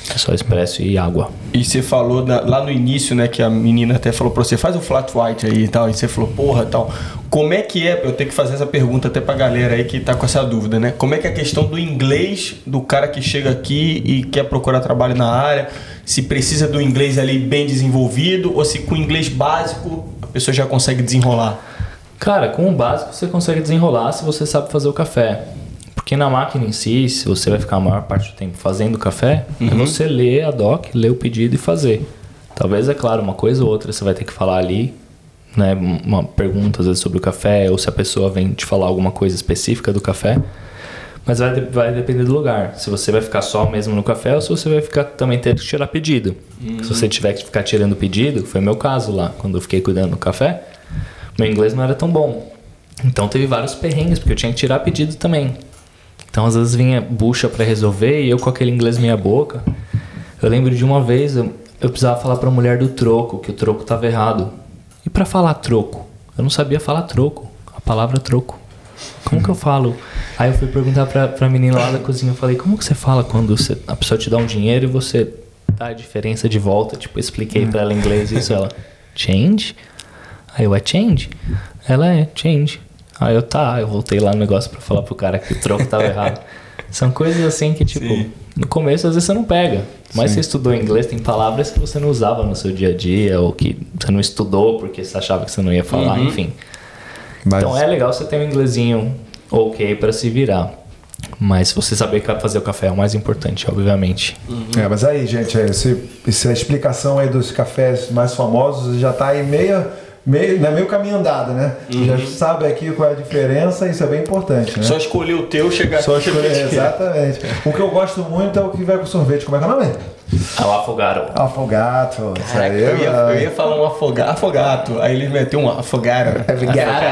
É só expresso e água. E você falou na, lá no início, né, que a menina até falou pra você, faz o flat white aí e tal, e você falou, porra, tal. Como é que é, eu tenho que fazer essa pergunta até pra galera aí que tá com essa dúvida, né? Como é que é a questão do inglês do cara que chega aqui e quer procurar trabalho na área, se precisa do inglês ali bem desenvolvido ou se com inglês básico a pessoa já consegue desenrolar? Cara, com o básico você consegue desenrolar se você sabe fazer o café. Porque na máquina em si, se você vai ficar a maior parte do tempo fazendo café, uhum. é você ler a doc, ler o pedido e fazer. Talvez, é claro, uma coisa ou outra você vai ter que falar ali, né, uma pergunta às vezes sobre o café, ou se a pessoa vem te falar alguma coisa específica do café. Mas vai, vai depender do lugar. Se você vai ficar só mesmo no café ou se você vai ficar também ter que tirar pedido. Uhum. Se você tiver que ficar tirando pedido, foi o meu caso lá, quando eu fiquei cuidando do café, meu inglês não era tão bom. Então teve vários perrengues, porque eu tinha que tirar pedido também. Então às vezes vinha bucha pra resolver e eu com aquele inglês meia boca. Eu lembro de uma vez, eu, eu precisava falar pra mulher do troco, que o troco tava errado. E pra falar troco? Eu não sabia falar troco, a palavra troco. Como que eu falo? Aí eu fui perguntar pra, pra menina lá da cozinha, eu falei, como que você fala quando você, a pessoa te dá um dinheiro e você dá a diferença de volta? Tipo, eu expliquei pra ela em inglês isso, ela, change? Aí eu, é change? Ela é, change. Aí eu, tá, eu voltei lá no negócio pra falar pro cara que o troco tava errado. São coisas assim que, tipo, Sim. no começo às vezes você não pega. Mas Sim. você estudou inglês, tem palavras que você não usava no seu dia a dia, ou que você não estudou porque você achava que você não ia falar, uhum. enfim. Mas... Então é legal você ter um inglesinho ok pra se virar. Mas se você saber fazer o café é o mais importante, obviamente. Uhum. É, mas aí, gente, esse, essa explicação aí dos cafés mais famosos já tá aí meia... Meio, né, meio caminho andado, né? Uhum. Já sabe aqui qual é a diferença, isso é bem importante, né? Só escolher o teu, chegar Só aqui. Escolher, exatamente. O que eu gosto muito é o que vai com sorvete. Como é que é o nome? O afogato. Afogato. Caraca, aí, eu, ia, eu ia falar um afogato. Afogato. Aí eles meteu um afogato. É vigaro.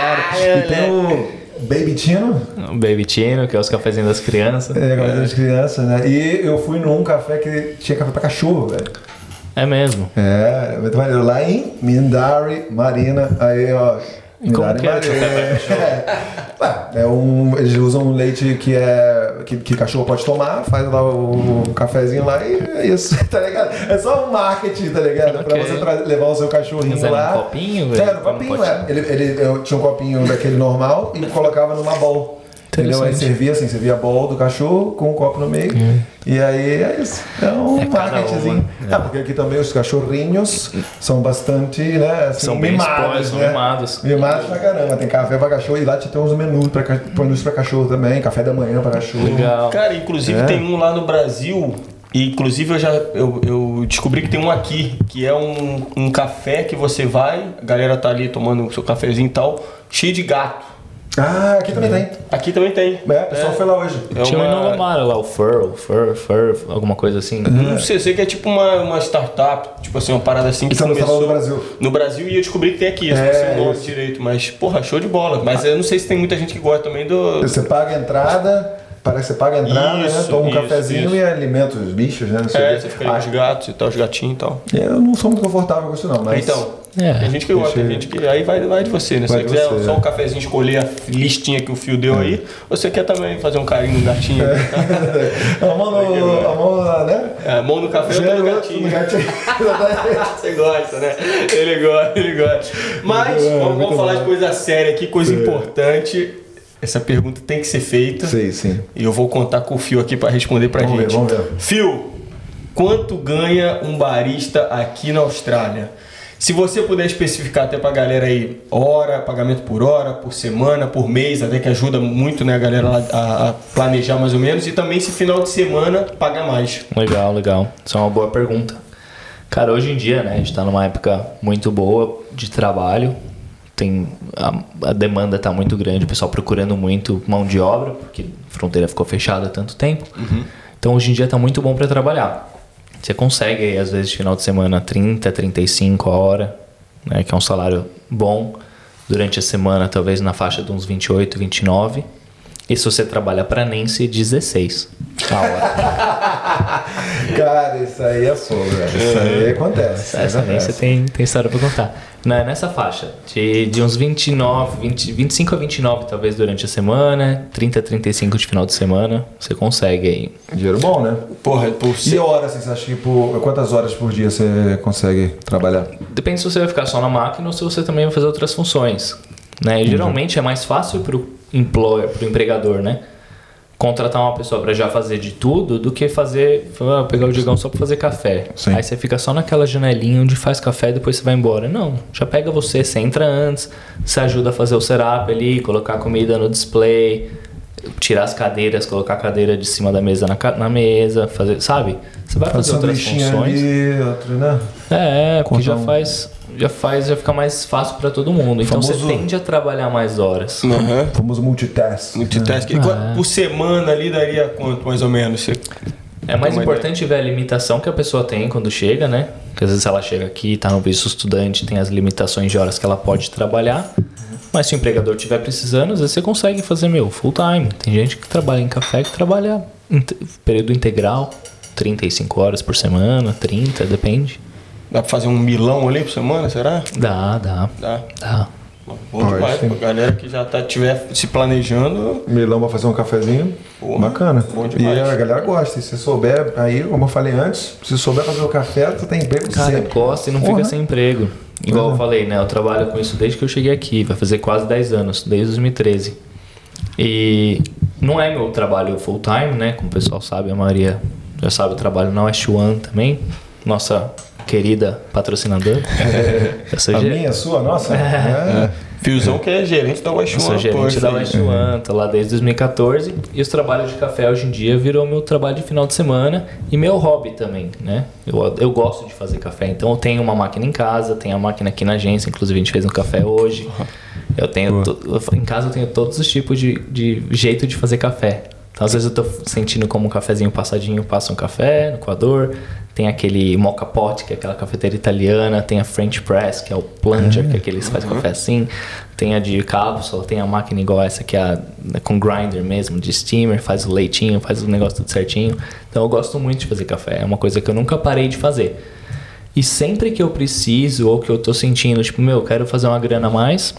E tem o Baby Tino. O Baby Tino, que é os cafezinhos das crianças. É, cafezinho das crianças, né? E eu fui num café que tinha café pra cachorro, velho. É mesmo. É, muito maneiro. Lá em Mindarie Marina, aí ó. Como que é Marina. É, é um, eles usam um leite que é que, que cachorro pode tomar, faz lá o, o cafezinho lá e é isso, tá ligado? É só um marketing, tá ligado? Okay. Pra você tra- levar o seu cachorrinho Mas lá. Um copinho, velho? É, no copinho, é. Ele, ele, eu tinha um copinho daquele normal e colocava numa bowl. Entendeu? Aí servia assim, servia a bowl do cachorro com um copo no meio. Hum. E aí é isso. É um é marketingzinho. É. Ah, porque aqui também os cachorrinhos são bastante, né? Assim, são bem mimados, expostos, né? mimados. Mimados pra caramba. Tem café pra cachorro e lá tem uns menus pra, menus pra cachorro também. Café da manhã pra cachorro. Legal. Cara, inclusive é. tem um lá no Brasil. E inclusive eu já eu, eu descobri que tem um aqui, que é um, um café que você vai, a galera tá ali tomando o seu cafezinho e tal, cheio de gato. Ah, aqui também tem. Aqui também tem. É, o pessoal é. foi lá hoje. É Tinha uma... um Inovamara lá, o Fur, o Fur, Fur, alguma coisa assim. Não sei, eu sei que é tipo uma, uma startup, tipo assim, uma parada assim que Isso começou no Brasil. No Brasil e eu descobri que tem aqui, eu é, não sei o nome direito, mas porra, show de bola. Mas eu não sei se tem muita gente que gosta também do... Você paga a entrada... Parece que você paga a entrada, isso, né? Toma um isso, cafezinho isso. E alimenta os bichos, né? Não é, você fica ali com os gatos e tal, os gatinhos e tal. Eu não sou muito confortável com isso não, mas... Então, é. tem gente que gosta, tem gente que... Aí vai, vai de você, né? Se você quiser você. só um cafezinho, escolher a listinha que o Fio deu é. aí, você quer também fazer um carinho no gatinho. É. Tá? A mão no... A mão, né? É, a mão no café e no gatinho. No gatinho. Você gosta, né? Ele gosta, ele gosta. Mas, é, vamos, vamos falar bom. de coisa séria aqui, coisa é. importante... Essa pergunta tem que ser feita. Sim, sim. E eu vou contar com o Fio aqui para responder pra vamos gente. Ver, vamos ver. Fio, quanto ganha um barista aqui na Austrália? Se você puder especificar até pra galera aí, hora, pagamento por hora, por semana, por mês, até que ajuda muito, né, a galera lá a, a planejar mais ou menos. E também se final de semana paga mais. Legal, legal. Isso é uma boa pergunta. Cara, hoje em dia, né, a gente tá numa época muito boa de trabalho. Tem, a, a demanda está muito grande, o pessoal procurando muito mão de obra, porque a fronteira ficou fechada há tanto tempo. Uhum. Então hoje em dia está muito bom para trabalhar. Você consegue, às vezes, final de semana, trinta, trinta e cinco a hora, né, que é um salário bom. Durante a semana, talvez na faixa de uns vinte e oito, vinte e nove. E se você trabalha para Nancy, dezesseis a hora. Cara, isso aí é fogo, velho. Isso aí acontece. Essa Nancy tem, tem história para contar. Né, nessa faixa, de, de uns vinte e nove, vinte, vinte e cinco a vinte e nove talvez durante a semana, trinta a trinta e cinco de final de semana, você consegue aí. Dinheiro bom, né? Porra, por E horas, assim, você acha que por, quantas horas por dia você consegue trabalhar? Depende se você vai ficar só na máquina ou se você também vai fazer outras funções. Né? Geralmente é mais fácil pro employer, pro empregador, né? Contratar uma pessoa para já fazer de tudo do que fazer, ah, pegar o Digão só para fazer café. Sim. Aí você fica só naquela janelinha onde faz café e depois você vai embora. Não, já pega você, você entra antes, você ajuda a fazer o setup ali, colocar a comida no display, tirar as cadeiras, colocar a cadeira de cima da mesa na, na mesa, fazer, sabe? Você vai fazer outras funções. Ali, outro, né? É, porque já faz, já faz, já fica mais fácil para todo mundo. Então famoso... você tende a trabalhar mais horas. Uhum. Famoso multitask. Multitask. Ah, é. Por semana ali daria quanto, mais ou menos? Você... É mais importante ver a limitação que a pessoa tem quando chega, né? Porque às vezes ela chega aqui, tá no visto estudante, tem as limitações de horas que ela pode trabalhar. Mas se o empregador estiver precisando, às vezes você consegue fazer, meu, full time. Tem gente que trabalha em café que trabalha em período integral, trinta e cinco horas por semana, trinta, depende. Dá pra fazer um milão ali por semana, será? Dá, dá. Dá. Dá. Bom demais, pra galera que já tá, tiver se planejando. Milão pra fazer um cafezinho. Porra, bacana. Bom demais. E a galera gosta. E se souber, aí, como eu falei antes, se souber fazer o café, tu tem emprego Cara, sempre. gosta e não Porra. fica sem emprego. Igual uhum. eu falei, né? Eu trabalho com isso desde que eu cheguei aqui. Vai fazer quase dez anos, desde dois mil e treze. E não é meu trabalho full time, né? Como o pessoal sabe, a maioria já sabe, eu trabalho na West One também. Nossa querida patrocinadora. É. A minha, a sua, nossa? É. É. Fiozão que é gerente da West One. Eu sou gerente da West One, tô lá desde dois mil e quatorze. E os trabalhos de café hoje em dia virou meu trabalho de final de semana e meu hobby também, né? Eu, eu gosto de fazer café, então eu tenho uma máquina em casa, tenho a máquina aqui na agência, inclusive a gente fez um café hoje. Eu tenho to, em casa eu tenho todos os tipos de, de jeito de fazer café. Então às vezes eu tô sentindo como um cafezinho passadinho, passa um café no coador. Tem aquele moka pot, que é aquela cafeteira italiana. Tem a French Press, que é o plunger, uhum. que é aquele que faz uhum. café assim. Tem a de cápsula, tem a máquina igual essa, que é a, com grinder mesmo, de steamer. Faz o leitinho, faz o negócio tudo certinho. Então eu gosto muito de fazer café. É uma coisa que eu nunca parei de fazer. E sempre que eu preciso, ou que eu tô sentindo, tipo, meu, quero fazer uma grana a mais,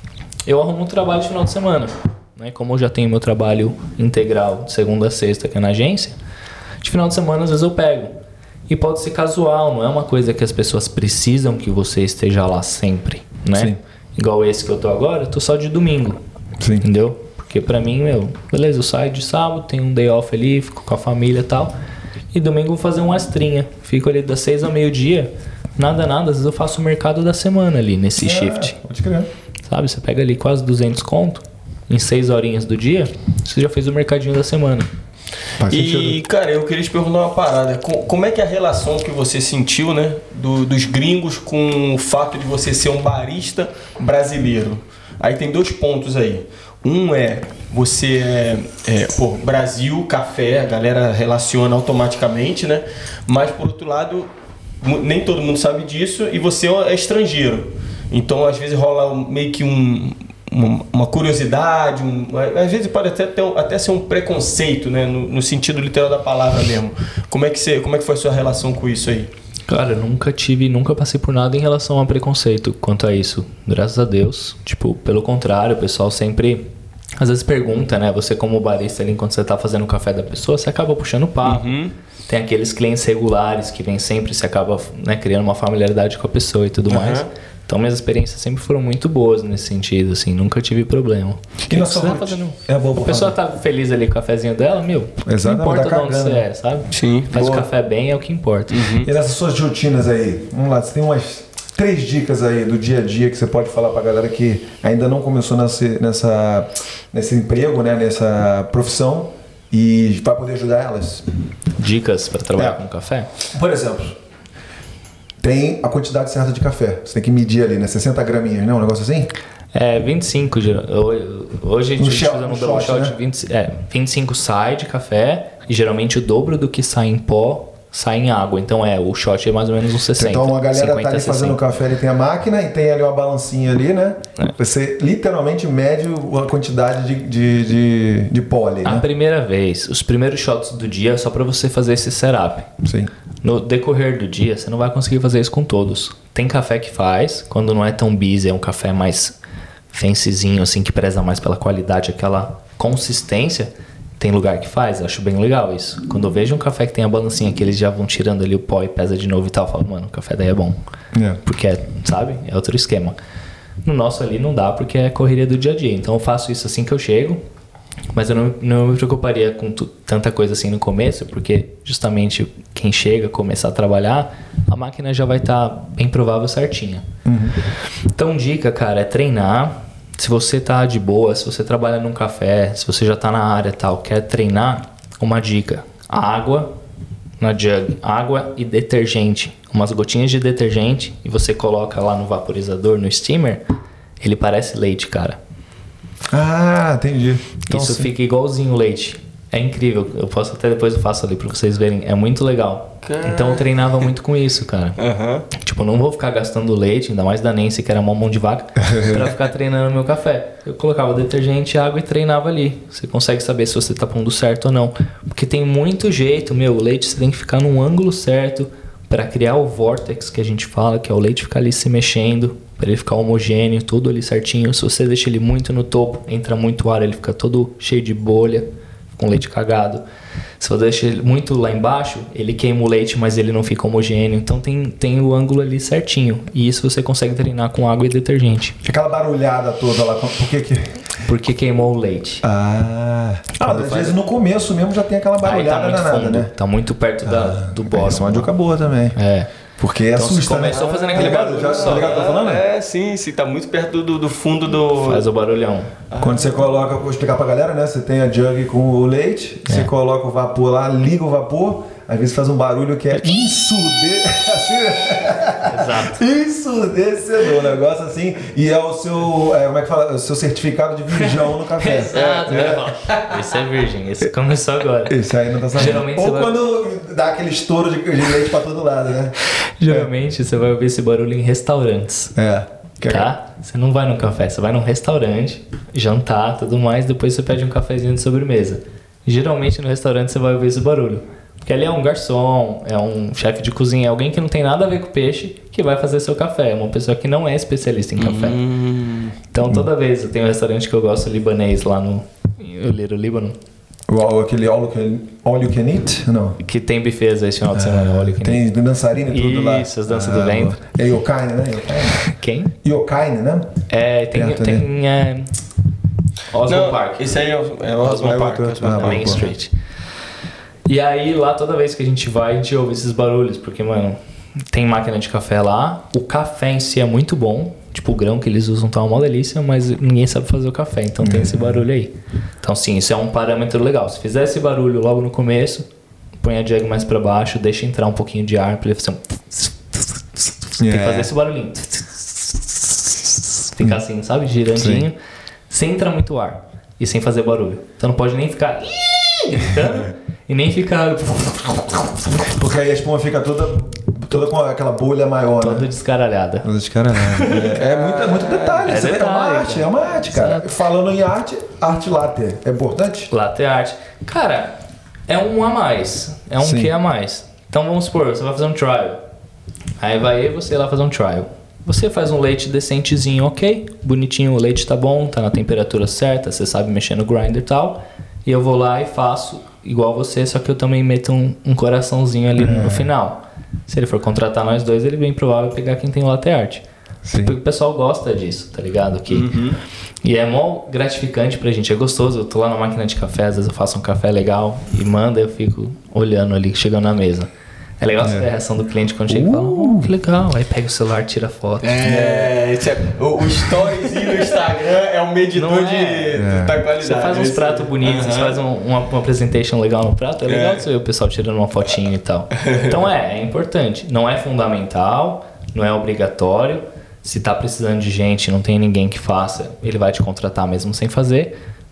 eu arrumo um trabalho de final de semana. Né? Como eu já tenho meu trabalho integral de segunda a sexta aqui na agência, de final de semana às vezes eu pego. E pode ser casual, não é uma coisa que as pessoas precisam que você esteja lá sempre, né? Sim. Igual esse que eu tô agora, eu tô só de domingo. Sim. Entendeu? Porque pra mim, meu, beleza, eu saio de sábado, tenho um day off ali, fico com a família e tal. E domingo eu vou fazer uma extrinha. Fico ali das seis ao meio-dia, nada, nada, às vezes eu faço o mercado da semana ali, nesse é, shift. Pode crer. Sabe, você pega ali quase duzentos conto, em seis horinhas do dia, você já fez o mercadinho da semana. Faz e, sentido. Cara, eu queria te perguntar uma parada. Como é que é a relação que você sentiu, né, do, dos gringos com o fato de você ser um barista brasileiro? Aí tem dois pontos aí. Um é, você é, é pô, Brasil, café, a galera relaciona automaticamente, né? Mas, por outro lado, nem todo mundo sabe disso e você é estrangeiro. Então, às vezes rola meio que um... Uma, uma curiosidade, um, às vezes pode até, ter, até ser um preconceito, né? No, no sentido literal da palavra mesmo. Como é, que você, como é que foi a sua relação com isso aí? Cara, eu nunca tive, nunca passei por nada em relação a preconceito quanto a isso. Graças a Deus. Tipo, pelo contrário, o pessoal sempre às vezes pergunta, né? Você como barista ali, enquanto você tá fazendo o café da pessoa, você acaba puxando papo. Uhum. Tem aqueles clientes regulares que vêm sempre, você acaba, né, criando uma familiaridade com a pessoa e tudo uhum. mais. Então minhas experiências sempre foram muito boas nesse sentido, assim, nunca tive problema. E na sua tá fazendo... é bom, a pessoa tá feliz ali com o cafezinho dela, meu, exato, não importa tá de onde você é, sabe? Sim. Faz boa. O café bem, é o que importa. Uhum. E nessas suas rotinas aí, vamos lá, você tem umas três dicas aí do dia a dia que você pode falar pra galera que ainda não começou nesse, nessa, nesse emprego, né, nessa profissão e vai poder ajudar elas? Dicas para trabalhar é. com café? Por exemplo, tem a quantidade certa de café. Você tem que medir ali, né? sessenta graminhas, não? Um negócio assim? É, vinte e cinco. Hoje a gente shot, usa um double shot, né? vinte, é, vinte e cinco sai de café. E geralmente o dobro do que sai em pó sai em água. Então é, o shot é mais ou menos uns sessenta. Então a galera cinquenta, tá ali fazendo sessenta. o café, ele tem a máquina e tem ali uma balancinha ali, né? É. Você literalmente mede a quantidade de, de, de, de pó ali, A né? primeira vez, os primeiros shots do dia é só pra você fazer esse setup. Sim. No decorrer do dia, você não vai conseguir fazer isso com todos. Tem café que faz, quando não é tão busy, é um café mais fancyzinho, assim, que preza mais pela qualidade, aquela consistência. Tem lugar que faz, eu acho bem legal isso. Quando eu vejo um café que tem a balancinha que eles já vão tirando ali o pó e pesa de novo e tal, eu falo, mano, o café daí é bom. É. Porque, é, sabe, é outro esquema. No nosso ali não dá porque é correria do dia a dia. Então eu faço isso assim que eu chego, mas eu não, não me preocuparia com tu, tanta coisa assim no começo, porque justamente quem chega, começar a trabalhar, a máquina já vai estar tá bem provável certinha. Uhum. Então dica, cara, é treinar. Se você tá de boa, se você trabalha num café, se você já tá na área e tal, quer treinar, uma dica: água na jug, água e detergente, umas gotinhas de detergente, e você coloca lá no vaporizador, no steamer, ele parece leite, cara. Ah, entendi. Então, Isso sim. fica igualzinho leite. É incrível, eu posso até depois eu faço ali pra vocês verem, é muito legal. Cara. Então eu treinava muito com isso, cara. Aham. Tipo, não vou ficar gastando leite, ainda mais da Nancy, que era mó mão de vaca, pra ficar treinando meu café. Eu colocava detergente, água e treinava ali. Você consegue saber se você tá pondo certo ou não. Porque tem muito jeito, meu, o leite você tem que ficar num ângulo certo pra criar o vortex que a gente fala, que é o leite ficar ali se mexendo, pra ele ficar homogêneo, tudo ali certinho. Se você deixa ele muito no topo, entra muito ar, ele fica todo cheio de bolha, com leite cagado. Se você deixa ele muito lá embaixo, ele queima o leite, mas ele não fica homogêneo. Então tem, tem o ângulo ali certinho. E isso você consegue treinar com água e detergente. Aquela barulhada toda lá, por que que... Porque queimou o leite. Ah, ah às faz- vezes no começo mesmo já tem aquela Aí tá barulhada muito danada, fundo, né? tá muito perto da, do bottom. Essa é uma dica boa também. É. Porque Então você assusta, começou né? fazendo aquele Tá ligado? barulho Já, só. tá ligado o que eu tô falando? É, sim, sim, tá muito perto do, do fundo do... Faz o barulhão. Quando você coloca, vou explicar pra galera, né? Você tem a jug com o leite, você É. coloca o vapor lá, liga o vapor, às vezes faz um barulho que é Exato. ensurdecedor, um negócio assim, e é o seu, é, como é que fala? O seu certificado de virgão no café. Exato. É. Esse é virgem, esse começou agora. Isso aí não tá sabendo. Geralmente Ou você vai- quando dá aquele estouro de, de leite pra todo lado, né? Geralmente você vai ouvir esse barulho em restaurantes. É. Que é- Tá? Você não vai num café, você vai num restaurante, jantar, tudo mais, depois você pede um cafezinho de sobremesa. Geralmente no restaurante você vai ouvir esse barulho. Porque ali é um garçom, é um chefe de cozinha, é alguém que não tem nada a ver com peixe que vai fazer seu café. É uma pessoa que não é especialista em café. Hum. Então toda vez, eu tenho um restaurante que eu gosto libanês lá no Little Libanon, O- aquele all you, can, all you can eat? Não. que tem buffets esse final de semana. Olha que Tem dançarina e tudo lá. Isso, as danças do vento. É Yokaine, né? Yokaine. Quem? Yokaine, né? É, tem, Perto tem é, Osborne Não, Park. esse aí é o, é o Osborne Osborne Park, Park. Ah, na bom, Main bom. Street. E aí lá toda vez que a gente vai, a gente ouve esses barulhos, porque, mano, tem máquina de café lá, o café em si é muito bom, tipo o grão que eles usam tá uma delícia, mas ninguém sabe fazer o café, então tem esse barulho aí. Então sim, isso é um parâmetro legal. Se fizer esse barulho logo no começo, põe a jug mais pra baixo, deixa entrar um pouquinho de ar pra ele fazer um... Tem que É. fazer esse barulhinho. Ficar assim, sabe? Girandinho. Sim. Sem entrar muito ar. E sem fazer barulho. Então não pode nem ficar gritando e nem ficar Porque aí a espuma fica toda, toda com aquela bolha maior, toda né? descaralhada. Toda descaralhada. É, é muito, é muito detalhe. É Você vê, é uma detalhe, arte, cara. é uma arte, cara. Exato. Falando em arte, arte latte. É importante? Latte art. Cara, é um a mais. É um Sim. que a mais. Então vamos supor, você vai fazer um trial. Aí vai eu e você lá fazer um trial. Você faz um leite decentezinho, ok? Bonitinho, o leite tá bom, tá na temperatura certa, você sabe mexer no grinder e tal. E eu vou lá e faço igual você, só que eu também meto um, um coraçãozinho ali no final. Se ele for contratar nós dois, ele é bem provável pegar quem tem latte art. Sim. Porque o pessoal gosta disso, tá ligado? Que... E é mó gratificante pra gente, é gostoso. Eu tô lá na máquina de café, às vezes eu faço um café legal e manda, eu fico olhando ali, chegando na mesa. É legal saber a reação do cliente quando chega e fala, oh, que legal. Aí pega o celular, tira foto. É, esse é- o, o stories no Instagram é um medidor Não de, é. da qualidade. Você faz uns Esse- pratos bonitos, você Aham. faz um- uma, uma presentation legal no prato, é legal É. você ver o pessoal tirando uma fotinho e tal. Então é, é importante. Não é fundamental, não é obrigatório. Se tá precisando de gente, não tem ninguém que faça, ele vai te contratar mesmo sem fazer.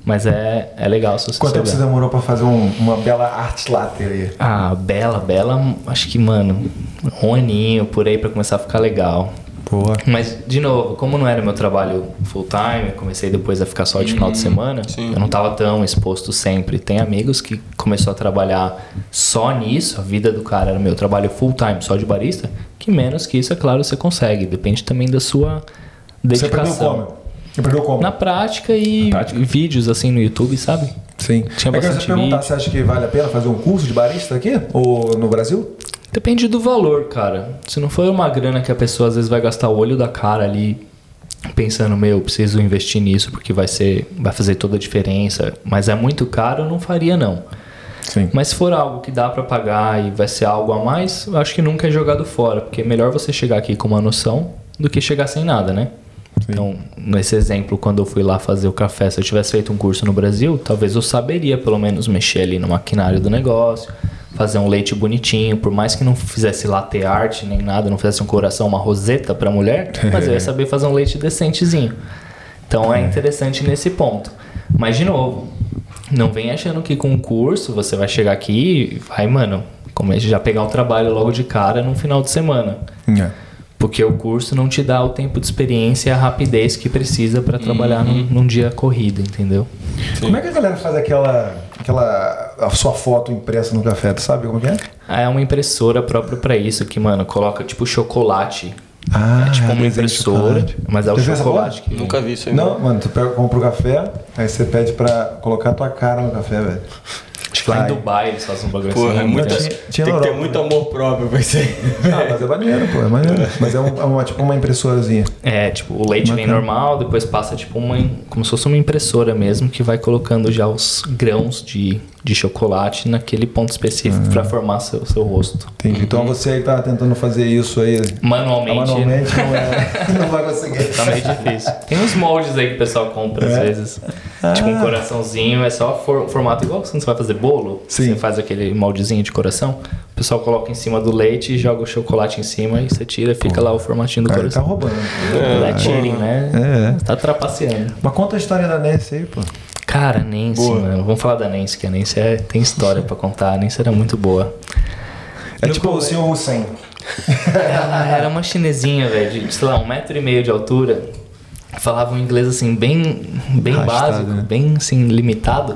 Mas é, é legal se você Quanto tempo você souber. demorou pra fazer um- uma bela arte latte aí? Ah, bela, bela, acho que, mano, um aninho por aí pra começar a ficar legal. Boa. Mas, de novo, como não era meu trabalho full time, comecei depois a ficar só de final de semana, sim. eu não tava tão exposto sempre. Tem amigos que começou a trabalhar só nisso, a vida do cara era meu trabalho full time, só de barista, que menos que isso, é claro, você consegue. Depende também da sua Você aprendeu dedicação. como? Você aprendeu como? Na prática e Na prática. vídeos assim no YouTube, sabe? Sim. Tinha é que eu ia bastante perguntar, vídeo. você acha que vale a pena fazer um curso de barista aqui? Ou no Brasil? Depende do valor, cara. Se não for uma grana que a pessoa às vezes vai gastar o olho da cara ali, pensando, meu, eu preciso investir nisso porque vai ser, vai fazer toda a diferença, mas é muito caro, eu não faria não. Sim. Mas se for algo que dá pra pagar e vai ser algo a mais, eu acho que nunca é jogado fora, porque é melhor você chegar aqui com uma noção do que chegar sem nada, né? Sim. Então, nesse exemplo, quando eu fui lá fazer o café, se eu tivesse feito um curso no Brasil, talvez eu saberia pelo menos mexer ali no maquinário do negócio, fazer um leite bonitinho, por mais que não fizesse latte art nem nada, não fizesse um coração, uma roseta pra mulher, mas eu ia saber fazer um leite decentezinho. Então é interessante nesse ponto. Mas de novo, não vem achando que com o curso você vai chegar aqui e vai, mano, como já pegar o trabalho logo de cara num final de semana. É. Porque o curso não te dá o tempo de experiência e a rapidez que precisa pra trabalhar num, num dia corrido, entendeu? Como é que a galera faz aquela, aquela a sua foto impressa no café? Tu sabe como que é? É uma impressora própria pra isso, que, mano, coloca tipo chocolate. Ah, é tipo uma desenho de impressora, chocolate. mas é o Já viu essa chocolate que... Nunca vi isso aí. Não, mano, tu pega, compra o café, aí você pede pra colocar a tua cara no café, velho. Acho que lá em Ai. Dubai eles fazem um bagulho Porra, assim. é muito, tinha- tinha tem na que ter Europa, muito amor próprio pra isso aí. Ah, mas é maneiro, pô, é maneiro. Mas é, um, é uma, tipo uma impressorazinha. É, tipo, o leite vem Bacana. normal, depois passa tipo uma, como se fosse uma impressora mesmo, que vai colocando já os grãos de, de chocolate naquele ponto específico pra formar seu, seu rosto. Entendi. Então você aí tá tentando fazer isso aí Manualmente, manualmente, não, é, não vai conseguir. tá meio difícil. Tem uns moldes aí que o pessoal compra às É. vezes. Tipo um coraçãozinho, é só for, formato igual quando você vai fazer bolo. Sim. Você faz aquele moldezinho de coração. O pessoal coloca em cima do leite e joga o chocolate em cima e você tira, fica lá o formatinho do Cara, tá coração. roubando. É, cheating, né? É. Tá trapaceando. Mas conta a história da Nancy aí, pô. Cara, Nancy, Boa. mano. Vamos falar da Nancy, que a Nancy é, tem história pra contar. A Nancy era muito boa. É No tipo o come- senhor Hussein. Ela era uma chinesinha, velho, de, sei lá, um metro e meio de altura. Falava um inglês, assim, bem, bem Arrastado, básico, né? bem, assim, limitado.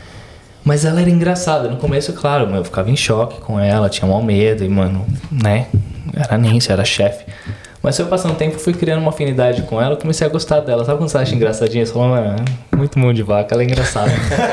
Mas ela era engraçada. No começo, claro, eu ficava em choque com ela, tinha mau medo. E, mano, né? Era Nancy, era chefe. Mas foi passando o tempo, eu fui criando uma afinidade com ela, eu comecei a gostar dela. Sabe quando você acha engraçadinha? Você fala, mano, muito mão de vaca, ela é engraçada.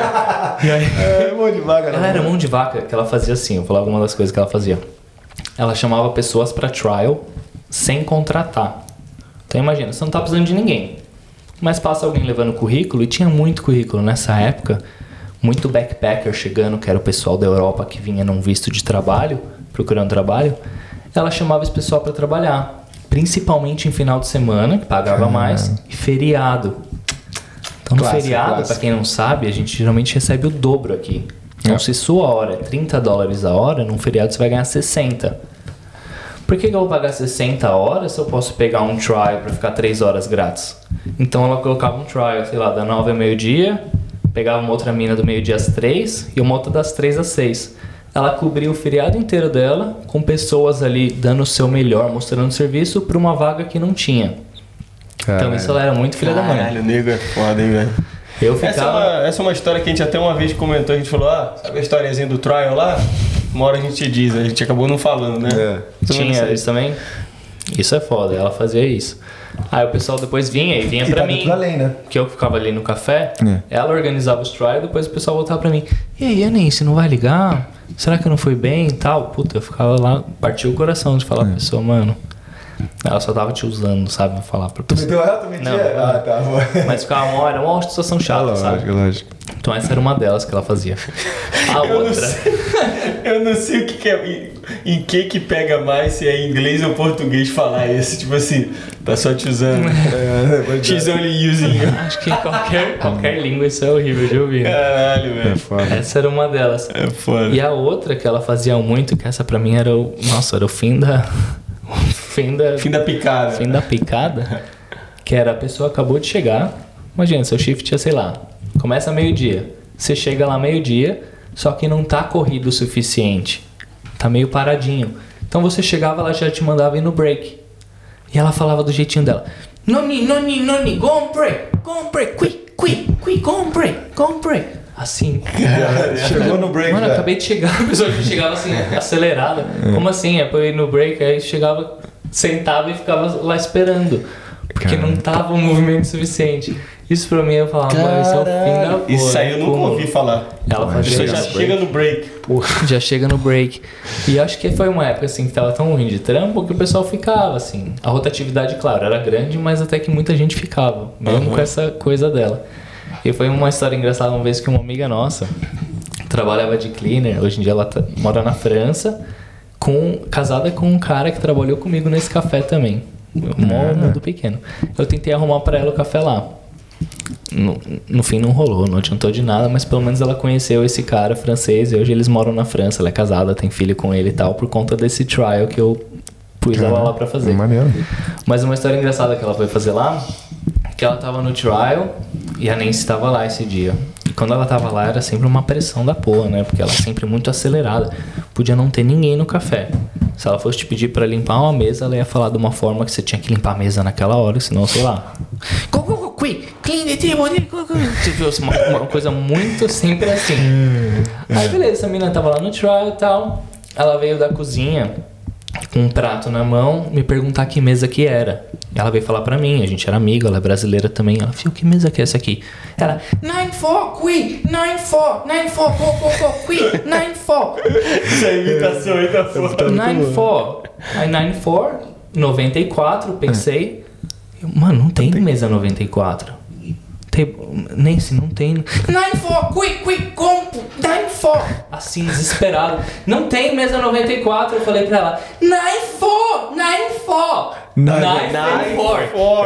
E aí... É, mão de vaga, Ela era mão de vaca, que ela fazia assim, eu vou falar alguma das coisas que ela fazia. Ela chamava pessoas pra trial sem contratar. Então imagina, você não tá precisando de ninguém, mas passa alguém levando currículo, e tinha muito currículo nessa época, muito backpacker chegando, que era o pessoal da Europa que vinha num visto de trabalho, procurando trabalho. Ela chamava esse pessoal pra trabalhar, principalmente em final de semana, que pagava mais, e feriado. Então no Clássico, feriado, clássico. pra quem não sabe, a gente geralmente recebe o dobro aqui. Então É. se sua hora é trinta dólares a hora, num feriado você vai ganhar sessenta. Por que, que eu vou pagar sessenta horas se eu posso pegar um trial pra ficar três horas grátis? Então ela colocava um trial, sei lá, da nove ao meio-dia, pegava uma outra mina do meio-dia às três e uma outra das três às seis. Ela cobria o feriado inteiro dela com pessoas ali dando o seu melhor, mostrando serviço pra uma vaga que não tinha. Então isso ela era muito filha da mãe. Caralho, o nego é foda, hein, velho. Eu Essa é, ficava... uma, essa é uma história que a gente até uma vez comentou, a gente falou, ah, sabe a historiazinha do trial lá? Uma hora a gente diz, a gente acabou não falando, né? É. Tinha isso também? Isso é foda, ela fazia isso. Aí o pessoal depois vinha e vinha E pra tá mim. dentro da lei, né? Que eu ficava ali no café, É. ela organizava os trials, depois o pessoal voltava pra mim. E aí, Nancy, não vai ligar? Será que não foi bem e tal? Puta, eu ficava lá, partiu o coração de falar pra pessoa, mano. Ela só tava te usando, sabe? Vou falar pra Tu pessoa. meteu ela, tu metia? Não, não. Ah, tá. Mas ficava uma hora, uma situação chata, sabe? lógico. Então essa era uma delas que ela fazia. A Eu não, outra. sei, eu não sei o que, que é. Em, em que que pega mais, se é inglês ou português falar isso. Tipo assim, tá só te usando. É, She's only using you. Acho que em qualquer, qualquer língua isso é horrível de ouvir. né? Caralho, velho. foda. Essa era uma delas. É foda. E a outra que ela fazia muito, que essa pra mim era o. Nossa, era o fim da. O fim da. Fim da picada. Fim da picada. Que era a pessoa acabou de chegar. Imagina, seu shift tinha, sei lá, Começa meio-dia. Você chega lá meio-dia, só que não tá corrido o suficiente. Tá meio paradinho. Então você chegava, ela já te mandava ir no break. E ela falava do jeitinho dela. Noni, noni, noni, go on break, go on break, quick, quick, quick, go on break, go on break. Assim. Cara, chegou no break. Mano, já. acabei de chegar, a pessoa já chegava assim, acelerada. Como assim? É pra eu ir no break, aí chegava, sentava e ficava lá esperando. Porque Caramba. não tava um movimento suficiente. Isso pra mim eu falava, mano, isso é o fim da porra. Isso aí eu nunca Como- ouvi falar. Ela A fazia pessoa já isso. chega no break. Já chega no break. E acho que foi uma época assim que tava tão ruim de trampo que o pessoal ficava assim. A rotatividade, claro, era grande, mas até que muita gente ficava, mesmo Uhum. com essa coisa dela. E foi uma história engraçada uma vez que uma amiga nossa trabalhava de cleaner, hoje em dia ela tá- mora na França, com, casada com um cara que trabalhou comigo nesse café também. Mó mundo pequeno. Eu tentei arrumar pra ela o café lá. No, no fim não rolou, não adiantou de nada, mas pelo menos ela conheceu esse cara francês e hoje eles moram na França, ela é casada, tem filho com ele e tal, por conta desse trial que eu pus ela lá pra fazer. Maneiro. Mas uma história engraçada que ela foi fazer lá, que ela tava no trial e a Nancy tava lá esse dia. E quando ela tava lá era sempre uma pressão da porra, né? Porque ela é sempre muito acelerada. Podia não ter ninguém no café. Se ela fosse te pedir pra limpar uma mesa, ela ia falar de uma forma que você tinha que limpar a mesa naquela hora, senão, sei lá. Go, go, go, quick, clean the table, go, go. Tipo, uma, uma coisa muito sempre assim. Aí beleza, essa menina tava lá no trial e tal. Ela veio da cozinha com um prato na mão, me perguntar que mesa que era. Ela veio falar pra mim, a gente era amiga, ela é brasileira também. Ela, filho, que mesa que é essa aqui? Ela, nine four, quick, nine four, nine four, go, go, go, quick, nine four. Essa imitação aí tá foda. nine four. Aí nine four, noventa e quatro, pensei. Eu, mano, não tem mesa noventa e quatro. Tem, Nancy, não tem. nine four, quick, quick, go, nine four. Assim, desesperado. Não tem mesa noventa e quatro. Eu falei pra ela, nine four, nine four. nine four.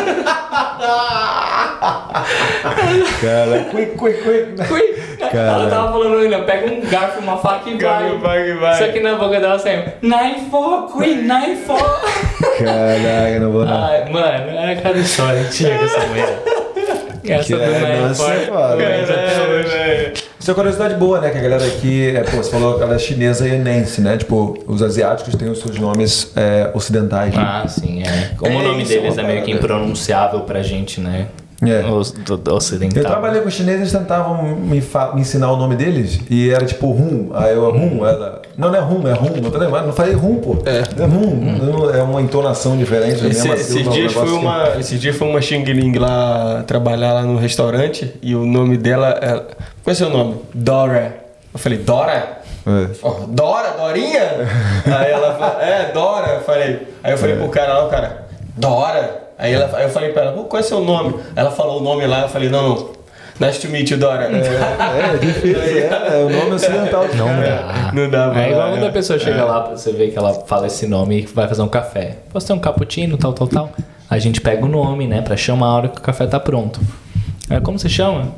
Cara, quick, quick, quick. Quick. Ela tava falando ainda, pega um garfo, uma faca e vai. vai, vai. Só que na boca dela saiu, nine four, quick, nine four. Caraca, não vou não. Ai, mano, era cada história que tinha com essa mulher. Essa Que do é, nine nossa, four. é foda, né? Caralho, Isso é curiosidade boa, né? Que a galera aqui, é, pô, você falou ela é chinesa e é Nancy, né? Tipo, os asiáticos têm os seus nomes é, ocidentais. Né? Ah, sim, é. Como É, o nome isso é deles uma é meio que parada. impronunciável pra gente, né? É. Os do, do ocidental. Eu trabalhei com chineses, eles tentavam me, fa- me ensinar o nome deles e era tipo Rum. Aí eu, Rum, ela. Não, não é Rum, é Rum. Eu falei, mas não falei Rum, pô. É, é Rum. Não- É uma entonação diferente. a Esse, mesma esses, sílaba, um dias foi negócio uma, esses dias foi uma Xing Ling lá trabalhar lá no restaurante e o nome dela é. Qual é o seu nome? Dora. Eu falei, Dora? que- É. Oh, Dora? Dorinha? Aí ela falou, é, Dora. Eu falei, aí eu falei pro cara lá, o cara, Dora? Aí, ela, aí eu falei pra ela, pô, qual é o seu nome? Ela falou o nome lá, eu falei, não, não. Nice to meet you, Dora. É, é difícil, é, é o nome ocidental dos Não caras. dá. Não dá, É igual mano. quando a pessoa chega lá, você vê que ela fala esse nome e vai fazer um café. Posso ter um cappuccino, tal, tal, tal. A gente pega o nome, né, pra chamar a hora que o café tá pronto. Aí, como você chama?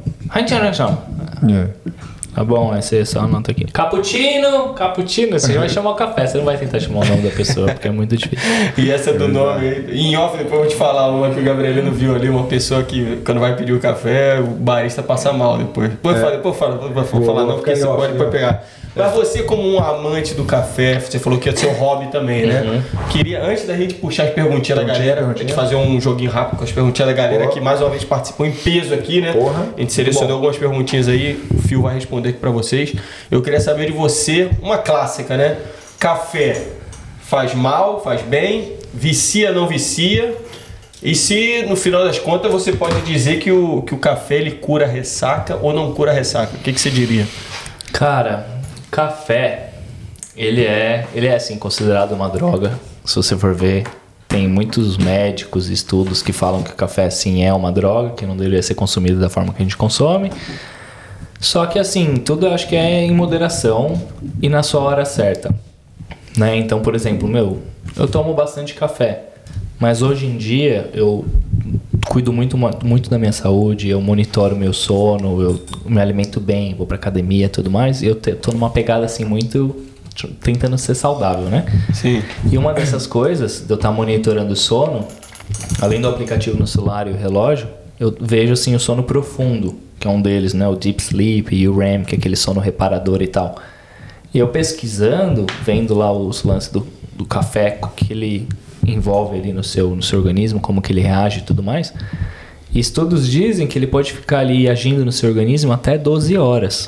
É. Tá bom, aí você só anota aqui. Cappuccino, cappuccino. Você vai chamar o café, você não vai tentar chamar o nome da pessoa, porque é muito difícil. E essa do nome aí, em off, depois eu vou te falar uma que o Gabrielino viu ali, uma pessoa que quando vai pedir o café, o barista passa mal depois. Depois É. fala, depois fala, depois vou Vou- falar vou não, porque ficar você em off, pode depois né? pegar. Mas você como um amante do café, você falou que é seu hobby também, né? Uhum. Queria, antes da gente puxar as perguntinhas da Perguntinha, galera, a perguntinha. gente fazer um joguinho rápido com as perguntinhas da galera Porra. que mais uma vez participou em peso aqui, né? Porra. A gente selecionou Bom. algumas perguntinhas aí, o Fio vai responder aqui pra vocês. Eu queria saber de você, uma clássica, né? Café faz mal, faz bem, vicia, não vicia? E se no final das contas você pode dizer que o, que o café ele cura a ressaca ou não cura a ressaca? O que, que você diria? Cara, café, ele é, ele é assim considerado uma droga. Se você for ver, tem muitos médicos e estudos que falam que o café sim é uma droga, que não deveria ser consumido da forma que a gente consome. Só que assim, tudo eu acho que é em moderação e na sua hora certa, né? Então, por exemplo, meu, eu tomo bastante café, mas hoje em dia eu cuido muito, muito da minha saúde, eu monitoro meu sono, eu me alimento bem, vou pra academia e tudo mais, e eu te, tô numa pegada assim muito tentando ser saudável, né? Sim. E uma dessas coisas, de eu estar monitorando o sono, além do aplicativo no celular e o relógio, eu vejo assim o sono profundo, que é um deles, né? O Deep Sleep e o R E M, que é aquele sono reparador e tal. E eu pesquisando, vendo lá os lances do, do café, que ele envolve ali no seu, no seu organismo, como que ele reage e tudo mais. E estudos dizem que ele pode ficar ali agindo no seu organismo até doze horas.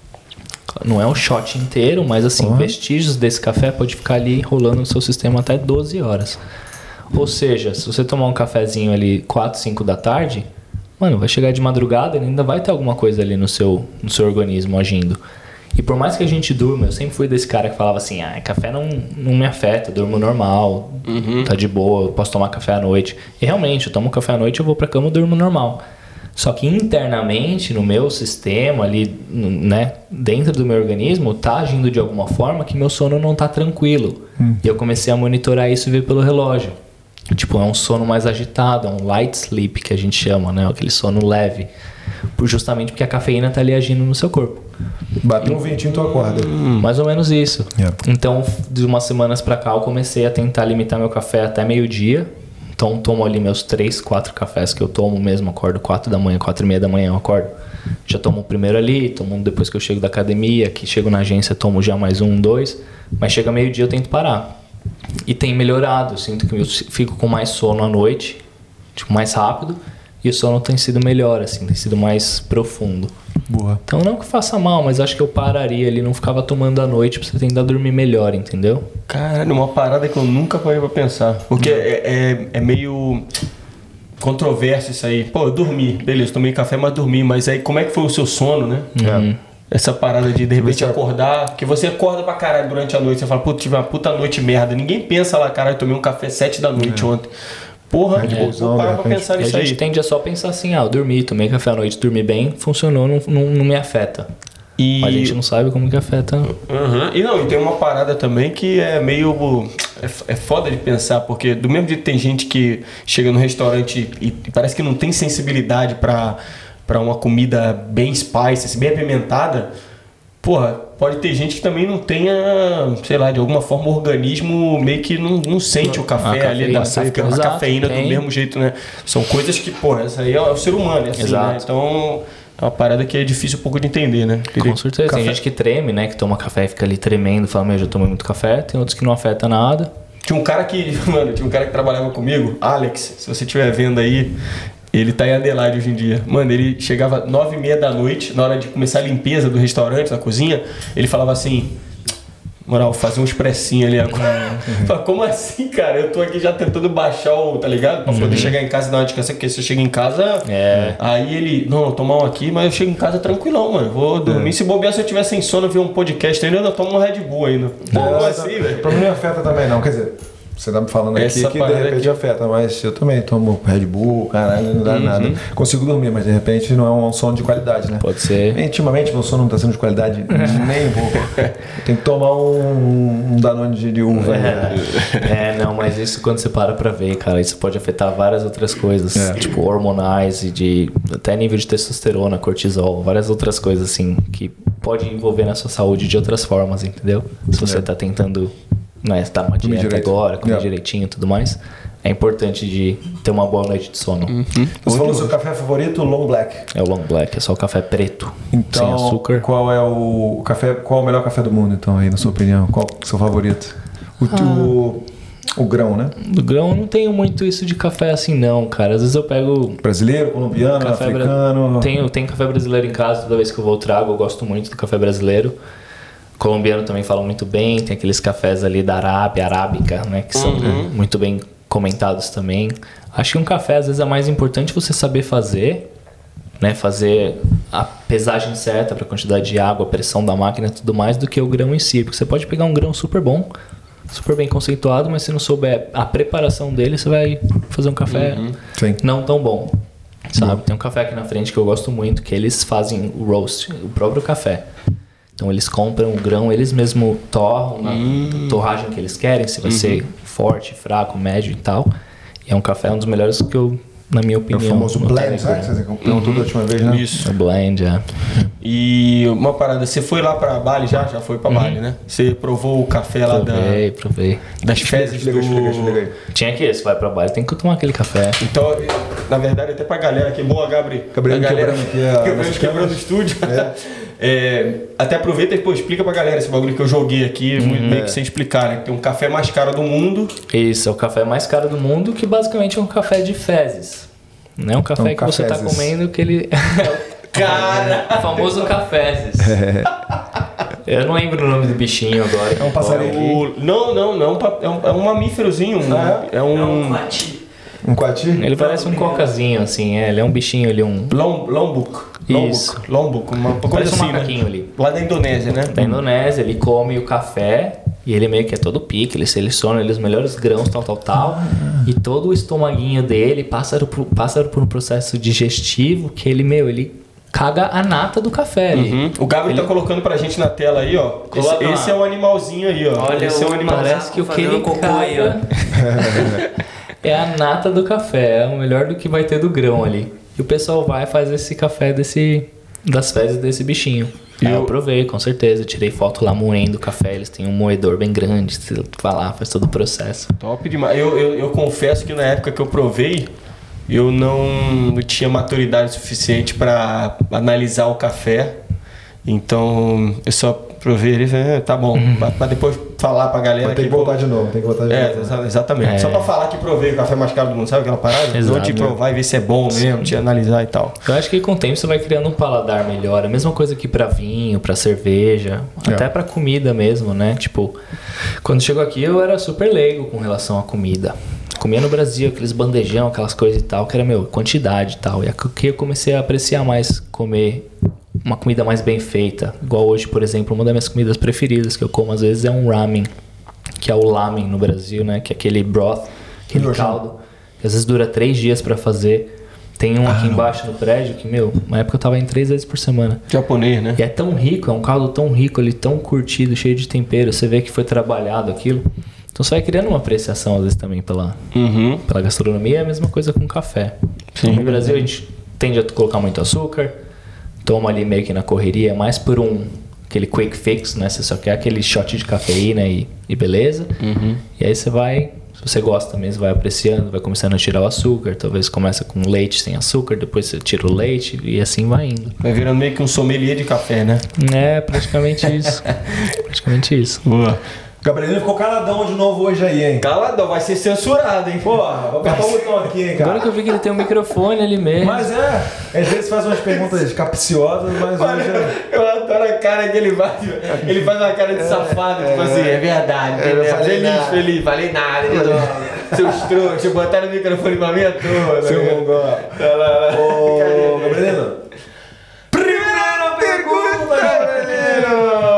Não é um shot inteiro, mas assim, uhum. vestígios desse café pode ficar ali rolando no seu sistema até doze horas. Ou seja, se você tomar um cafezinho ali quatro, cinco da tarde, mano, vai chegar de madrugada e ainda vai ter alguma coisa ali no seu, no seu organismo agindo. E por mais que a gente durma, eu sempre fui desse cara que falava assim, ah, café não, não me afeta, eu durmo normal, uhum. tá de boa, eu posso tomar café à noite. E realmente, eu tomo café à noite, eu vou pra cama e durmo normal. Só que internamente, no meu sistema ali, né, dentro do meu organismo, tá agindo de alguma forma que meu sono não tá tranquilo. Hum. E eu comecei a monitorar isso e ver pelo relógio. Tipo, é um sono mais agitado, é um light sleep que a gente chama, né, aquele sono leve. Justamente porque a cafeína tá ali agindo no seu corpo. Bateu um ventinho, tu acorda. Hum, mais ou menos isso. Yeah. Então, de umas semanas pra cá, eu comecei a tentar limitar meu café até meio-dia. Então, tomo ali meus três, quatro cafés que eu tomo mesmo. Acordo quatro da manhã, quatro e meia da manhã eu acordo. Já tomo o primeiro ali, tomo um depois que eu chego da academia. Que chego na agência, tomo já mais um, dois. Mas chega meio-dia, eu tento parar. E tem melhorado. Eu sinto que eu fico com mais sono à noite. Tipo, mais rápido. E o sono tem sido melhor, assim. Tem sido mais profundo. Boa. Então, não que faça mal, mas acho que eu pararia ali. Não ficava tomando à noite pra você tentar dormir melhor, entendeu? Caralho, uma parada que eu nunca parei pra pensar. Porque é, é, é meio controverso isso aí. Pô, eu dormi. Beleza, tomei café, mas dormi. Mas aí, como é que foi o seu sono, né? Uhum. Essa parada de, de repente, acordar. Porque você acorda pra caralho durante a noite. Você fala, pô, tive uma puta noite merda. Ninguém pensa lá, caralho, tomei um café sete da noite é. ontem. Porra, é, vou parar pra pensar nisso aí. A gente tende a só pensar assim, ah, eu dormi, tomei café à noite, dormi bem, funcionou, não, não, não me afeta. E... Mas a gente não sabe como que afeta. Uhum. E não, e tem uma parada também que é meio... É, é foda de pensar, porque do mesmo jeito que tem gente que chega no restaurante e, e parece que não tem sensibilidade pra, pra uma comida bem spicy, assim, bem apimentada. Porra, pode ter gente que também não tenha, sei lá, de alguma forma o organismo meio que não, não sente o café ali, da, a, a cafeína tem. Do mesmo jeito, né? São coisas que, porra, essa aí é o ser humano, é assim, exato. Né? Então, é uma parada que é difícil um pouco de entender, né? Queria Com certeza, café. Tem gente que treme, né? Que toma café e fica ali tremendo, fala, meu, já tomei muito café. Tem outros que não afeta nada. Tinha um cara que, mano, tinha um cara que trabalhava comigo, Alex, se você estiver vendo aí... Ele tá em Adelaide hoje em dia. Mano, ele chegava nove e meia da noite, na hora de começar a limpeza do restaurante, da cozinha, ele falava assim, moral, fazer um expressinho ali agora. Falei, como assim, cara? Eu tô aqui já tentando baixar o, tá ligado? Pra poder uhum. chegar em casa e dar uma descansa, porque se eu chego em casa, é. Aí ele, não, eu tomar um aqui, mas eu chego em casa tranquilão, mano. Vou dormir. É. Se bobear, se eu tiver sem sono, ver um podcast ainda, eu tomo um Red Bull ainda. Pô, é, assim, velho? Pra mim não afeta também, não. Quer dizer... Você tá me falando aqui Essa que de repente aqui... afeta, mas eu também tomo Red Bull, caralho, não dá uhum. nada. Consigo dormir, mas de repente não é um sono de qualidade, né? Pode ser. Intimamente meu sono não tá sendo de qualidade nem um pouco. Tem que tomar um, um Danone de uva. É. Né? É, não, mas isso quando você para pra ver, cara, isso pode afetar várias outras coisas, é. Tipo hormonais e de até nível de testosterona, cortisol, várias outras coisas assim que pode envolver na sua saúde de outras formas, entendeu? Se você é. tá tentando... Né, tá uma dieta direito. Agora, comer yeah. direitinho e tudo mais. É importante de ter uma boa noite de sono. Uhum. Você falou o seu café favorito, o Long Black. É o Long Black, é só o café preto, então, sem açúcar. Qual é o café? Qual é o melhor café do mundo, então, aí, na sua opinião? Qual é o seu favorito? O, ah. o, o grão, né? Do grão eu não tenho muito isso de café assim, não, cara. Às vezes eu pego. Brasileiro, colombiano, café africano. Bra... Tenho, tenho café brasileiro em casa, toda vez que eu vou eu trago, eu gosto muito do café brasileiro. Colombiano também falam muito bem, tem aqueles cafés ali da Arábia, arábica, né, que são uhum. muito bem comentados também. Acho que um café às vezes é mais importante você saber fazer, né, fazer a pesagem certa para a quantidade de água, a pressão da máquina e tudo mais, do que o grão em si, porque você pode pegar um grão super bom, super bem conceituado, mas se não souber a preparação dele, você vai fazer um café uhum. não tão bom, sabe? Uhum. Tem um café aqui na frente que eu gosto muito, que eles fazem o roast, o próprio café. Então eles compram o grão, eles mesmo torram na hum. torragem que eles querem, se vai uhum. ser forte, fraco, médio e tal. E é um café, um dos melhores que eu, na minha opinião... É o famoso blend, sabe? Vocês compraram tudo a última vez, né? Isso. O blend, é. E uma parada, você foi lá pra Bali já? Já foi pra uhum. Bali, né? Você provou o café lá provei, da... Provei, provei. Das fezes explica, do... Explica, explica, explica. Tinha que ir, se vai pra Bali, tem que tomar aquele café. Então, na verdade, até pra galera que boa, Gabri. Gabriel galera quebrando aqui a... Quebrando, quebrando o estúdio. É. É, até aproveita e pô, explica pra galera esse bagulho que eu joguei aqui, uhum. meio que sem explicar, né? Tem um café mais caro do mundo. Isso, é o café mais caro do mundo, que basicamente é um café de fezes. Não é um café então, que cafezes. Você tá comendo que ele... Cara! O famoso cafezes. É. Eu não lembro o nome do bichinho agora. É um passarinho. O... Não, não, não. É um, é um mamíferozinho. Um, ah, é um... É um quati. Um quati? Ele parece um cocazinho, assim. É, ele é um bichinho ali, um... Lom, lombok. Isso. Lombok. Uma coisa parece assim, um macaquinho, né? Ali. Lá da Indonésia, né? Da Indonésia. Ele come o café... E ele meio que é todo pique, ele seleciona ele, os melhores grãos, tal, tal, tal. Ah. E todo o estomaguinho dele passa por, passa por um processo digestivo que ele, meu, ele caga a nata do café ali. Uhum. O Gabriel ele... tá colocando pra gente na tela aí, ó. Esse, esse é o animalzinho aí, ó. Olha, esse é o animal. Parece que o que ele caga é a nata do café, é o melhor do que vai ter do grão ali. E o pessoal vai e faz esse café desse, das fezes desse bichinho. Eu, eu provei, com certeza. Tirei foto lá moendo o café. Eles têm um moedor bem grande. Você vai lá, faz todo o processo. Top demais. Eu, eu, eu confesso que na época que eu provei, eu não, não tinha maturidade suficiente para analisar o café. Então eu só provei ele e falei, tá bom. Uhum. Pra depois falar pra galera. Mas tem que, que voltar de novo, tem que voltar de é, novo. Exatamente. É. Só pra falar que provei o café mais caro do mundo, sabe aquela parada? Exato. Não te provar e ver se é bom mesmo, te analisar e tal. Eu acho que com o tempo você vai criando um paladar melhor. A mesma coisa que pra vinho, pra cerveja, é. Até pra comida mesmo, né? Tipo, quando chegou aqui eu era super leigo com relação à comida. Comia no Brasil, aqueles bandejão, aquelas coisas e tal, que era, meu, quantidade e tal. E aqui eu comecei a apreciar mais comer uma comida mais bem feita. Igual hoje, por exemplo, uma das minhas comidas preferidas que eu como às vezes é um ramen, que é o lamen no Brasil, né? Que é aquele broth, aquele caldo, que às vezes dura três dias pra fazer. Tem um ah, aqui embaixo no prédio que, meu, na época eu tava indo três vezes por semana. Japonês, né? E é tão rico, é um caldo tão rico ali, tão curtido, cheio de tempero. Você vê que foi trabalhado aquilo. Então você vai criando uma apreciação às vezes também pela, uhum. pela gastronomia. É a mesma coisa com o café. Sim, no Brasil a gente tende a colocar muito açúcar, toma ali meio que na correria, mais por um aquele quick fix, né? Você só quer aquele shot de cafeína e, e beleza. Uhum. E aí você vai, se você gosta mesmo, vai apreciando, vai começando a tirar o açúcar. Talvez começa com leite sem açúcar, depois você tira o leite e assim vai indo. Vai virando meio que um sommelier de café, né? É, praticamente isso. praticamente isso. Boa. Gabrielino ficou caladão de novo hoje aí, hein? Caladão, vai ser censurado, hein? Porra, vou apertar o botão aqui, hein, cara. Agora que eu vi que ele tem um microfone ali mesmo. Mas é, às vezes faz umas perguntas capciosas, mas Mano, hoje é... Eu adoro a cara que ele faz. Ele faz uma cara de é, safado, é, tipo assim, é verdade. É, é, falei feliz, nada. feliz, falei nada. Seus trouxas, botaram o microfone pra mim à toa. Seu mongol. Ô, Gabrielino. Primeira pergunta, Gabrielino!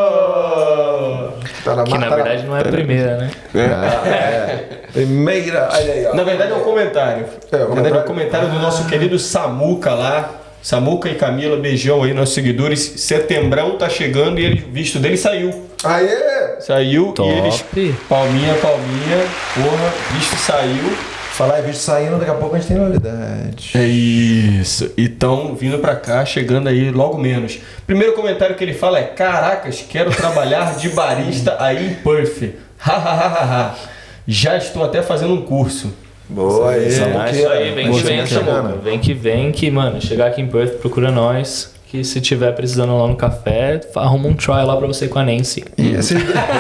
Que na verdade não é a primeira, né? É. é. Primeira, olha aí, ó. Na verdade é um comentário. É, na verdade é um comentário do nosso querido Samuca lá. Samuca e Camila, beijão aí, nossos seguidores. Setembrão tá chegando e ele, o visto dele saiu. Aê! Saiu Top. E eles. Palminha, palminha. Porra, visto saiu. Falar é visto saindo, daqui a pouco a gente tem novidade. É isso. E tão vindo pra cá, chegando aí logo menos. Primeiro comentário que ele fala é: caracas, quero trabalhar de barista aí em Perth. Hahaha. Já estou até fazendo um curso. Boa, aí. É isso aí, vem que vem, chamou. Vem que vem que, mano, chegar aqui em Perth, procura nós. Que se tiver precisando lá no café, arruma um trial lá pra você com a Nancy. Isso.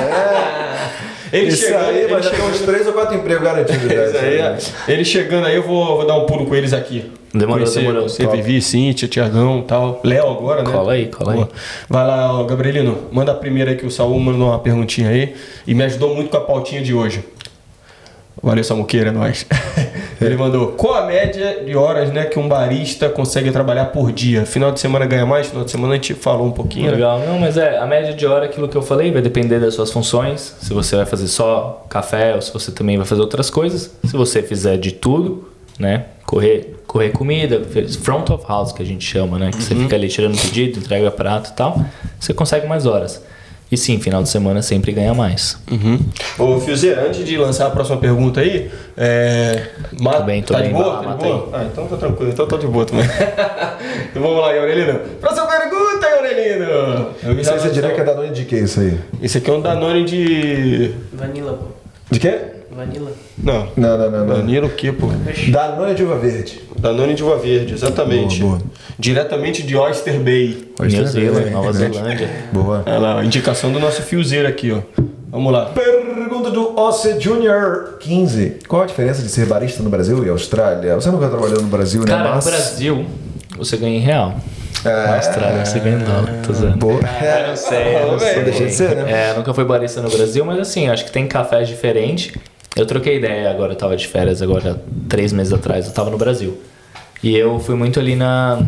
Ele Isso chegando, aí, mas já tem uns três ou quatro empregos garantidos. Isso aí, é. Ele chegando aí, eu vou, vou dar um pulo com eles aqui. Demorou, Conhecer, demorou. Você, Vivi, Cíntia, Tiagão e tal. Léo agora, né? Cola aí, cola aí. Vai lá, ó, Gabrielino, manda a primeira aí que o Saul mandou uma perguntinha aí. E me ajudou muito com a pautinha de hoje. Valeu, Samuqueira, é nóis. Ele mandou: qual a média de horas, né, que um barista consegue trabalhar por dia? Final de semana ganha mais? Final de semana a gente falou um pouquinho. Legal, né? Não, mas é, a média de hora, aquilo que eu falei, vai depender das suas funções. Se você vai fazer só café ou se você também vai fazer outras coisas. Se você fizer de tudo, né, correr, correr comida, front of house que a gente chama, né, que uhum. você fica ali tirando pedido, entrega prato e tal, você consegue mais horas. E sim, final de semana sempre ganha mais. Uhum. Ô, Fiozeira, antes de lançar a próxima pergunta aí, é... Tô bem, tô tá bem. de boa? Bah, Tá de mata boa? Ah, então tá tranquilo, então tá de boa também. Então vamos lá, Aurelino. Próxima pergunta, Aurelino. Não sei se você diria que é Danone de que isso aí? Esse aqui é um Danone de... Vanilla, pô. De quê? Vanilla. Não. Não, não, não. não. Danilo o quê, pô? Danone de uva verde. Danone de uva verde, exatamente. Boa, boa. Diretamente de Oyster Bay. New Zealand, Bay, Nova grande. Zelândia. Boa. Olha lá, a indicação do nosso Fiozeiro aqui, ó. Vamos lá. Pergunta do Oce Júnior quinze. Qual a diferença de ser barista no Brasil e Austrália? Você nunca trabalhou no Brasil, né? Cara, Mas... no Brasil, você ganha em real. É, Na Austrália, você ganha em dólar. Tô dizendo. Boa. Eu não sei, eu não sei. Deixa de ser, né? É, nunca fui barista no Brasil, mas assim, acho que tem cafés diferentes. Eu troquei ideia agora, eu tava de férias agora, três meses atrás, eu tava no Brasil. E eu fui muito ali na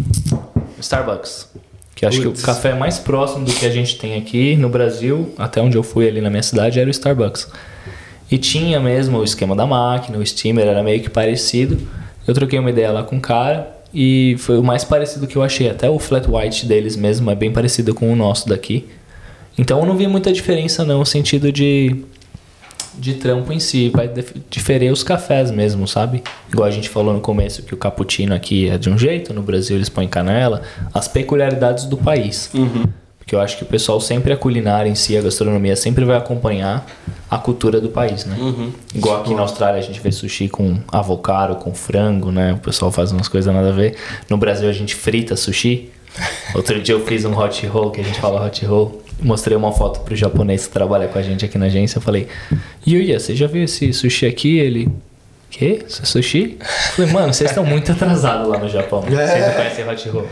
Starbucks. Que eu acho Puts. que o café mais próximo do que a gente tem aqui no Brasil, até onde eu fui ali na minha cidade, era o Starbucks. E tinha mesmo o esquema da máquina, o steamer era meio que parecido. Eu troquei uma ideia lá com o cara e foi o mais parecido que eu achei. Até o flat white deles mesmo é bem parecido com o nosso daqui. Então eu não vi muita diferença não, no sentido de, de trampo em si. Vai dif- diferir os cafés mesmo, sabe? Igual a gente falou no começo que o cappuccino aqui é de um jeito, no Brasil eles põem canela. As peculiaridades do país. Uhum. Porque eu acho que o pessoal sempre, a culinária em si, a gastronomia, sempre vai acompanhar a cultura do país, né? Uhum. Igual aqui na Austrália a gente vê sushi com avocado, com frango, né? O pessoal faz umas coisas nada a ver. No Brasil a gente frita sushi. Outro dia eu fiz um hot roll, que a gente fala hot roll. Mostrei uma foto pro japonês que trabalha com a gente aqui na agência. Eu falei, Yuya, você já viu esse sushi aqui? Ele... Quê? Isso é sushi? Eu falei, mano, vocês estão muito atrasados lá no Japão. Vocês não conhecem hot roll.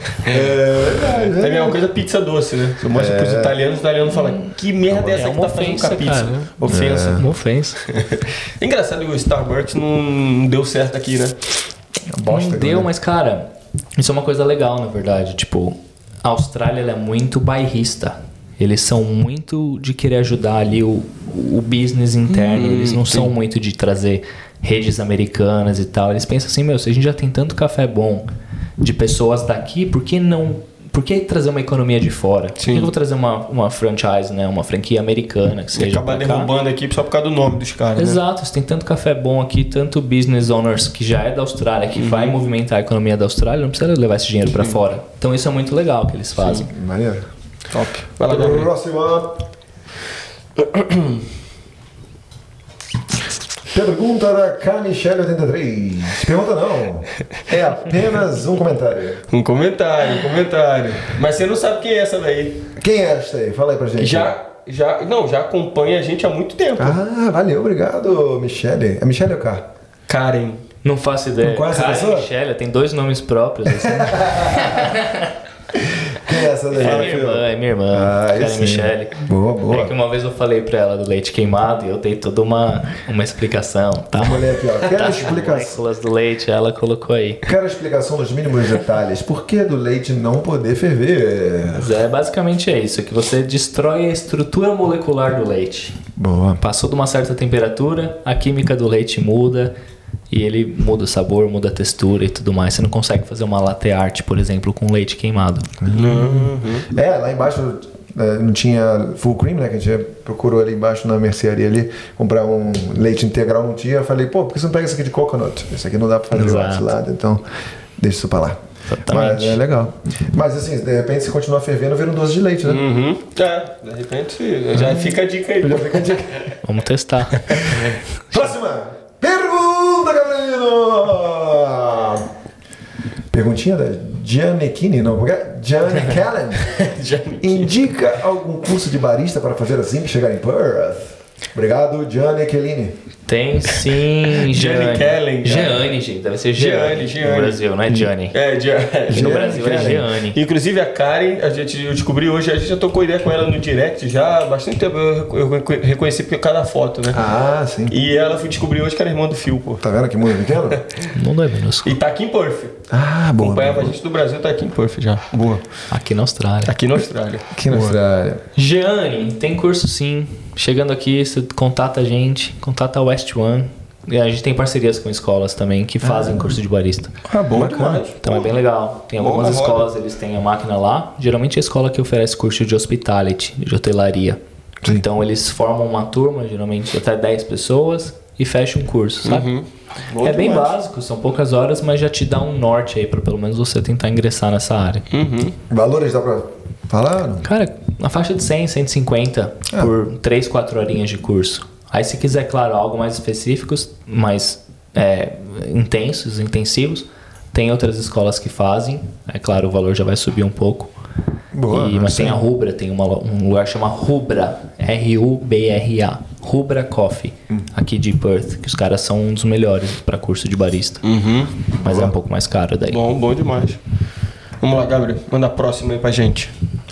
É, É a mesma coisa pizza doce, né? Você mostra pros italianos, os italianos falam, que merda é essa É que uma tá fazendo com a ofensa, pizza? cara. Ofensa. Uma ofensa. É engraçado que o Starbucks não deu certo aqui, né? bosta, Não deu, né? mas cara, isso é uma coisa legal, na verdade. Tipo, a Austrália ela é muito bairrista. Eles são muito de querer ajudar ali o, o business interno. Hum, Eles não sim. são muito de trazer redes americanas e tal. Eles pensam assim, meu, se a gente já tem tanto café bom de pessoas daqui, por que não... Por que trazer uma economia de fora? Por que eu vou trazer uma, uma franchise, né? Uma franquia americana que Você seja acaba pra cá? derrubando a equipe só por causa do nome dos caras, né? Exato, você tem tanto café bom aqui, tanto business owners que já é da Austrália, que vai movimentar a economia da Austrália, não precisa levar esse dinheiro pra fora. Então isso é muito legal que eles fazem. Maneiro. Top. Vai lá, Gabriel. Próxima. Pergunta da K Michelle oitenta e três. Pergunta não. É apenas um comentário. Um comentário, um comentário. Mas você não sabe quem é essa daí. Quem é esta aí? Fala aí pra gente. Já, já, não, já acompanha a gente há muito tempo. Ah, valeu, obrigado, Michelle. É Michelle ou K? Karen. Não faço ideia. Não conhece a Karen pessoa? Michelle, tem dois nomes próprios. Assim. Quem é essa daí? É Fala, minha filho. irmã, é minha irmã, Ah, aí Karen sim. Michelle. Boa, boa. É que uma vez eu falei pra ela do leite queimado e eu dei toda uma, uma explicação. Tá? Vamos ler aqui, ó. Quero Das explicação. moléculas do leite, ela colocou aí. Quero a explicação dos mínimos detalhes. Por que do leite não poder ferver? Mas é, basicamente é isso, que você destrói a estrutura molecular do leite. Boa. Passou de uma certa temperatura, a química do leite muda e ele muda o sabor, muda a textura e tudo mais. Você não consegue fazer uma latte art, por exemplo, com leite queimado. É, lá embaixo é, não tinha full cream, né? Que a gente procurou ali embaixo na mercearia ali comprar um leite integral, não tinha. Eu falei, pô, por que você não pega esse aqui de coconut? Esse aqui não dá pra fazer o Exato. lado, então deixa isso pra lá. Exatamente. Mas é legal. Mas assim, de repente se continuar fervendo, vira um doce de leite, né? Uhum. É, de repente já fica a dica aí. Já fica a dica. Vamos testar. Próxima! Pergunta, Gabrielino! Perguntinha da Giannichini, não, como é? Gianni Callan. Indica algum curso de barista para fazer assim que chegar em Perth? Obrigado, Gianni Kellini. Tem sim, Gianni Kellen, cara. Gianni, gente. Deve ser Gianni. Gianni, Gianni. No Brasil, não é Gianni. É, já. No Brasil é Gianni. Inclusive a Karen, a gente, eu descobri hoje, a gente já trocou ideia com ela no direct já há bastante tempo. Eu, eu reconheci por causa da foto, né? Ah, sim. E ela foi descobrir hoje que era irmã do Phil, pô. Tá vendo que mundo pequeno? Não dói minúsculo. E tá aqui em Perth. Ah, boa. Acompanhava a gente do Brasil, tá aqui em Perth já. Boa. Aqui na Austrália. Aqui na Austrália. Aqui na Austrália. Gianni, tem curso sim. Chegando aqui, você contata a gente, contata a West One. E a gente tem parcerias com escolas também que fazem ah. curso de barista. Ah, bom demais. Então é bem legal. Tem Boa algumas roda. escolas, eles têm a máquina lá. Geralmente é a escola que oferece curso de hospitality, de hotelaria. Sim. Então eles formam uma turma, geralmente até dez pessoas, e fecham um curso, sabe? Uhum. É bem demais. básico, são poucas horas, mas já te dá um norte aí pra pelo menos você tentar ingressar nessa área. Uhum. Valores dá pra falar? Não? Cara, na faixa de cem, cento e cinquenta Ah. por três, quatro horinhas de curso. Aí se quiser, claro, algo mais específicos, mais é, intensos, intensivos, tem outras escolas que fazem. É claro, o valor já vai subir um pouco. Boa, E, mas sim. tem a Rubra, tem uma, um lugar que chama Rubra, R U B R A, Rubra Coffee, hum. aqui de Perth, que os caras são um dos melhores para curso de barista. Uhum. Mas Boa. é um pouco mais caro daí. Bom, bom demais. Vamos lá, Gabriel, manda a próxima aí pra gente.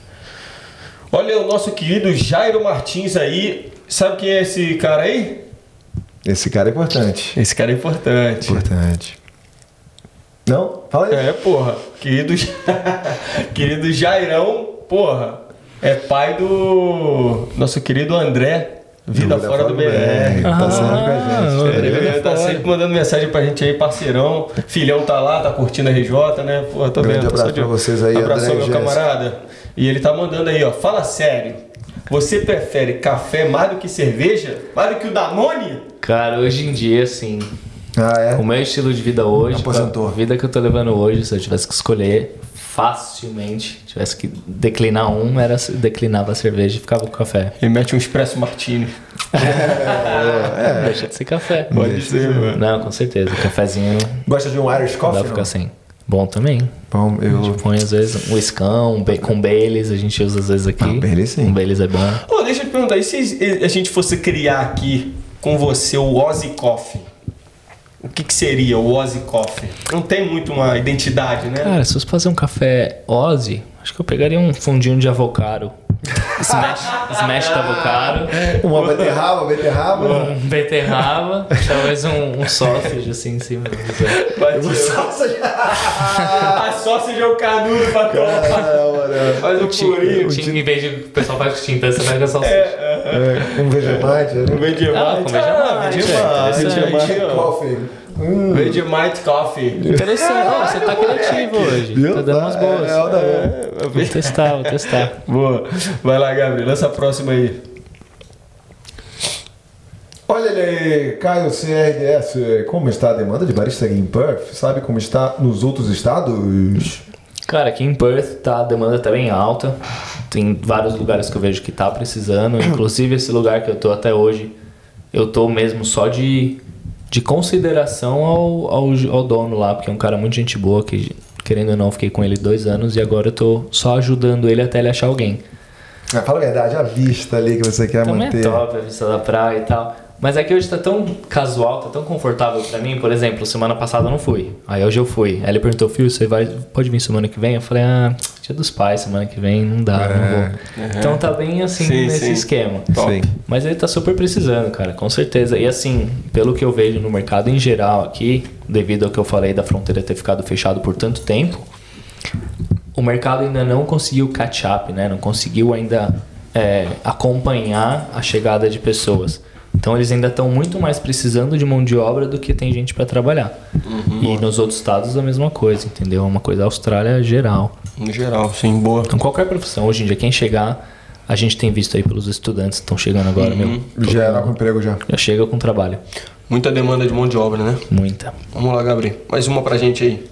Olha o nosso querido Jairo Martins aí. Sabe quem é esse cara aí? Esse cara é importante. Esse cara é importante. Importante. Não? Fala aí. É, porra. Querido, querido Jairão, porra, é pai do nosso querido André, Vida, Vida Fora, Fora do B R. Ah, tá sempre com a gente. Ele é, tá sempre mandando mensagem pra gente aí, parceirão. Filhão tá lá, tá curtindo a R J, né? Pô, tô Grande vendo. abraço pra vocês aí, abração, André e meu camarada. E ele tá mandando aí, ó. Fala sério. Você prefere café mais do que cerveja? Mais do que o Danone? Cara, hoje em dia, assim, Ah, é? o meu estilo de vida hoje, Aposentou. a vida que eu tô levando hoje, se eu tivesse que escolher facilmente, tivesse que declinar um, era declinava a cerveja e ficava com café. Ele mete um espresso martini. É, é. Deixa de ser café. Pode ser, mano. Não, com certeza. Cafezinho Gosta de um Irish dá Coffee? pra ficar não? sem. Bom também. Bom, A eu... gente põe às vezes um whiskão, um ba- com Baileys, a gente usa às vezes aqui. Ah, Baileys sim. Um Baileys é bom. Ô, deixa eu te perguntar, e se a gente fosse criar aqui com você o Ozzy Coffee? O que, que seria o Ozzy Coffee? Não tem muito uma identidade, né? Cara, se fosse fazer um café Ozzy, acho que eu pegaria um fundinho de avocado. Smash, smash de avocado. Uma beterraba, beterraba. Um beterraba, talvez um, um sausage assim em cima. Vai ter- A sausage é o canudo pra colocar. Faz um purinho. Em vez de o pessoal faz com tinta, você vai com salsicha. É, um Vegemite. Um Vegemite. Ah, com Vegemite, Ah, é, Vegemite. Vegemite Coffee. Hum. Vegemite Coffee. Interessante, ó, você tá criativo hoje. Viu? Tá dando umas boas. É, é, é, Vou testar, vou testar. Boa. Vai lá, Gabriel. Lança a próxima aí. Olha ele aí, Caio C R D S. Como está a demanda de barista em Perth? Sabe como está nos outros estados? Cara, aqui em Perth tá, a demanda tá bem alta. Tem vários lugares que eu vejo que tá precisando. Inclusive esse lugar que eu tô até hoje, eu tô mesmo só de, de consideração ao, ao, ao dono lá, porque é um cara muito gente boa, que querendo ou não, fiquei com ele dois anos e agora eu tô só ajudando ele até ele achar alguém. Ah, fala a verdade, a vista ali que você quer Também manter. é top a vista da praia e tal. Mas é que hoje tá tão casual, tá tão confortável pra mim. Por exemplo, semana passada eu não fui. Aí hoje eu fui. Aí ele perguntou, Fio, você vai, pode vir semana que vem? Eu falei, ah, dia dos pais, semana que vem, não dá, É. não vou. Então tá bem assim, Sim, nesse sim. esquema. Sim. Mas ele tá super precisando, cara, com certeza. E assim, pelo que eu vejo no mercado em geral aqui, devido ao que eu falei da fronteira ter ficado fechado por tanto tempo, o mercado ainda não conseguiu catch up, né? Não conseguiu ainda é, acompanhar a chegada de pessoas. Então eles ainda estão muito mais precisando de mão de obra do que tem gente para trabalhar. Uhum. E nos outros estados a mesma coisa, entendeu? É uma coisa da Austrália geral. No geral, sim, boa. Então qualquer profissão, hoje em dia, quem chegar, a gente tem visto aí pelos estudantes que estão chegando agora, Uhum. meu. Já era com emprego já. Já chega com trabalho. Muita demanda de mão de obra, né? Muita. Vamos lá, Gabriel. Mais uma pra gente aí.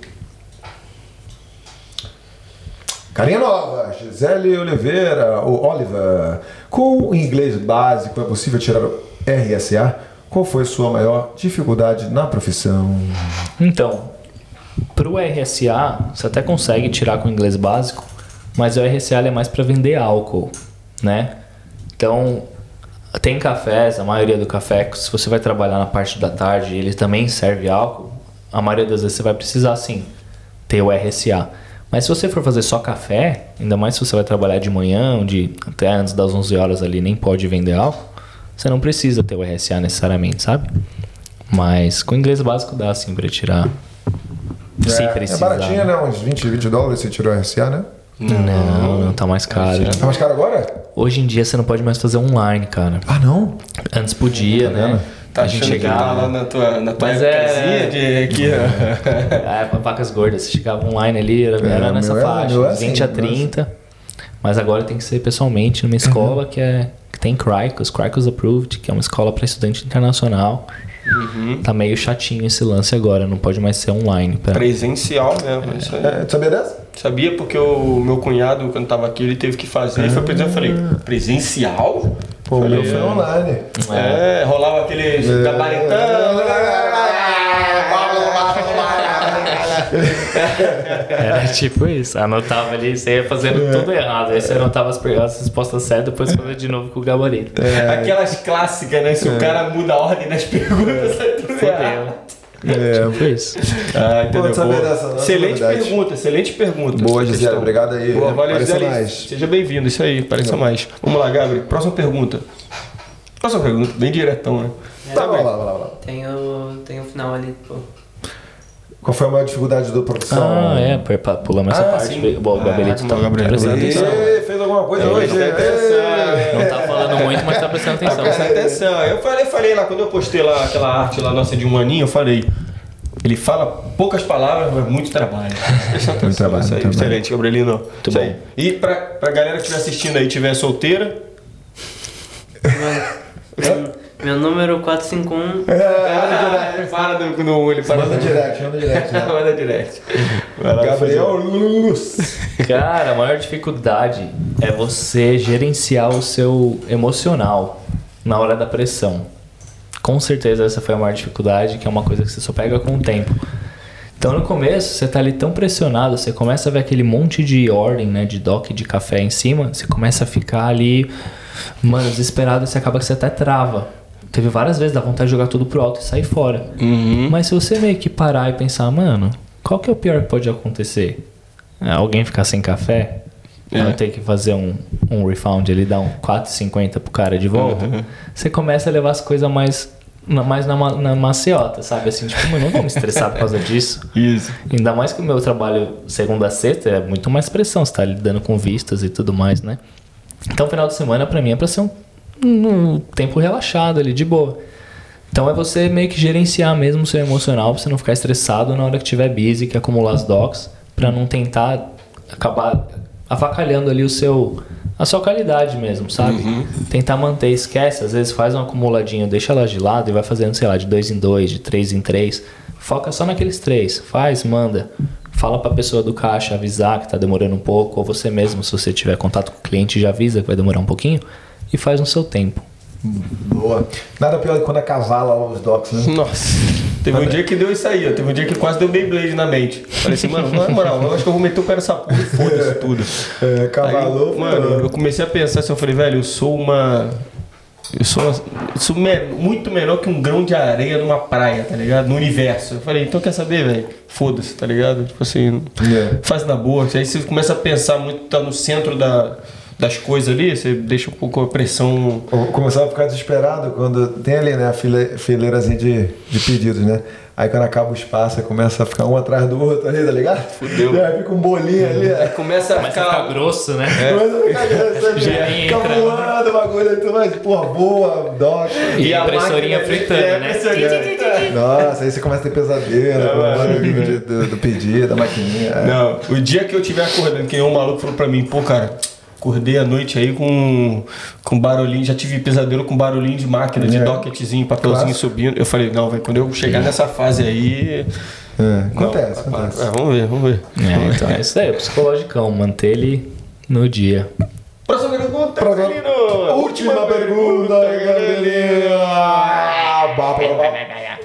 Carinha nova, Gisele Oliveira, ou Oliver. Com o inglês básico é possível tirar o R S A? Qual foi sua maior dificuldade na profissão? Então, pro R S A, você até consegue tirar com inglês básico, mas o R S A é mais para vender álcool, né? Então, tem cafés, a maioria do café, se você vai trabalhar na parte da tarde, ele também serve álcool, a maioria das vezes você vai precisar sim ter o R S A. Mas se você for fazer só café, ainda mais se você vai trabalhar de manhã, onde até antes das onze horas ali nem pode vender álcool, você não precisa ter o R S A necessariamente, sabe? Mas com inglês básico dá sim pra tirar. Se é, precisar. é baratinha, né? Uns vinte, vinte dólares você tirou o R S A, né? Não, não, tá mais caro. Tá mais caro agora? Hoje em dia você não pode mais fazer online, cara. Ah, não? Antes podia, Tá né? vendo? Tá a gente achando que tá chegava lá na tua, na tua Mas épocazinha é- de aqui, ó. É, vacas gordas, você chegava online ali, era, É, era o nessa meu era- faixa, meu é uns assim, vinte a mas- trinta. Mas agora tem que ser pessoalmente numa escola que, é, que tem Cricos, Cricos Approved, que é uma escola para estudante internacional. Tá meio chatinho esse lance agora, não pode mais ser online. Pra... Presencial mesmo, isso aí. É, tu sabia dessa? Sabia porque o meu cunhado, quando tava aqui, ele teve que fazer. Ele foi presencial. Eu falei, presencial? Pô, o meu foi online. É, rolava aquele gabaritando. Era tipo isso, anotava ali, você ia fazendo tudo errado. Aí você anotava as, per- as respostas certas, depois fazia de novo com o gabarito. Aquelas clássicas, né? Se o cara muda a ordem das perguntas, sai tudo errado. Fudeu. Tipo isso. Ah, entendeu? Pô, não sabia Boa. dessa, não, Excelente essa é verdade. pergunta, excelente pergunta. Boa, essa Gisele, questão. obrigado aí. Boa, valeu, Apareça Gisele. mais. Seja bem-vindo, isso aí, pareça mais. Vamos lá, Gabriel. Próxima pergunta. Próxima pergunta, bem diretão, né? Tá, vai lá, vai lá, vai lá. Tem o, tem o final ali, pô. Qual foi a maior dificuldade da profissão? Ah, é, pô, pa- pulamos essa Ah, parte. sim. Bom, o Ah, Gabrielito tá o Gabriel. prestando Ê, atenção. fez alguma coisa É, hoje? ele Ê, tá Não tá falando muito, mas tá prestando Tá atenção. prestando atenção. Eu falei, falei lá, quando eu postei lá aquela arte lá nossa de um aninho, eu falei. Ele fala poucas palavras, mas muito trabalho. Presta atenção, Muito trabalho, isso aí. muito trabalho. Excelente, Gabrielino. Muito bom. Aí. E pra, pra galera que estiver assistindo aí, tiver solteira. Meu, meu número quatro cinco um. É, para no, no ele para Manda no direct, manda direct. né? Manda direct. Vai lá, Gabriel Luz. Cara, a maior dificuldade é você gerenciar o seu emocional na hora da pressão. Com certeza essa foi a maior dificuldade, que é uma coisa que você só pega com o tempo. Então no começo você tá ali tão pressionado, você começa a ver aquele monte de ordem, né, de dock de café em cima, você começa a ficar ali, mano, desesperado, e você acaba que você até trava. Teve várias vezes, dá vontade de jogar tudo pro alto e sair fora. Uhum. Mas se você meio que parar e pensar, mano, qual que é o pior que pode acontecer? É, alguém ficar sem café? É. Eu ter que fazer um, um refund ali, dar um quatro e cinquenta pro cara de volta. Uhum. Você começa a levar as coisas mais, na- mais na, ma- na maciota, sabe? Assim, tipo, mano, não vou me estressar por causa disso. Isso. Ainda mais que o meu trabalho segunda a sexta é muito mais pressão, você tá lidando com vistas e tudo mais, né? Então, final de semana pra mim é pra ser um, um tempo relaxado ali, de boa. Então é você meio que gerenciar mesmo o seu emocional pra você não ficar estressado na hora que tiver busy, que acumular as docs, pra não tentar acabar avacalhando ali o seu, a sua qualidade mesmo, sabe? Uhum. Tentar manter, esquece, às vezes faz um acumuladinho, deixa ela de lado e vai fazendo, sei lá, de dois em dois, de três em três. Foca só naqueles três, faz, manda. Fala pra pessoa do caixa avisar que tá demorando um pouco, ou você mesmo, se você tiver contato com o cliente, já avisa que vai demorar um pouquinho e faz no seu tempo. Boa. Nada pior que quando acavala lá os docs, né? Nossa. Teve um dia que deu isso aí, ó. Teve um dia que quase deu Beyblade na mente. Falei assim, mano, na moral, eu acho que eu vou meter o pé nessa porra e foda-se tudo. É, cavalou, Aí, mano, eu comecei a pensar assim, eu falei, velho, eu sou uma. Eu sou, uma, eu sou me- muito menor que um grão de areia numa praia, tá ligado? No universo. Eu falei, então quer saber, velho? Foda-se, tá ligado? Tipo assim, É. faz na boa. Aí você começa a pensar muito, tá no centro da, das coisas ali, você deixa um pouco a pressão. Eu começava a ficar desesperado quando tem ali, né, a file, fileirazinha de, de pedidos, né? Aí quando acaba o espaço, aí começa a ficar um atrás do outro ali, tá ligado? Fudeu. E aí fica um bolinho ali, Aí aí começa a Começa a ficar ficar. grosso, né? começa a ficar grande, Já sabe? nem Fica entra. voando o bagulho, aí tu vai, porra, boa, doc. E a a impressorinha máquina- fritando, é, né? É. Nossa, aí você começa a ter pesadelo com a hora do, do, do pedido, da maquininha. É. Não, o dia que eu tiver acordando, que um maluco falou pra mim, pô, cara, acordei à noite aí com, com barulhinho, já tive pesadelo com barulhinho de máquina, de É. docketzinho, papelzinho Clássico. subindo. Eu falei, não, velho, quando eu chegar nessa fase aí. É, acontece, não, acontece. é, vamos ver, vamos ver. É, então é isso aí, o psicologicão, manter ele no dia. Próxima pergunta, Próxima- Gabrielino. Última pergunta, Gabrielino. Ah, bá, bá, bá.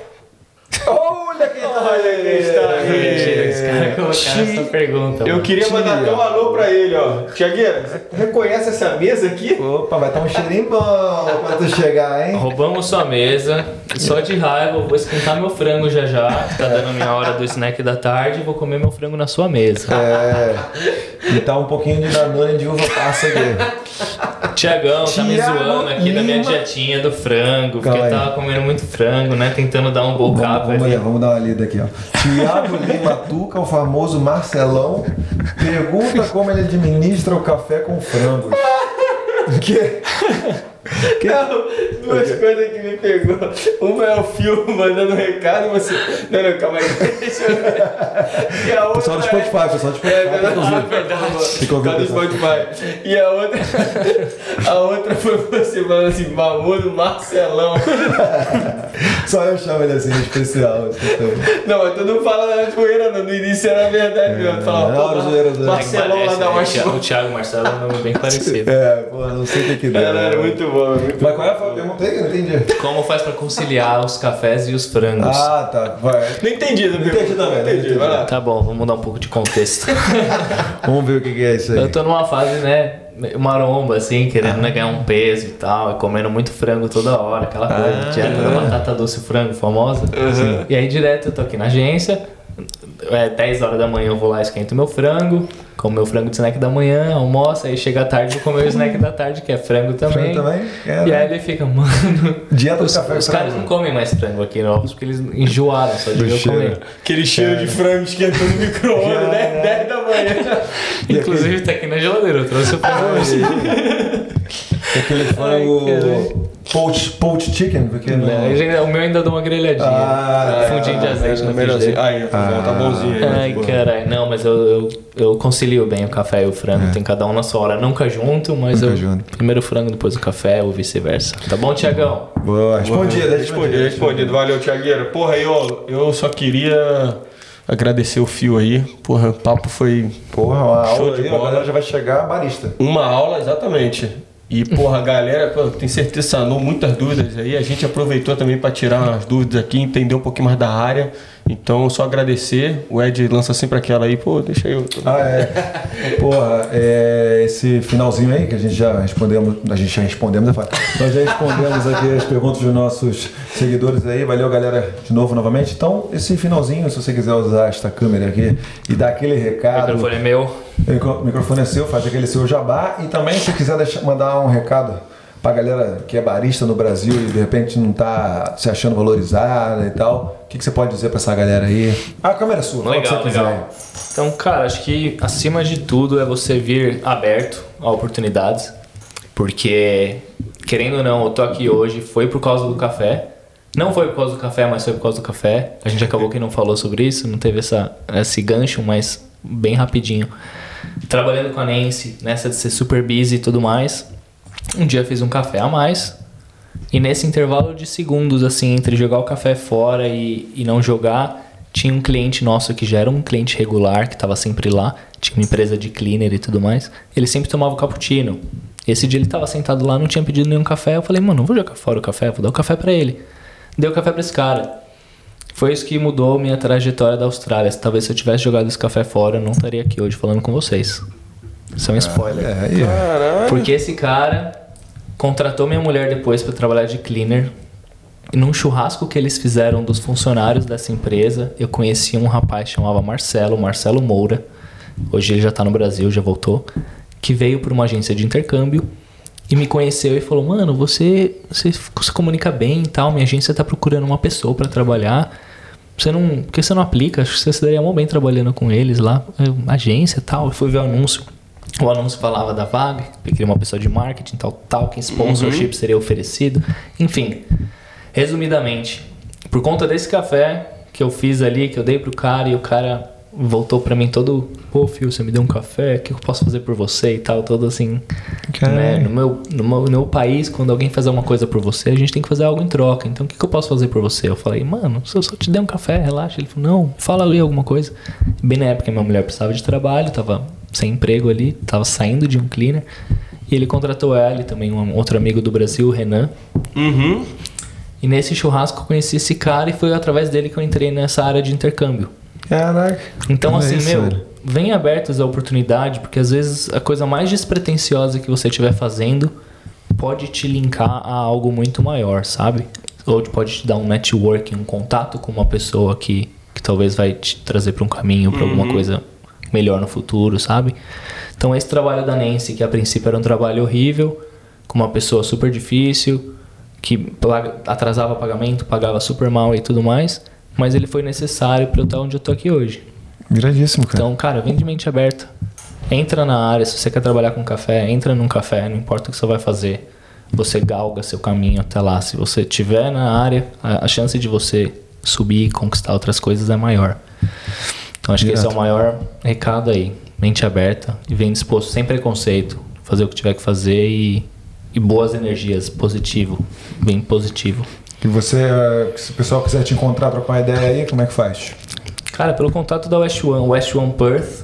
Olha quem tá aí. está aí. Mentira, os caras colocaram essa pergunta. Eu mano. queria mandar até um alô pra ele, ó. Tiagueira, você reconhece essa mesa aqui? Opa, vai estar um cheirinho bom quando tu chegar, hein? Roubamos sua mesa, só de raiva, eu vou esquentar meu frango já já, tá dando minha hora do snack da tarde, vou comer meu frango na sua mesa. É. E tá um pouquinho de Danone de uva passa aqui. Tiagão tá me Tiago zoando aqui da minha Lima. dietinha do frango, porque Calma aí. eu tava comendo muito frango, né, tentando dar um Vamos, bocado vamos, ali. ler, vamos dar uma lida aqui, ó. Tiago Lima Tuca, o famoso Marcelão, pergunta como ele administra o café com frango. Que? Não, duas coisas que me pegou. Uma é o Fio mandando um recado e você. Não, não, calma aí. Deixa eu ver. E a outra. Pessoal do Spotify, pessoal do Spotify. É, tem que verdade, ouvir. verdade. Tem que ouvir, Tá no pessoal. Spotify. E a outra. A outra foi você falando assim, Mamudo Marcelão. Só eu chamo ele assim, especial. especial. Não, mas tu não fala na zoeira, não. No início era verdade mesmo. Tu falava, não, pô, na zoeira, zoeira. Marcelão lá da Parece, né? Washington. O Thiago Marcelo é um nome bem parecido. É, pô, não sei o que que deu. Caralho, muito bom, muito Mas qual é a pergunta aí que eu não entendi? Como faz pra conciliar os cafés e os frangos? Ah, tá. Vai. Não entendi, não entendi também, não entendi. entendi. Vai lá. Tá bom, vamos mudar um pouco de contexto. Vamos ver o que que é isso aí. Eu tô numa fase, né, maromba, assim, querendo né, ganhar um peso e tal, e comendo muito frango toda hora, aquela coisa, Ah. dieta da batata doce frango famosa. E aí direto eu tô aqui na agência, é dez horas da manhã eu vou lá, esquento meu frango, como meu frango de snack da manhã, almoço, aí chega à tarde eu vou comer o snack da tarde, que é frango também. Frango também? E aí ele fica, mano... Dieta do Os, café os com caras frango. não comem mais frango aqui no office porque eles enjoaram só de Do ver eu cheiro. comer. Aquele cheiro de frango esquentando no micro-ondas, né? dez da manhã. Inclusive tá aqui na geladeira, eu trouxe o frango hoje. Aquele frango poach, poach chicken, porque não... Não, gente, o meu ainda dá uma grelhadinha. Ah, fundinho de azeite na melhorzinho. frigideira. Aí, ah, tá bonzinho aí. Ai, mas, pô. caralho. Não, mas eu, eu, eu concilio bem o café e o frango. Tem cada um na sua hora. Nunca junto, mas Nunca eu... junto. Primeiro o frango, depois o café ou vice-versa. Tá bom, Tiagão? Boa, respondido, Respondido, respondido. Valeu, Thiagueira. Porra, aí, ó, eu só queria agradecer o Fio aí. Porra, o papo foi Porra, uma Show aula de aí, a bola. galera já vai chegar barista. uma aula, exatamente. E, porra, a galera, pô, tem certeza, sanou muitas dúvidas aí. A gente aproveitou também para tirar umas dúvidas aqui, entender um pouquinho mais da área. Então, só agradecer. O Ed lança sempre aquela aí, pô, deixa eu. Ah, é. Porra, é, esse finalzinho aí que a gente já respondemos, a gente já respondemos, é fácil. Nós já respondemos aqui as perguntas dos nossos seguidores aí. Valeu, galera, de novo, novamente. Então, esse finalzinho, se você quiser usar esta câmera aqui e dar aquele O recado. microfone é meu. O microfone é seu, faz aquele seu jabá. E também, se quiser deixar, mandar um recado pra galera que é barista no Brasil e de repente não tá se achando valorizada e tal, o que, que você pode dizer pra essa galera aí? A câmera é sua, fala o que Legal, você quiser. legal. Então, cara, acho que acima de tudo é você vir aberto a oportunidades. Porque, querendo ou não, eu tô aqui hoje, foi por causa do café. Não foi por causa do café, mas foi por causa do café. A gente acabou que não falou sobre isso, não teve essa, esse gancho, mas bem rapidinho. Trabalhando com a Nancy, nessa de ser super busy e tudo mais, um dia fiz um café a mais. E nesse intervalo de segundos, assim, entre jogar o café fora e, e não jogar, tinha um cliente nosso que já era um cliente regular, que estava sempre lá. Tinha uma empresa de cleaner e tudo mais. Ele sempre tomava o cappuccino. Esse dia ele estava sentado lá, não tinha pedido nenhum café. Eu falei, mano, não vou jogar fora o café, vou dar o café pra ele. Dei o café pra esse cara. Foi isso que mudou minha trajetória da Austrália. Talvez se eu tivesse jogado esse café fora, eu não estaria aqui hoje falando com vocês. Isso é um spoiler. É, aí, ó. Porque esse cara contratou minha mulher depois para trabalhar de cleaner. E num churrasco que eles fizeram dos funcionários dessa empresa, eu conheci um rapaz que chamava Marcelo, Marcelo Moura. Hoje ele já tá no Brasil, já voltou. Que veio por uma agência de intercâmbio e me conheceu e falou, mano, você, você se comunica bem e tal, minha agência tá procurando uma pessoa para trabalhar. Você não, por que você não aplica? Acho que você se daria muito bem trabalhando com eles lá, agência e tal. Eu fui ver o anúncio. O anúncio falava da vaga, que queria uma pessoa de marketing, tal, tal, que sponsorship uhum. seria oferecido. Enfim, resumidamente, por conta desse café que eu fiz ali, que eu dei pro cara, e o cara voltou pra mim todo, pô, Fio, você me deu um café, o que eu posso fazer por você e tal, todo assim, né? No meu, no, meu, no meu país, quando alguém faz alguma coisa por você, a gente tem que fazer algo em troca, então o que, que eu posso fazer por você? Eu falei, mano, se eu só te der um café, relaxa. Ele falou, não, fala ali alguma coisa. Bem na época, minha mulher precisava de trabalho, tava sem emprego ali, tava saindo de um cleaner, e ele contratou ela e também um outro amigo do Brasil, o Renan. Uhum. E nesse churrasco eu conheci esse cara e foi através dele que eu entrei nessa área de intercâmbio. Caraca. Então, Como assim, é isso, meu, velho? vem abertos à oportunidade, porque às vezes a coisa mais despretensiosa que você estiver fazendo pode te linkar a algo muito maior, sabe? Ou pode te dar um networking, um contato com uma pessoa que, que talvez vai te trazer para um caminho, para alguma coisa melhor no futuro, sabe? Então, esse trabalho da Nancy, que a princípio era um trabalho horrível, com uma pessoa super difícil, que atrasava pagamento, pagava super mal e tudo mais, mas ele foi necessário para eu estar onde eu tô aqui hoje. Viradíssimo, cara. Então, cara, vem de mente aberta. Entra na área, se você quer trabalhar com café, entra num café, não importa o que você vai fazer. você galga seu caminho até lá. Se você estiver na área, a, a chance de você subir e conquistar outras coisas é maior. Então acho Direto. que esse é o maior recado aí. Mente aberta e vem disposto, sem preconceito, fazer o que tiver que fazer e, e boas energias, positivo, bem positivo. E você, se o pessoal quiser te encontrar, trocar uma ideia aí, como é que faz? Cara, pelo contato da West One, West One Perth,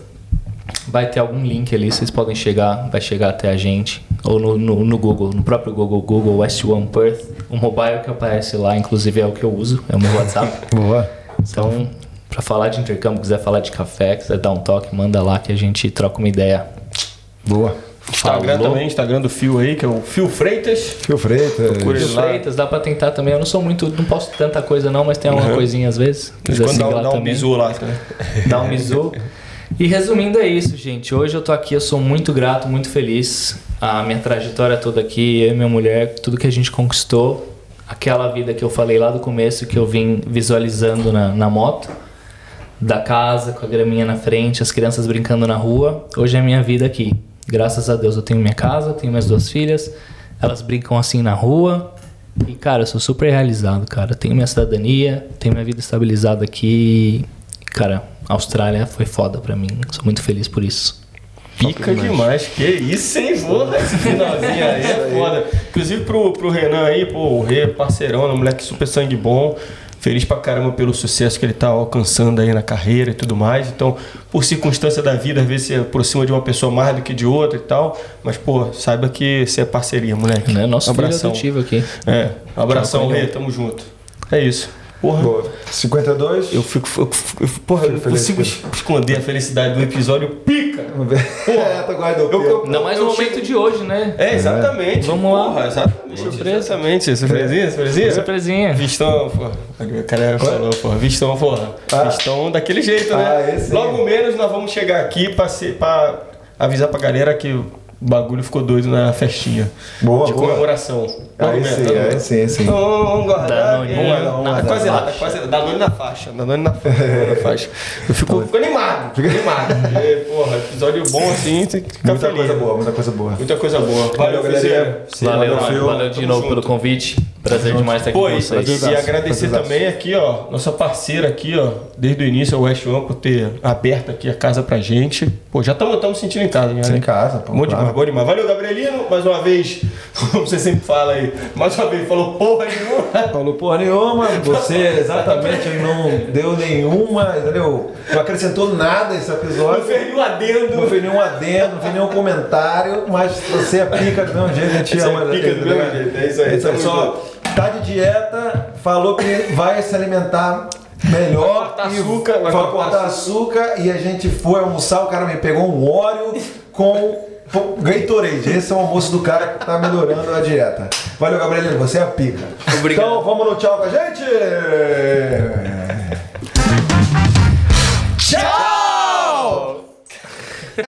vai ter algum link ali, vocês podem chegar, vai chegar até a gente. Ou no, no, no Google, no próprio Google, Google West One Perth. O mobile que aparece lá, inclusive é o que eu uso, é o meu WhatsApp. Boa. Então, pra falar de intercâmbio, quiser falar de café, quiser dar um toque, manda lá que a gente troca uma ideia. Boa. Instagram Falou. também, Instagram do Fio aí, que é o Fio Freitas. Fio Freitas. Fio Freitas, dá pra tentar também. Eu não sou muito, não posto tanta coisa não, mas tem alguma uhum. coisinha às vezes. Quiser seguir lá dá também. Um bizu lá, né? Dá um bizu. E resumindo é isso, gente. Hoje eu tô aqui, eu sou muito grato, muito feliz. A minha trajetória toda aqui, eu e minha mulher, tudo que a gente conquistou. Aquela vida que eu falei lá do começo, que eu vim visualizando na, na moto. Da casa, com a graminha na frente, as crianças brincando na rua. Hoje é a minha vida aqui. Graças a Deus eu tenho minha casa, tenho minhas duas filhas. Elas brincam assim na rua. E, cara, eu sou super realizado, cara. Tenho minha cidadania, tenho minha vida estabilizada aqui. Cara, a Austrália foi foda pra mim. Sou muito feliz por isso. Pica demais. Que isso, hein? Porra, esse finalzinho aí é foda. Inclusive pro, pro Renan aí, pô, o Rê, parceirão, um moleque super sangue bom. Feliz pra caramba pelo sucesso que ele tá alcançando aí na carreira e tudo mais. Então, por circunstância da vida, às vezes você aproxima de uma pessoa mais do que de outra e tal. Mas, pô, saiba que você é parceria, moleque. Né? Nosso abração. Filho adotivo aqui. É, abração, Rê, tamo junto. É isso. Porra. Boa. cinquenta e dois. Eu fico. Eu, eu, porra, eu não consigo esconder a felicidade do episódio pica. Porra, é, tô guardando. Eu, eu, Não mais no momento chego... de hoje, né? É, exatamente. É. Vamos lá. Porra, exatamente. Surpresa. Exatamente. Surpresinha, surpresinha? Surpresinha. Vistão, porra. O cara falou, porra. Vistão, porra. Ah. Vistão daquele jeito, né? Ah, esse Logo é. menos nós vamos chegar aqui pra, ser, pra avisar pra galera que o bagulho ficou doido na festinha. Boa, de boa. comemoração. Aí sim, aí sim, aí sim. Então vamos guardar. Vamos guardar. Tá quase lá, tá quase lá. Dá nome na faixa. Dá nome na faixa. Eu fico, fico animado. Fico animado. Porque, porra, episódio bom assim, tem que ficar muita feliz. Coisa boa, muita coisa boa. Muita coisa boa. Valeu, galera. Valeu, valeu, valeu de novo junto. pelo convite. Prazer demais estar aqui Pô, com vocês. E, e agradecer também aqui, ó, nossa parceira aqui, ó, desde o início, a West One, por ter aberto aqui a casa pra gente. Pô, já estamos sentindo em casa, né? Em casa, pô. Bom demais, bom demais. Valeu, Gabrielino, mais uma vez, como você sempre fala aí, mais uma vez, falou porra nenhuma. Falou porra nenhuma, você exatamente não deu nenhuma, entendeu? Não acrescentou nada esse episódio. Não fez nenhum adendo. Não fez nenhum adendo, não fez nenhum comentário, mas você é pica do mesmo jeito, a gente você ama. É pica do mesmo jeito, é isso aí. Então, só tá de dieta, falou que vai se alimentar melhor. Vai cortar e açúcar, vai vai cortar cortar açúcar. E a gente foi almoçar, o cara me pegou um Oreo com Gatorade. Esse é o almoço do cara que tá melhorando a dieta. Valeu, Gabrielino, você é a pica. Obrigado. Então vamos no tchau com a gente. Tchau!